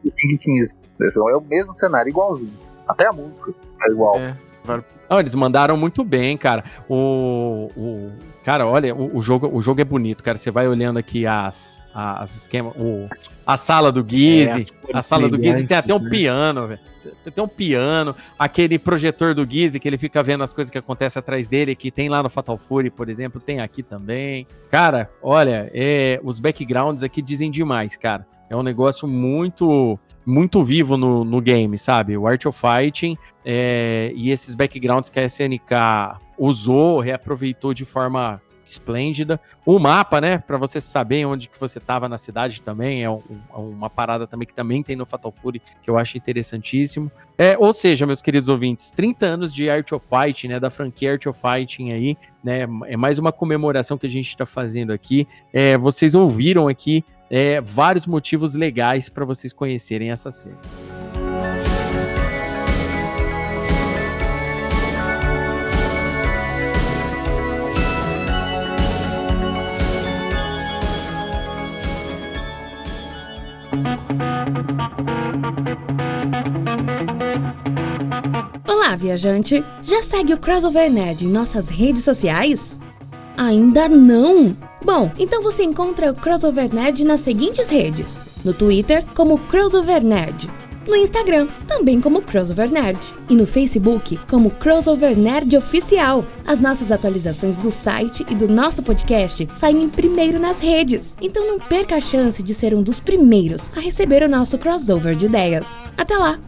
É o mesmo cenário, igualzinho. Até a música é igual. É. Não, eles mandaram muito bem, cara. O, o cara, olha, o, o jogo, o jogo é bonito, cara. Você vai olhando aqui as, as esquemas, o, a sala do Gizzy, é, a sala do Gizzy tem até um né? piano, velho. Tem um piano, aquele projetor do Gizzy que ele fica vendo as coisas que acontecem atrás dele, que tem lá no Fatal Fury, por exemplo, tem aqui também. Cara, olha, é, os backgrounds aqui dizem demais, cara. É um negócio muito, muito vivo no, no game, sabe? O Art of Fighting é, e esses backgrounds que a S N K usou, reaproveitou de forma esplêndida. O mapa, né? Pra você saber onde que você tava na cidade também, é um, uma parada também que também tem no Fatal Fury, que eu acho interessantíssimo. É, ou seja, meus queridos ouvintes, trinta anos de Art of Fighting, né? Da franquia Art of Fighting aí, né? É mais uma comemoração que a gente tá fazendo aqui. É, vocês ouviram aqui é, vários motivos legais para vocês conhecerem essa série. Olá, viajante! Já segue o Crossover Nerd em nossas redes sociais? Ainda não? Bom, então você encontra o Crossover Nerd nas seguintes redes: no Twitter, como Crossover Nerd, no Instagram, também como Crossover Nerd, e no Facebook, como Crossover Nerd Oficial. As nossas atualizações do site e do nosso podcast saem primeiro nas redes, então não perca a chance de ser um dos primeiros a receber o nosso crossover de ideias. Até lá!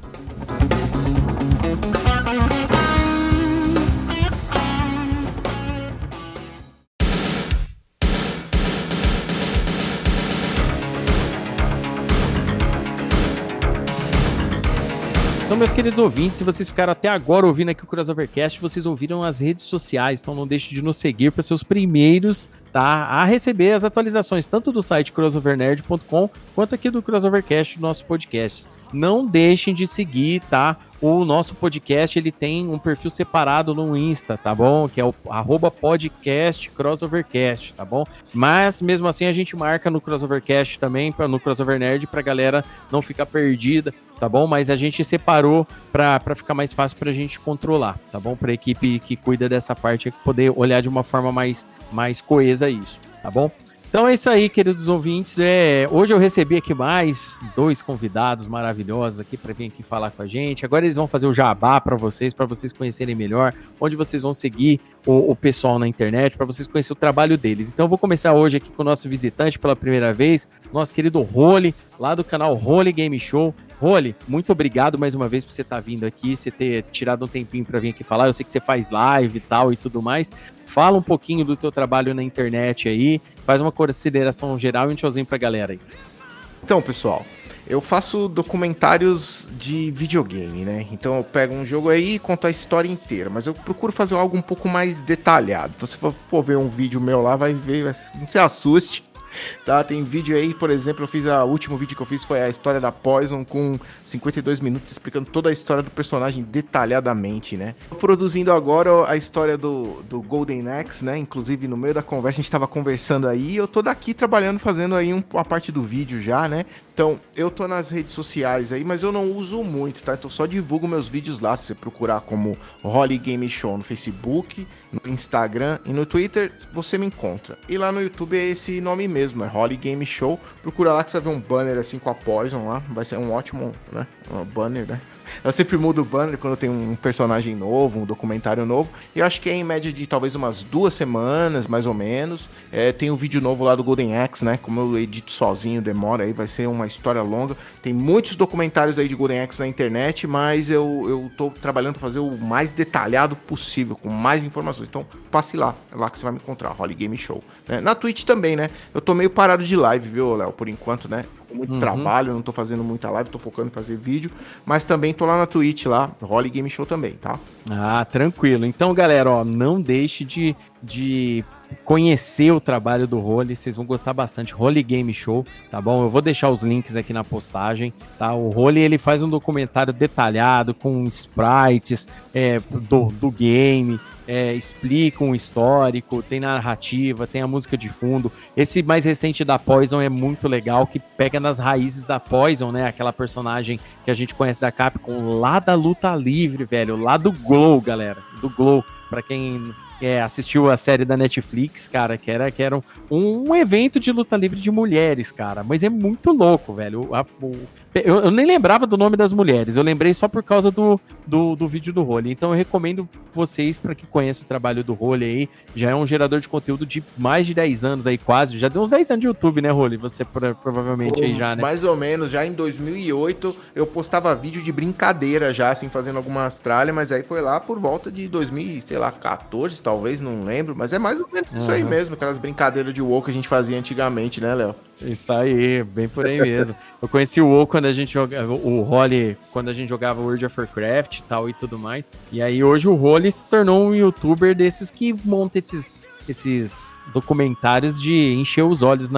Então, meus queridos ouvintes, se vocês ficaram até agora ouvindo aqui o Crossovercast, vocês ouviram as redes sociais, então não deixe de nos seguir para ser os primeiros, tá, a receber as atualizações, tanto do site crossover nerd ponto com, quanto aqui do Crossovercast, do nosso podcast. Não deixem de seguir, tá? O nosso podcast, ele tem um perfil separado no Insta, tá bom? Que é o arroba podcast crossovercast, tá bom? Mas, mesmo assim, a gente marca no Crossovercast também, pra, no Crossover Nerd, pra galera não ficar perdida, tá bom? Mas a gente separou pra, pra ficar mais fácil pra gente controlar, tá bom? Pra equipe que cuida dessa parte poder olhar de uma forma mais, mais coesa isso, tá bom? Então é isso aí, queridos ouvintes. É, hoje eu recebi aqui mais dois convidados maravilhosos aqui para vir aqui falar com a gente. Agora eles vão fazer o jabá para vocês, para vocês conhecerem melhor, onde vocês vão seguir o, o pessoal na internet, para vocês conhecerem o trabalho deles. Então eu vou começar hoje aqui com o nosso visitante pela primeira vez, nosso querido Rolly, lá do canal Rolly Game Show. Rolly, muito obrigado mais uma vez por você estar vindo aqui, você ter tirado um tempinho para vir aqui falar. Eu sei que você faz live e tal e tudo mais. Fala um pouquinho do teu trabalho na internet aí, faz uma consideração geral e um tchauzinho pra galera aí. Então, pessoal, eu faço documentários de videogame, né? Então eu pego um jogo aí e conto a história inteira, mas eu procuro fazer algo um pouco mais detalhado. Então se for ver um vídeo meu lá, vai ver, vai, não se assuste. Tá, tem vídeo aí, por exemplo, eu fiz a, o último vídeo que eu fiz foi a história da Poison com cinquenta e dois minutos explicando toda a história do personagem detalhadamente, né? Tô produzindo agora a história do, do Golden Axe, né? Inclusive no meio da conversa a gente tava conversando aí, eu tô daqui trabalhando, fazendo aí um, uma parte do vídeo já, né? Então, eu tô nas redes sociais aí, mas eu não uso muito, tá? Então só divulgo meus vídeos lá, se você procurar como Rolly Game Show no Facebook, no Instagram e no Twitter, você me encontra. E lá no YouTube é esse nome mesmo, é Rolly Game Show. Procura lá que você vai ver um banner assim com a Poison lá, vai ser um ótimo, né? Um banner, né? Eu sempre mudo o banner quando tem um personagem novo, um documentário novo. E eu acho que é em média de talvez umas duas semanas, mais ou menos. É, tem um vídeo novo lá do Golden Axe, né? Como eu edito sozinho, demora aí, vai ser uma história longa. Tem muitos documentários aí de Golden Axe na internet, mas eu, eu tô trabalhando para fazer o mais detalhado possível, com mais informações. Então passe lá, é lá que você vai me encontrar, Rolly Game Show. Né? Na Twitch também, né? Eu tô meio parado de live, viu, Léo? Por enquanto, né? Com muito uhum. trabalho, não tô fazendo muita live, tô focando em fazer vídeo, mas também tô lá na Twitch, lá, Rolly Game Show também, tá? Ah, tranquilo. Então, galera, ó, não deixe de, de conhecer o trabalho do Rolly, vocês vão gostar bastante, Rolly Game Show, tá bom? Eu vou deixar os links aqui na postagem, tá? O Rolly, ele faz um documentário detalhado, com sprites é, do, do game, É, explica um histórico, tem narrativa, tem a música de fundo. Esse mais recente da Poison é muito legal, que pega nas raízes da Poison, né? Aquela personagem que a gente conhece da Capcom lá da luta livre, velho, lá do Glow, galera, do Glow. Pra quem é, assistiu a série da Netflix, cara, que era, que era um, um evento de luta livre de mulheres, cara. Mas é muito louco, velho. A, o, eu, eu nem lembrava do nome das mulheres, eu lembrei só por causa do, do, do vídeo do Rolly. Então eu recomendo vocês, para que conheçam o trabalho do Rolly aí. Já é um gerador de conteúdo de mais de dez anos aí, quase. Já deu uns dez anos de YouTube, né, Rolly? Você pro, provavelmente Pô, aí já, né? Mais ou menos, já em dois mil e oito eu postava vídeo de brincadeira já, assim, fazendo algumas tralhas, mas aí foi lá por volta de dois mil, sei lá, quatorze, talvez, não lembro, mas é mais ou menos uhum. isso aí mesmo, aquelas brincadeiras de WoW que a gente fazia antigamente, né, Léo? Isso aí, bem por aí mesmo. Eu conheci o WoW quando a gente jogava, o Rolly, quando a gente jogava World of Warcraft e tal e tudo mais. E aí hoje o Rolly se tornou um youtuber desses que monta esses, esses documentários de encher os olhos na,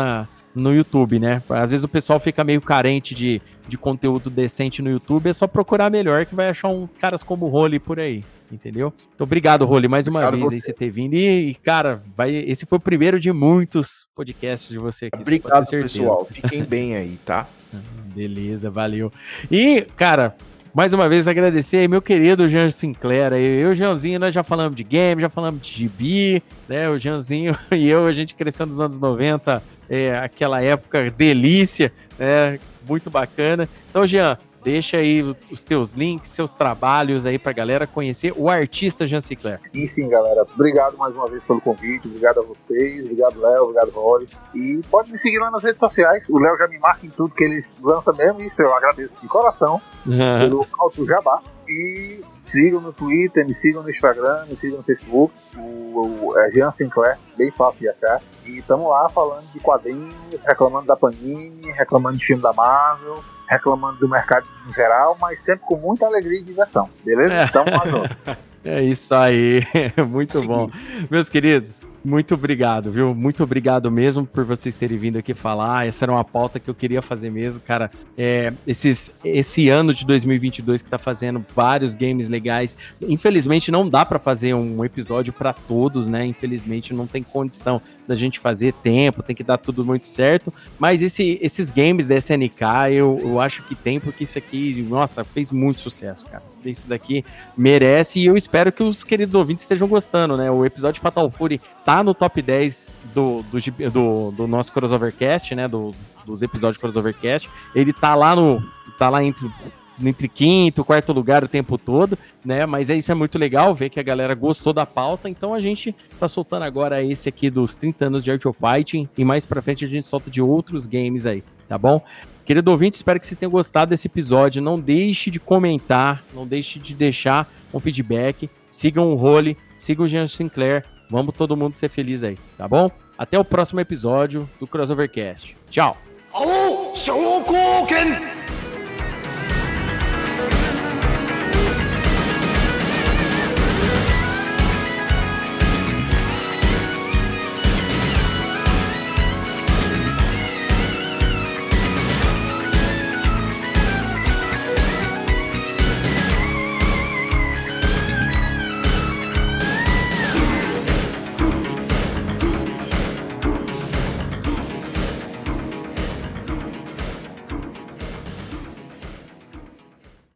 no YouTube, né? Às vezes o pessoal fica meio carente de, de conteúdo decente no YouTube, é só procurar melhor que vai achar um caras como o Rolly por aí, entendeu? Então, obrigado, Rolly, mais uma obrigado vez aí você ter vindo. E, cara, vai, esse foi o primeiro de muitos podcasts de você aqui. Obrigado, você pessoal. Fiquem bem aí, tá? Beleza, valeu. E, cara, mais uma vez agradecer aí meu querido Jean Sinclair. Eu e o Jeanzinho, nós já falamos de game, já falamos de gibi, né? O Jeanzinho e eu, a gente cresceu nos anos noventa, é, aquela época delícia, né? Muito bacana. Então, Jean, deixa aí os teus links, seus trabalhos aí pra galera conhecer o artista Jean Sinclair. E sim, galera, obrigado mais uma vez pelo convite, obrigado a vocês, obrigado Léo, obrigado Rolly. E pode me seguir lá nas redes sociais, o Léo já me marca em tudo que ele lança mesmo, isso eu agradeço de coração, uhum. pelo alto jabá. E sigam no Twitter, me sigam no Instagram, me sigam no Facebook, o, o é Jean Sinclair, bem fácil de achar. E estamos lá falando de quadrinhos, reclamando da Panini, reclamando de filme da Marvel, reclamando do mercado em geral, mas sempre com muita alegria e diversão, beleza? É. Então, mais É isso aí, muito Sim. bom. Meus queridos, muito obrigado, viu? Muito obrigado mesmo por vocês terem vindo aqui falar. Essa era uma pauta que eu queria fazer mesmo, cara. É, esses, esse ano de dois mil e vinte e dois que tá fazendo vários games legais. Infelizmente não dá pra fazer um episódio pra todos, né? Infelizmente não tem condição da gente fazer tempo, tem que dar tudo muito certo. Mas esse, esses games da S N K eu, eu acho que tem, porque isso aqui, nossa, fez muito sucesso, cara. Isso daqui merece e eu espero que os queridos ouvintes estejam gostando, né? O episódio de Fatal Fury tá no top dez do, do, do, do nosso Crossovercast, né? Do, dos episódios do Crossovercast. Ele tá lá no. Tá lá entre, entre quinto, quarto lugar o tempo todo, né? Mas é, isso é muito legal ver que a galera gostou da pauta. Então a gente tá soltando agora esse aqui dos trinta anos de Art of Fighting. E mais pra frente a gente solta de outros games aí, tá bom? Querido ouvinte, espero que vocês tenham gostado desse episódio. Não deixe de comentar, não deixe de deixar um feedback. Sigam o Rolly, sigam o Jean Sinclair. Vamos todo mundo ser feliz aí, tá bom? Até o próximo episódio do Crossovercast. Tchau!